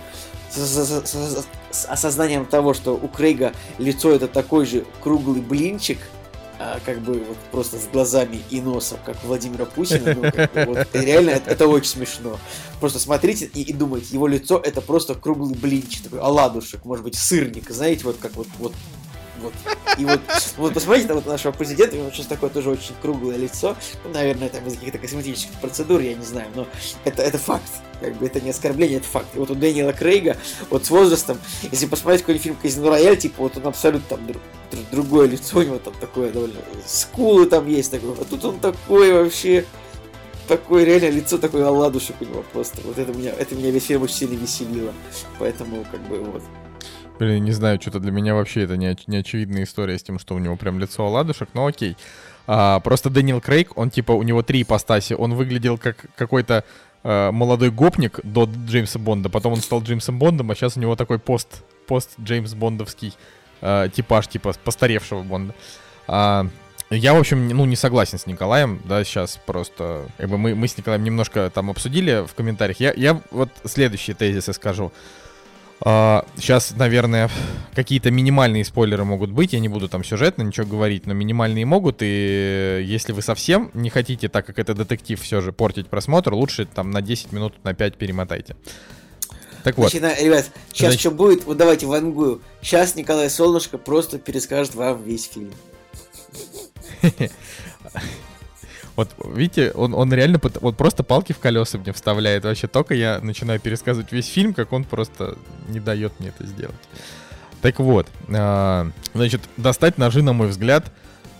с осознанием того, что у Крейга лицо это такой же круглый блинчик, как бы вот просто с глазами и носом, как у Владимира Путина, ну, как бы, вот, реально это очень смешно. Просто смотрите и думайте, его лицо это просто круглый блинчик, такой оладушек, может быть, сырник, знаете, вот как вот. И вот посмотрите там вот нашего президента, у него сейчас такое тоже очень круглое лицо, ну, наверное, там из каких-то косметических процедур, я не знаю, но это факт, как бы это не оскорбление, это факт. И вот у Дэниела Крейга, вот с возрастом, если посмотреть какой-нибудь фильм «Казино Рояль», типа вот он абсолютно там другое лицо, у него там такое довольно, скулы там есть такое, а тут он такой вообще, такое реально лицо, такой оладушек у него просто, вот это меня весь фильм очень сильно веселило, поэтому как бы вот. Блин, не знаю, что-то для меня вообще это не очевидная история с тем, что у него прям лицо оладушек, но окей. Просто Дэниел Крейг, он типа, у него 3 ипостаси, он выглядел как какой-то молодой гопник до Джеймса Бонда, потом он стал Джеймсом Бондом, а сейчас у него такой пост-Джеймс Бондовский типаж, типа постаревшего Бонда. Я, в общем, не согласен с Николаем, да, сейчас просто, как бы мы с Николаем немножко там обсудили в комментариях. Я вот следующие тезисы скажу. Сейчас, наверное, какие-то минимальные спойлеры могут быть. Я не буду там сюжетно ничего говорить, но минимальные могут. И если вы совсем не хотите, так как это детектив, все же портить просмотр, лучше там на 10 минут, на 5 перемотайте. Так вот. Ребят, сейчас что будет? Вот давайте вангую. Сейчас Николай Солнышко просто перескажет вам весь фильм. Вот, видите, он реально вот просто палки в колеса мне вставляет. Вообще, только я начинаю пересказывать весь фильм, как он просто не дает мне это сделать. Так вот, значит, «Достать ножи», на мой взгляд,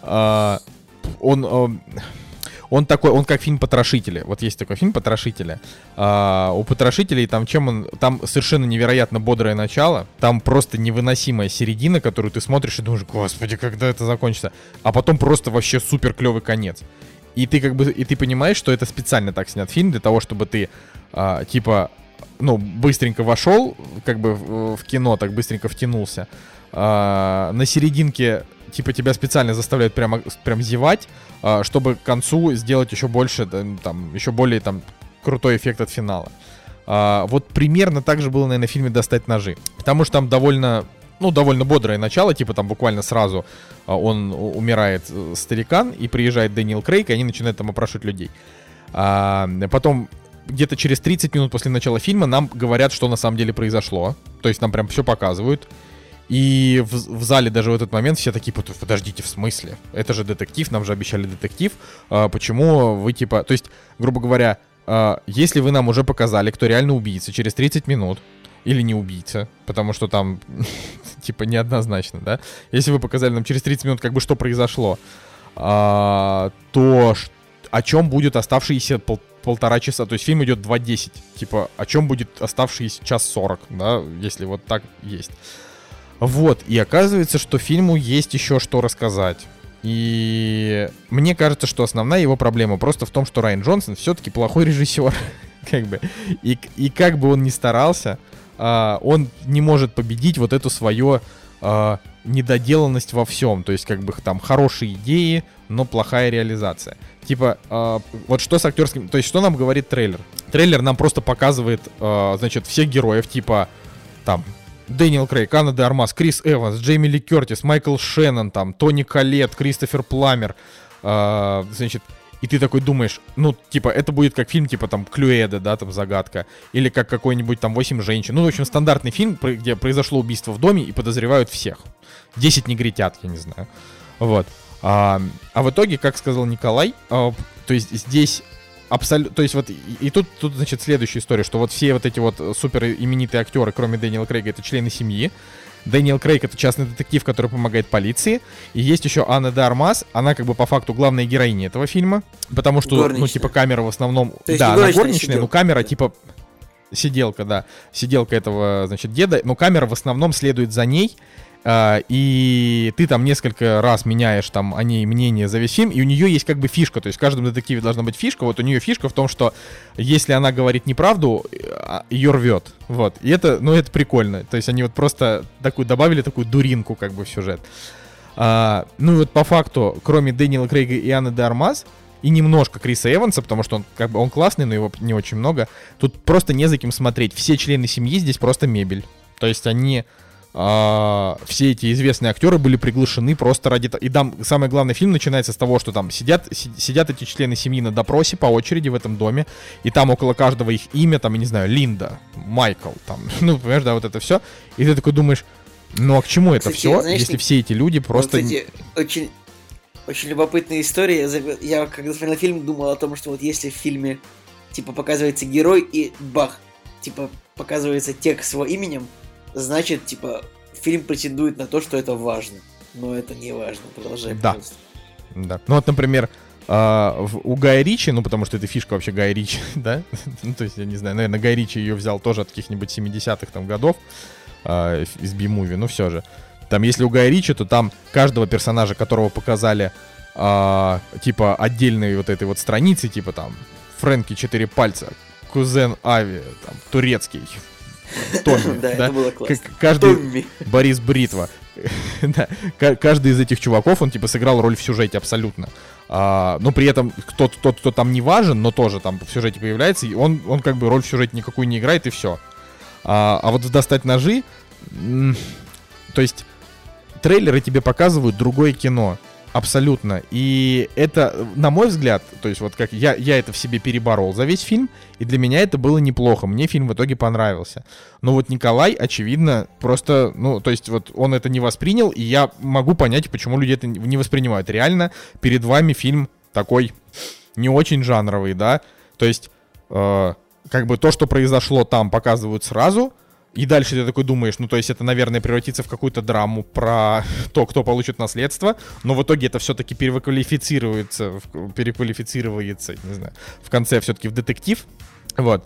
он как фильм «Потрошители». Вот есть такой фильм «Потрошители». У «Потрошителей» там там совершенно невероятно бодрое начало, там просто невыносимая середина, которую ты смотришь и думаешь, господи, когда это закончится, а потом просто вообще супер клевый конец. И ты ты понимаешь, что это специально так снят фильм для того, чтобы ты быстренько вошел, как бы в кино, так быстренько втянулся. На серединке тебя специально заставляют прям зевать, чтобы к концу сделать еще больше, еще более крутой эффект от финала. Вот примерно так же было, наверное, в фильме «Достать ножи». Потому что там довольно бодрое начало, типа там буквально сразу он умирает, старикан, и приезжает Дэниел Крейг, и они начинают там опрашивать людей. Потом где-то через 30 минут после начала фильма нам говорят, что на самом деле произошло. То есть нам прям все показывают. И в зале даже в этот момент все такие: подождите, в смысле? Это же детектив, нам же обещали детектив. Почему вы типа... То есть, грубо говоря, если вы нам уже показали, кто реально убийца через 30 минут, или не убийца, потому что там типа неоднозначно, да? Если вы показали нам через 30 минут, как бы, что произошло, то о чем будет оставшиеся полтора часа? То есть фильм идет 2:10. Типа, о чем будет оставшиеся 1:40, да? Если вот так есть. Вот, и оказывается, что фильму есть еще что рассказать. И мне кажется, что основная его проблема просто в том, что Райан Джонсон все-таки плохой режиссер. Как бы. И как бы он ни старался, он не может победить вот эту свою недоделанность во всем. То есть, как бы, там хорошие идеи, но плохая реализация. Типа, вот что с актерским... То есть, что нам говорит трейлер? Трейлер нам просто показывает, значит, всех героев, типа, там... Дэниел Крейг, Анна де Армас, Крис Эванс, Джейми Ли Кертис, Майкл Шеннон, там, Тони Коллетт, Кристофер Пламмер, значит, и ты такой думаешь, ну, типа, это будет как фильм, типа, там, Клюэда, да, там, Загадка, или как какой-нибудь, там, 8 женщин, ну, в общем, стандартный фильм, где произошло убийство в доме и подозревают всех, 10 негритят, я не знаю, вот, а в итоге, как сказал Николай, то есть здесь... Абсолютно, то есть вот и тут, значит, следующая история, что вот все вот эти вот супер именитые актеры, кроме Дэниела Крейга, это члены семьи. Дэниел Крейг — это частный детектив, который помогает полиции. И есть еще Анна де Армас, она как бы по факту главная героиня этого фильма, потому что, горничная. Ну, типа, камера в основном... Да, она горничная, но камера, типа, сиделка, да, сиделка этого, значит, деда, но камера в основном следует за ней. И ты там несколько раз меняешь там о ней мнение за весь фильм, и у нее есть как бы фишка, то есть в каждом детективе должна быть фишка, вот у нее фишка в том, что если она говорит неправду, ее рвет, вот, и это, ну, это прикольно, то есть они вот просто добавили такую дуринку как бы в сюжет. Ну и вот по факту, кроме Дэниела Крейга и Анны де Армас, и немножко Криса Эванса, потому что он как бы он классный, но его не очень много, тут просто не за кем смотреть, все члены семьи здесь просто мебель, то есть они... все эти известные актеры были приглашены просто ради того. И там самый главный фильм начинается с того, что там сидят эти члены семьи на допросе по очереди в этом доме, и там около каждого их имя, там, я не знаю, Линда, Майкл, там, ну, понимаешь, да, вот это все. И ты такой думаешь, ну а к чему это, кстати, все, знаешь, если все эти люди просто... Вот, кстати, очень любопытная история. Я, когда смотрел фильм, думал о том, что вот если в фильме, типа, показывается герой и бах, типа, показывается текст с его именем, значит, типа, фильм претендует на то, что это важно. Но это не важно. Продолжаем. Да. Да. Ну вот, например, у Гая Ричи, ну потому что это фишка вообще Гая Ричи, да? Ну то есть, я не знаю, наверное, Гай Ричи ее взял тоже от каких-нибудь 70-х там годов из B-movie, ну все же. Там, если у Гая Ричи, то там каждого персонажа, которого показали, типа, отдельной вот этой вот страницы, типа там Фрэнки 4 пальца, кузен Ави, там, турецкий, Томми, да, это было классно. Каждый Борис Бритва. Да. Каждый из этих чуваков, он типа сыграл роль в сюжете абсолютно. Но при этом тот, кто там не важен, но тоже там в сюжете появляется, и он как бы роль в сюжете никакую не играет, и все. А вот в «Достать ножи», то есть трейлеры тебе показывают другое кино. Абсолютно. И это, на мой взгляд, то есть вот как я это в себе переборол за весь фильм, и для меня это было неплохо. Мне фильм в итоге понравился. Но вот Николай, очевидно, просто, ну, то есть вот он это не воспринял, и я могу понять, почему люди это не воспринимают. Реально, перед вами фильм такой не очень жанровый, да, то есть как бы то, что произошло там, показывают сразу. И дальше ты такой думаешь, ну, то есть это, наверное, превратится в какую-то драму про то, кто получит наследство, но в итоге это все-таки переквалифицируется, не знаю, в конце все-таки в детектив, вот,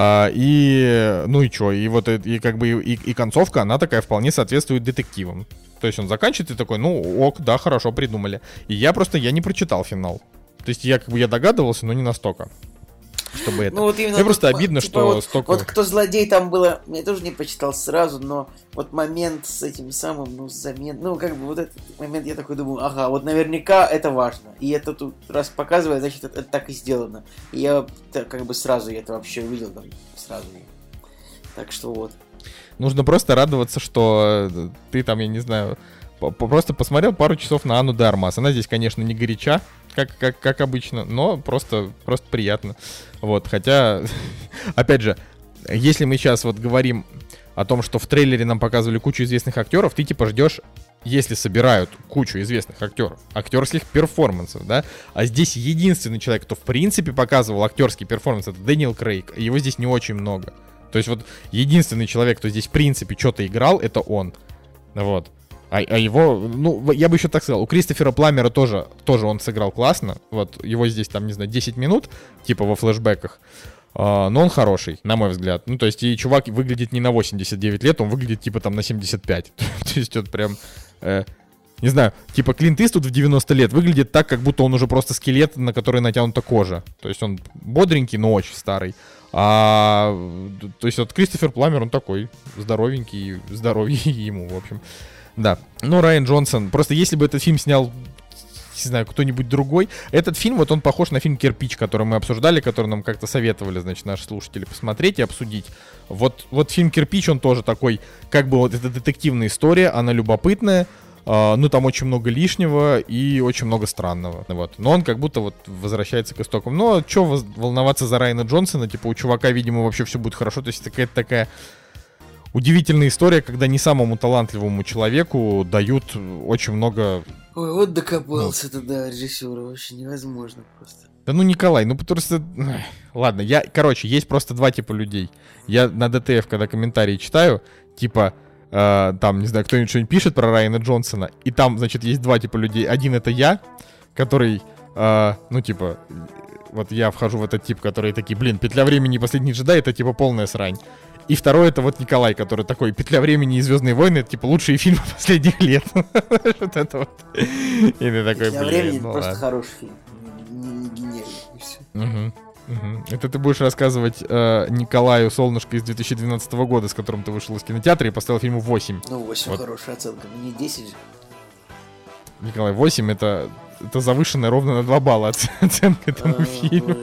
и, ну и что, и вот, и как бы, и концовка, она такая вполне соответствует детективам, то есть он заканчивает и такой, ну, ок, да, хорошо, придумали, и я не прочитал финал, то есть я как бы, я догадывался, но не настолько. чтобы это. Ну, вот именно мне просто обидно, типа, что вот, столько... Вот кто злодей там было, я тоже не почитал сразу, но вот момент с этим самым, ну, замен... Ну, как бы вот этот момент, я такой думаю, ага, вот наверняка это важно. И это тут раз показывает, значит, это так и сделано. И я как бы сразу это вообще увидел, там, сразу. Так что вот. Нужно просто радоваться, что ты там, я не знаю, просто посмотрел пару часов на Анну де Армас. Она здесь, конечно, не горяча, как обычно, но просто приятно. Вот, хотя, опять же, если мы сейчас вот говорим о том, что в трейлере нам показывали кучу известных актеров, ты типа ждешь, если собирают кучу известных актеров, актерских перформансов, да, а здесь единственный человек, кто в принципе показывал актерский перформанс, это Дэниел Крейг, его здесь не очень много. То есть вот единственный человек, кто здесь в принципе что-то играл, это он. Вот. А его, ну, я бы еще так сказал, у Кристофера Пламмера тоже он сыграл классно. Вот его здесь там, не знаю, 10 минут, типа во флешбеках. Но он хороший, на мой взгляд. Ну, то есть и чувак выглядит не на 89 лет, он выглядит типа там на 75. То есть вот прям... Не знаю, типа Клинт Иствуд в 90 лет выглядит так, как будто он уже просто скелет, на который натянута кожа. То есть он бодренький, но очень старый. То есть вот Кристофер Пламмер, он такой здоровенький, здоровье ему, в общем. Да. Ну, Райан Джонсон, просто если бы этот фильм снял, не знаю, кто-нибудь другой. Этот фильм, вот он похож на фильм «Кирпич», который мы обсуждали, который нам как-то советовали, значит, наши слушатели посмотреть и обсудить. Вот фильм «Кирпич», он тоже такой, как бы вот это детективная история, она любопытная. Ну, там очень много лишнего и очень много странного. Вот. Но он как будто вот возвращается к истокам. Но что волноваться за Райана Джонсона? Типа у чувака, видимо, вообще все будет хорошо. То есть какая-то такая удивительная история, когда не самому талантливому человеку дают очень много... Ой, вот докопался до режиссера. Вообще невозможно просто. Да ну, Николай, ну просто... Ладно, есть просто два типа людей. Я на ДТФ, когда комментарии читаю, типа... там, не знаю, кто-нибудь что-нибудь пишет про Райана Джонсона, и там, значит, есть два типа людей. Один — это я, который, ну, типа, вот я вхожу в этот тип, который такие, блин, «Петля времени» и «Последний джедай» — это, типа, полная срань. И второй — это вот Николай, который такой, «Петля времени» и «Звездные войны» — это, типа, лучшие фильмы последних лет. Вот это вот. И ты такой, «Петля времени» — просто хороший фильм. Не генеральный, и все. Это ты будешь рассказывать Николаю «Солнышко» из 2012 года, с которым ты вышел из кинотеатра и поставил фильму 8. Ну, 8 вот. Хорошая оценка, не 10 же. Николай, 8 это завышенная ровно на 2 балла оценка этому фильму.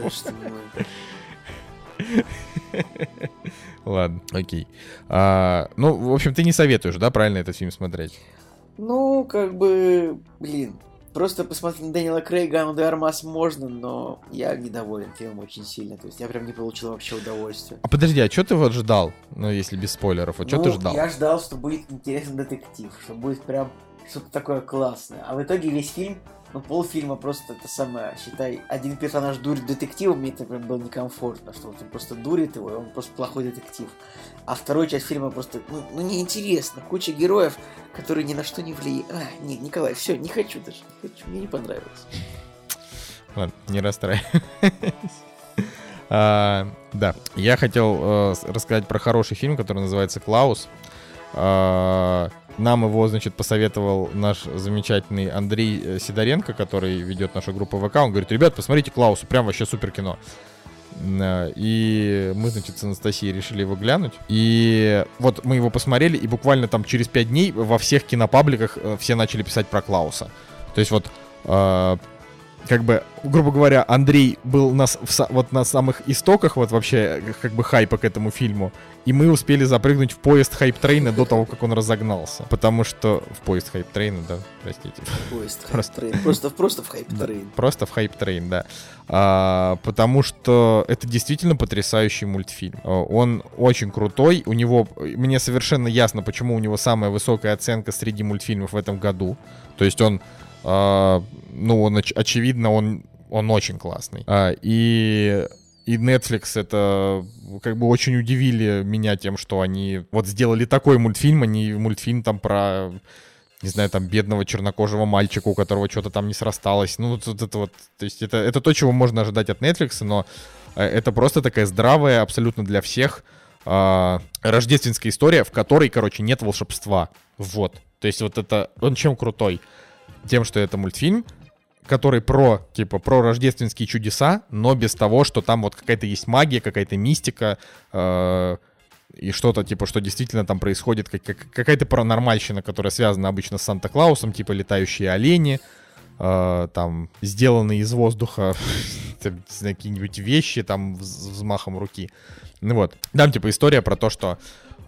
Ладно, окей. Ну, в общем, ты не советуешь, да, правильно этот фильм смотреть? Ну, как бы, блин. Просто посмотреть на Дэниела Крейга, Анну де Армас можно, но я недоволен фильмом очень сильно. То есть я прям не получил вообще удовольствия. А подожди, а что ты вот ждал? Ну, если без спойлеров, вот что ты ждал? Я ждал, что будет интересный детектив, что будет прям что-то такое классное. А в итоге весь фильм, ну, полфильма просто это самое, считай, один персонаж дурит детектива, мне это прям было некомфортно, что он просто дурит его, и он просто плохой детектив. А вторую часть фильма просто, ну неинтересно. Куча героев, которые ни на что не влияют. Нет, Николай, все, не хочу даже. Не хочу, мне не понравилось. Ладно, не расстраивайся. Да, я хотел рассказать про хороший фильм, который называется «Клаус». Нам его, значит, посоветовал наш замечательный Андрей Сидоренко, который ведет нашу группу ВК. Он говорит: ребят, посмотрите «Клаусу», прям вообще супер кино. И мы, значит, с Анастасией решили его глянуть. И вот мы его посмотрели, и буквально там через 5 дней во всех кинопабликах все начали писать про Клауса. То есть вот... как бы, грубо говоря, Андрей был вот на самых истоках вот вообще как бы хайпа к этому фильму, и мы успели запрыгнуть в поезд хайп-трейна до того, как он разогнался. Потому что... В поезд хайп-трейна, да, простите. Поезд хайп-трейн. Просто в хайп-трейн. Да, просто в хайп-трейн, да. Потому что это действительно потрясающий мультфильм. Он очень крутой. У него... Мне совершенно ясно, почему у него самая высокая оценка среди мультфильмов в этом году. То есть он... ну, он, очевидно, он очень классный. И Netflix это как бы очень удивили меня тем, что они вот сделали такой мультфильм, а не мультфильм там про, не знаю, там бедного чернокожего мальчика, у которого что-то там не срасталось. Ну, вот это вот, то есть это то, чего можно ожидать от Netflix, но это просто такая здравая, абсолютно для всех рождественская история, в которой, короче, нет волшебства. Вот. То есть вот это, он чем крутой? Тем, что это мультфильм, который про рождественские чудеса, но без того, что там вот какая-то есть магия, какая-то мистика, и что-то, типа, что действительно там происходит, какая-то паранормальщина, которая связана обычно с Санта-Клаусом, типа летающие олени, там, сделанные из воздуха, какие-нибудь вещи, там, взмахом руки. Ну вот. Там, типа, история про то, что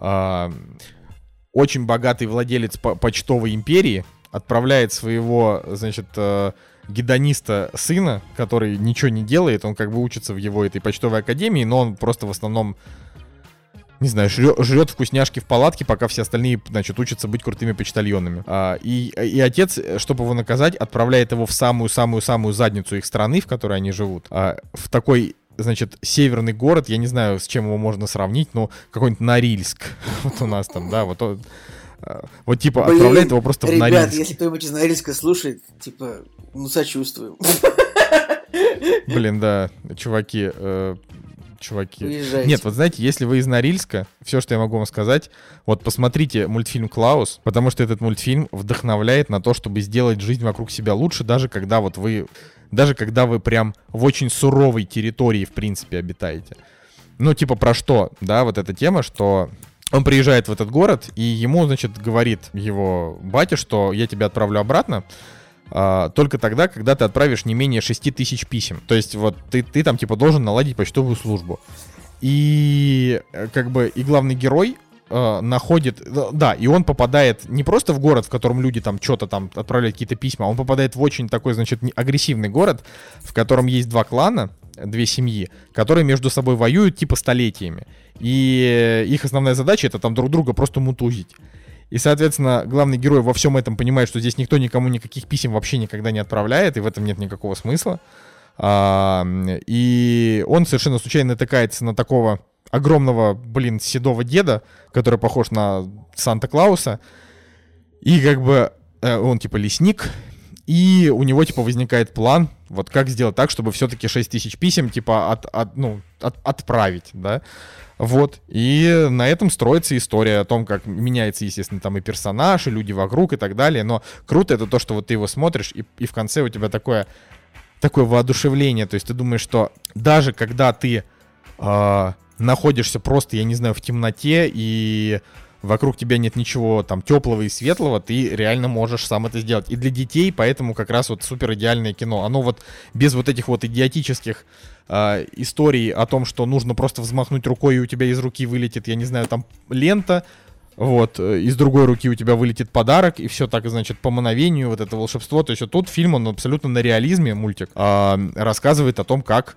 очень богатый владелец почтовой империи отправляет своего, значит, гедониста сына, который ничего не делает, он как бы учится в его этой почтовой академии, но он просто в основном, не знаю, жрет вкусняшки в палатке, пока все остальные, значит, учатся быть крутыми почтальонами. И отец, чтобы его наказать, отправляет его в самую-самую-самую задницу их страны, в которой они живут, в такой, значит, северный город, я не знаю, с чем его можно сравнить, но какой-нибудь Норильск. Вот у нас там, да, вот типа, блин, отправляет его просто в Норильск. Ребят, если кто-нибудь из Норильска слушает, типа, сочувствуем. Блин, да, чуваки. Уезжайте. Нет, вот знаете, если вы из Норильска, все, что я могу вам сказать, вот посмотрите мультфильм «Клаус», потому что этот мультфильм вдохновляет на то, чтобы сделать жизнь вокруг себя лучше, даже когда вы прям в очень суровой территории, в принципе, обитаете. Ну, типа, про что, да, вот эта тема, что он приезжает в этот город, и ему, значит, говорит его батя, что я тебя отправлю обратно, только тогда, когда ты отправишь не менее 6000 писем. То есть вот ты там типа должен наладить почтовую службу. И как бы и главный герой находит... Да, и он попадает не просто в город, в котором люди там что-то там отправляют какие-то письма, он попадает в очень такой, значит, агрессивный город, в котором есть 2 клана, 2 семьи, которые между собой воюют типа столетиями. И их основная задача — это там друг друга просто мутузить. И, соответственно, главный герой во всем этом понимает, что здесь никто никому никаких писем вообще никогда не отправляет, и в этом нет никакого смысла. И он совершенно случайно натыкается на такого огромного, седого деда, который похож на Санта-Клауса. И как бы он типа лесник, и у него типа возникает план, вот как сделать так, чтобы все-таки 6000 писем типа отправить, да. Вот, и на этом строится история о том, как меняется, естественно, там и персонаж, и люди вокруг, и так далее, но круто это то, что вот ты его смотришь, и в конце у тебя такое воодушевление, то есть ты думаешь, что даже когда ты находишься просто, я не знаю, в темноте, и вокруг тебя нет ничего там теплого и светлого, ты реально можешь сам это сделать. И для детей, поэтому как раз вот супер идеальное кино. Оно вот без вот этих вот идиотических историй о том, что нужно просто взмахнуть рукой, и у тебя из руки вылетит, я не знаю, там лента, вот, из другой руки у тебя вылетит подарок, и все так, значит, по мановению, вот это волшебство. То есть вот тут фильм, он абсолютно на реализме, мультик, рассказывает о том, как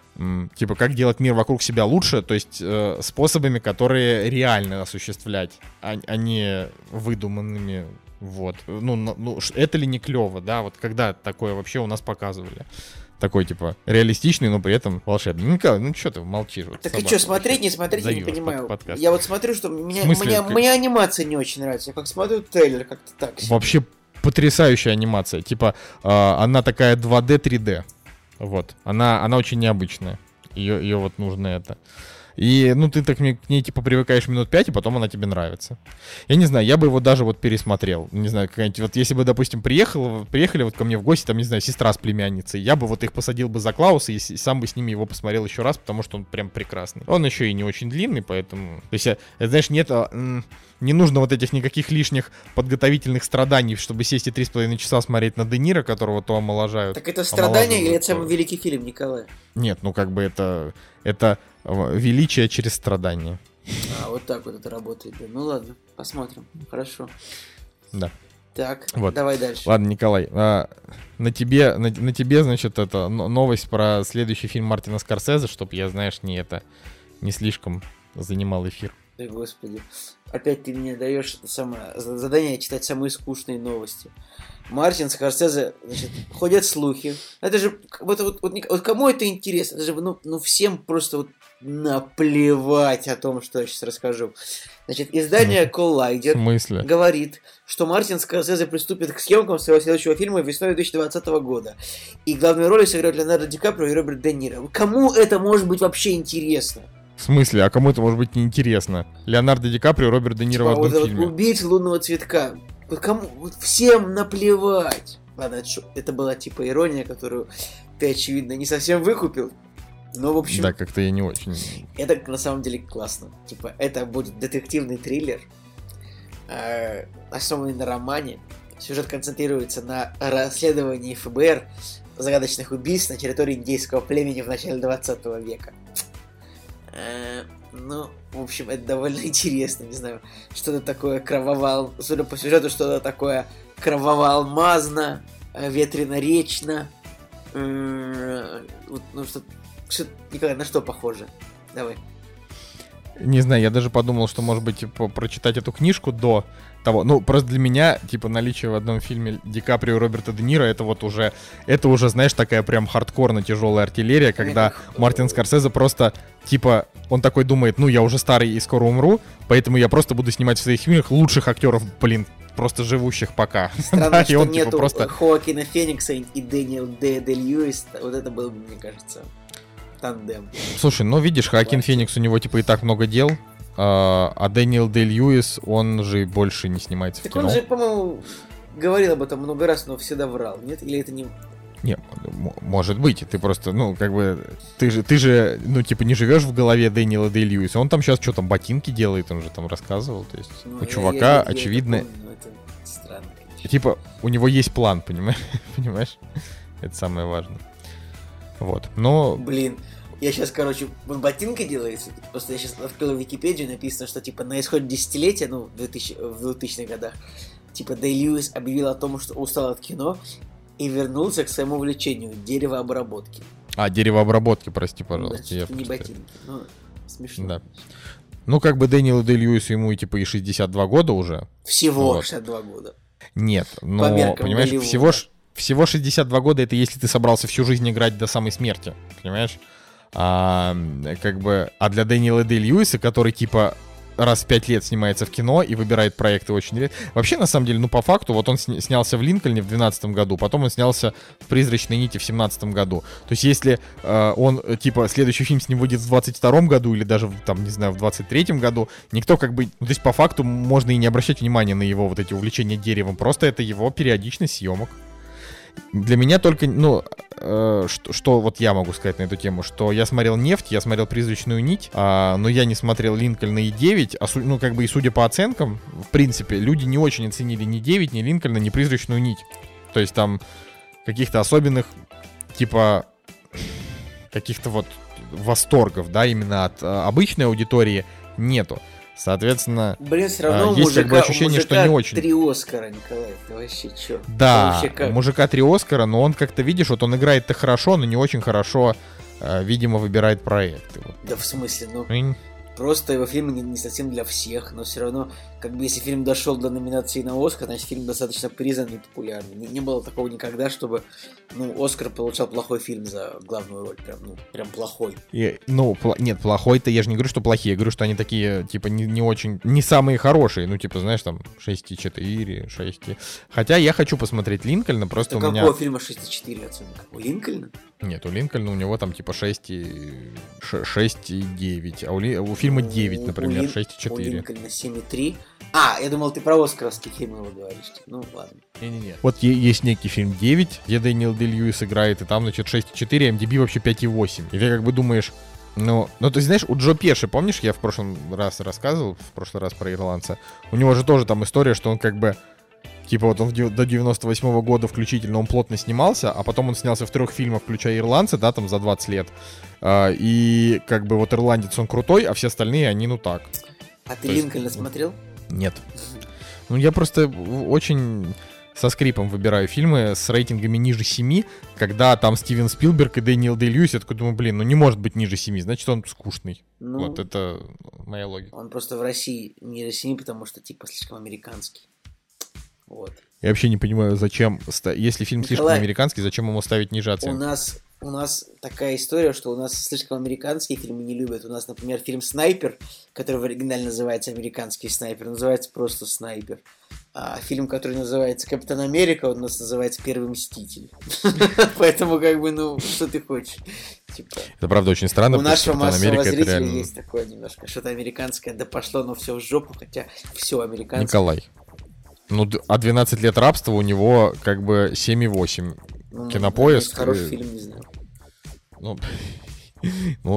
делать мир вокруг себя лучше, то есть способами, которые реально осуществлять, а не выдуманными, вот. Ну, это ли не клево, да, вот когда такое вообще у нас показывали? Такой, типа, реалистичный, но при этом волшебный. Николай, ну что ты молчишь? Вот, так и что, смотреть, не смотреть, я не понимаю. Я вот смотрю, что мне анимация не очень нравится. Я как смотрю трейлер, как-то так. Вообще потрясающая анимация. Типа, она такая 2D, 3D. Вот. Она очень необычная. Ее вот нужно это. И, ну, ты так к ней, типа, привыкаешь минут 5, и потом она тебе нравится. Я не знаю, я бы его даже вот пересмотрел. Не знаю, какая-нибудь, вот если бы, допустим, приехали вот ко мне в гости, там, не знаю, сестра с племянницей, я бы вот их посадил бы за Клауса и сам бы с ними его посмотрел еще раз, потому что он прям прекрасный. Он еще и не очень длинный, поэтому... То есть, знаешь, не нужно вот этих никаких лишних подготовительных страданий, чтобы сесть и 3,5 часа смотреть на Де Ниро, которого то омоложают. Так это страдание или это самый великий фильм, Николай? Нет, ну как бы это величие через страдания. Вот так вот это работает. Да. Ну ладно, посмотрим. Хорошо. Да. Так, вот. Давай дальше. Ладно, Николай, на тебе, значит, это новость про следующий фильм Мартина Скорсезе, чтобы я, знаешь, не слишком занимал эфир. Да, господи. Опять ты мне даешь задание читать самые скучные новости. Мартин Скорсезе, значит, ходят слухи. Это же, вот кому это интересно? Это же, ну всем просто вот наплевать о том, что я сейчас расскажу. Значит, издание Collider говорит, что Мартин Скорсезе приступит к съемкам своего следующего фильма весной 2020 года. И главные роли сыграют Леонардо Ди Каприо и Роберт Де Ниро. Кому это может быть вообще интересно? В смысле? А кому это может быть неинтересно? Леонардо Ди Каприо, Роберт Де Ниро в одном фильме. «Убийца лунного цветка». Вот кому? Вот всем наплевать. Ладно, это была типа ирония, которую ты, очевидно, не совсем выкупил. Но, в общем... Да, как-то я не очень... Это на самом деле классно. Типа, это будет детективный триллер, основанный на романе. Сюжет концентрируется на расследовании ФБР загадочных убийств на территории индейского племени в начале 20 века. Ну, в общем, это довольно интересно, не знаю, что-то такое судя по сюжету, что-то такое кроваво-алмазно, ветрено-речно. Ну, что Николай, на что похоже? Давай. Не знаю, я даже подумал, что, может быть, прочитать эту книжку до того. Ну, просто для меня, типа, наличие в одном фильме Ди Каприо и Роберта Де Ниро, это уже, знаешь, такая прям хардкорно тяжелая артиллерия, когда Мартин Скорсезе просто, типа, он такой думает, ну, я уже старый и скоро умру, поэтому я просто буду снимать в своих фильмах лучших актеров, блин, просто живущих пока. Странно, что нету Хоакина Феникса и Дэниел Дэ Льюис, вот это было бы, мне кажется... Тандем. Слушай, ну видишь, Хоакин Феникс, у него типа и так много дел, а Дэниел Дэ Льюис, он же больше не снимается в кино. Он же, по-моему, говорил об этом много раз, но всегда врал, нет? Или это не... Не, может быть, ты просто, ну, как бы, ты же, ну, типа, не живешь в голове Дэниела Дэ Льюиса, он там сейчас что там, ботинки делает, он же там рассказывал, то есть у чувака, очевидно... Это помню, это странно, конечно. Типа, у него есть план, понимаешь? Это самое важное. Вот, но... Блин, я сейчас, короче, он ботинка делает, просто я сейчас открыл Википедию, написано, что, типа, на исходе десятилетия, ну, в 2000-х годах, типа, Дэй Льюис объявил о том, что устал от кино и вернулся к своему увлечению — деревообработке. Деревообработки, прости, пожалуйста. Да, не ботинки, ну, смешно. Да. Ну, как бы Дэниелу Дэ Льюису ему и, типа, и 62 года уже. Всего 62 года. Нет, но, понимаешь, всего 62 года — это если ты собрался всю жизнь играть до самой смерти, понимаешь? А для Дэниела Дэ Льюиса, который, типа, раз в 5 лет снимается в кино и выбирает проекты очень редко. Вообще, на самом деле, ну, по факту, вот он снялся в «Линкольне» в 2012 году, потом он снялся в «Призрачной нити» в 2017 году. То есть, если он, типа, следующий фильм с ним выйдет в 2022 году или даже, там, не знаю, в 2023 году, никто как бы... Ну, то есть, по факту, можно и не обращать внимания на его вот эти увлечения деревом, просто это его периодичность съемок. Для меня только, ну, что вот я могу сказать на эту тему, что я смотрел «Нефть», я смотрел «Призрачную нить», но я не смотрел «Линкольна» и «9», ну, как бы и судя по оценкам, в принципе, люди не очень оценили ни «9», ни «Линкольна», ни «Призрачную нить». То есть там каких-то особенных, типа, каких-то вот восторгов, да, именно от обычной аудитории нету. Соответственно, блин, все равно есть как бы ощущение, что не очень. 3 Оскара, Николай, ты вообще чё? Да, у мужика 3 Оскара, но он как-то, видишь, вот он играет-то хорошо, но не очень хорошо, видимо, выбирает проекты. Вот. Да в смысле, ну... Просто его фильмы не совсем для всех, но все равно, как бы, если фильм дошел до номинации на Оскар, значит, фильм достаточно признанный и популярный. Не было такого никогда, чтобы, ну, Оскар получал плохой фильм за главную роль, прям плохой. Нет, плохой-то, я же не говорю, что плохие, я говорю, что они такие, типа, не очень, не самые хорошие, ну, типа, знаешь, там, 6,4, 6. Хотя я хочу посмотреть «Линкольна», просто это у меня... какого фильма 6,4 оценка? У «Линкольна»? Нет, у «Линкольна» у него там, типа, 6,9, а у фильма 9, например, 6,4. У «Линкольна» 7,3. Я думал, ты про оскаровский фильм его говоришь. Ну, ладно. Не-не-не. Вот есть некий фильм 9, где Дэниел Дэ Льюис играет, и там, значит, 6,4, а MDB вообще 5,8. И ты как бы думаешь, ну, ты знаешь, у Джо Пеши, помнишь, я в прошлый раз рассказывал про ирландца? У него же тоже там история, что он как бы, типа вот он до 98 года включительно он плотно снимался, а потом он снялся в 3 фильмах, включая «Ирландца», да, там за 20 лет. И как бы вот «Ирландец» он крутой, а все остальные, они ну так. А ты «Линкольна» смотрел? Нет. Ну, я просто очень со скрипом выбираю фильмы с рейтингами ниже 7, когда там Стивен Спилберг и Дэниел Дэ Льюис, я такой думаю, блин, ну не может быть ниже 7, значит он скучный. Ну, вот это моя логика. Он просто в России ниже 7, потому что типа слишком американский. Вот. Я вообще не понимаю, зачем, если фильм слишком американский, зачем ему ставить ниже оценки? У нас такая история, что у нас слишком американские фильмы не любят. У нас, например, фильм «Снайпер», который в оригинале называется «Американский снайпер», называется просто «Снайпер». А фильм, который называется «Капитан Америка», он у нас называется «Первый мститель». Поэтому, как бы, ну, что ты хочешь? Это правда очень странно, потому что «Капитан Америка» это реально... У нашего массового зрителя есть такое немножко, что-то американское, да пошло, но все в жопу, хотя все американское. Николай. Ну, а 12 лет рабства у него как бы 7,8. Ну, Кинопоиск. есть хороший фильм, не знаю. Ну,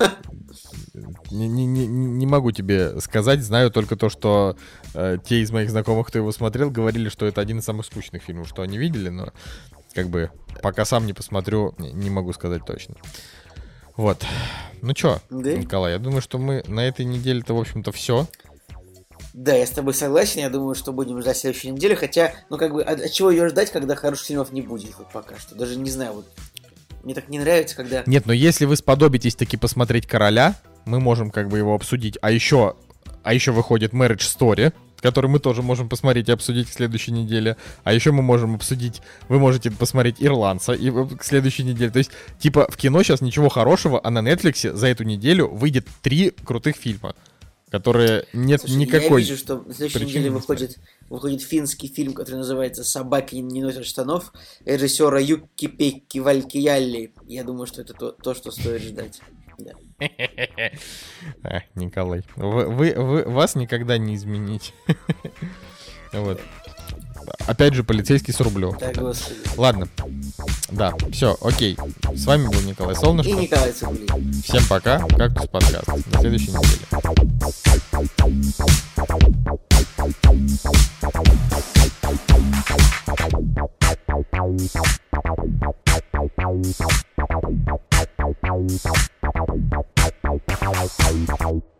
не могу тебе сказать. Знаю только то, что те из моих знакомых, кто его смотрел, говорили, что это один из самых скучных фильмов, что они видели, но как бы пока сам не посмотрю, не могу сказать точно. Вот. Ну чё, Да? Николай, я думаю, что мы на этой неделе-то, в общем-то, все. Да, я с тобой согласен, я думаю, что будем ждать следующей недели, хотя, ну как бы, от чего ее ждать, когда хороших фильмов не будет, вот пока что, даже не знаю, вот, мне так не нравится, когда... Нет, но если вы сподобитесь таки посмотреть «Короля», мы можем как бы его обсудить, а еще выходит Marriage Story, который мы тоже можем посмотреть и обсудить к следующей неделе, а еще мы можем обсудить, вы можете посмотреть «Ирландца» и к следующей неделе, то есть, типа, в кино сейчас ничего хорошего, а на Netflix за эту неделю выйдет 3 крутых фильма, которые нет. Слушай, никакой... Я вижу, что на следующей неделе выходит финский фильм, который называется «Собаки не носят штанов», режиссера Юкки-Пекки Валькиялли. Я думаю, что это то, что стоит ждать. Да. Николай, вас никогда не изменить. Вот. Опять же, полицейский с Рублев. Да, господи. Ладно. Да, все, окей. С вами был Николай Солнышко. И Николай Цибулин. Всем пока. Кактус подкаст. До следующей недели. Out.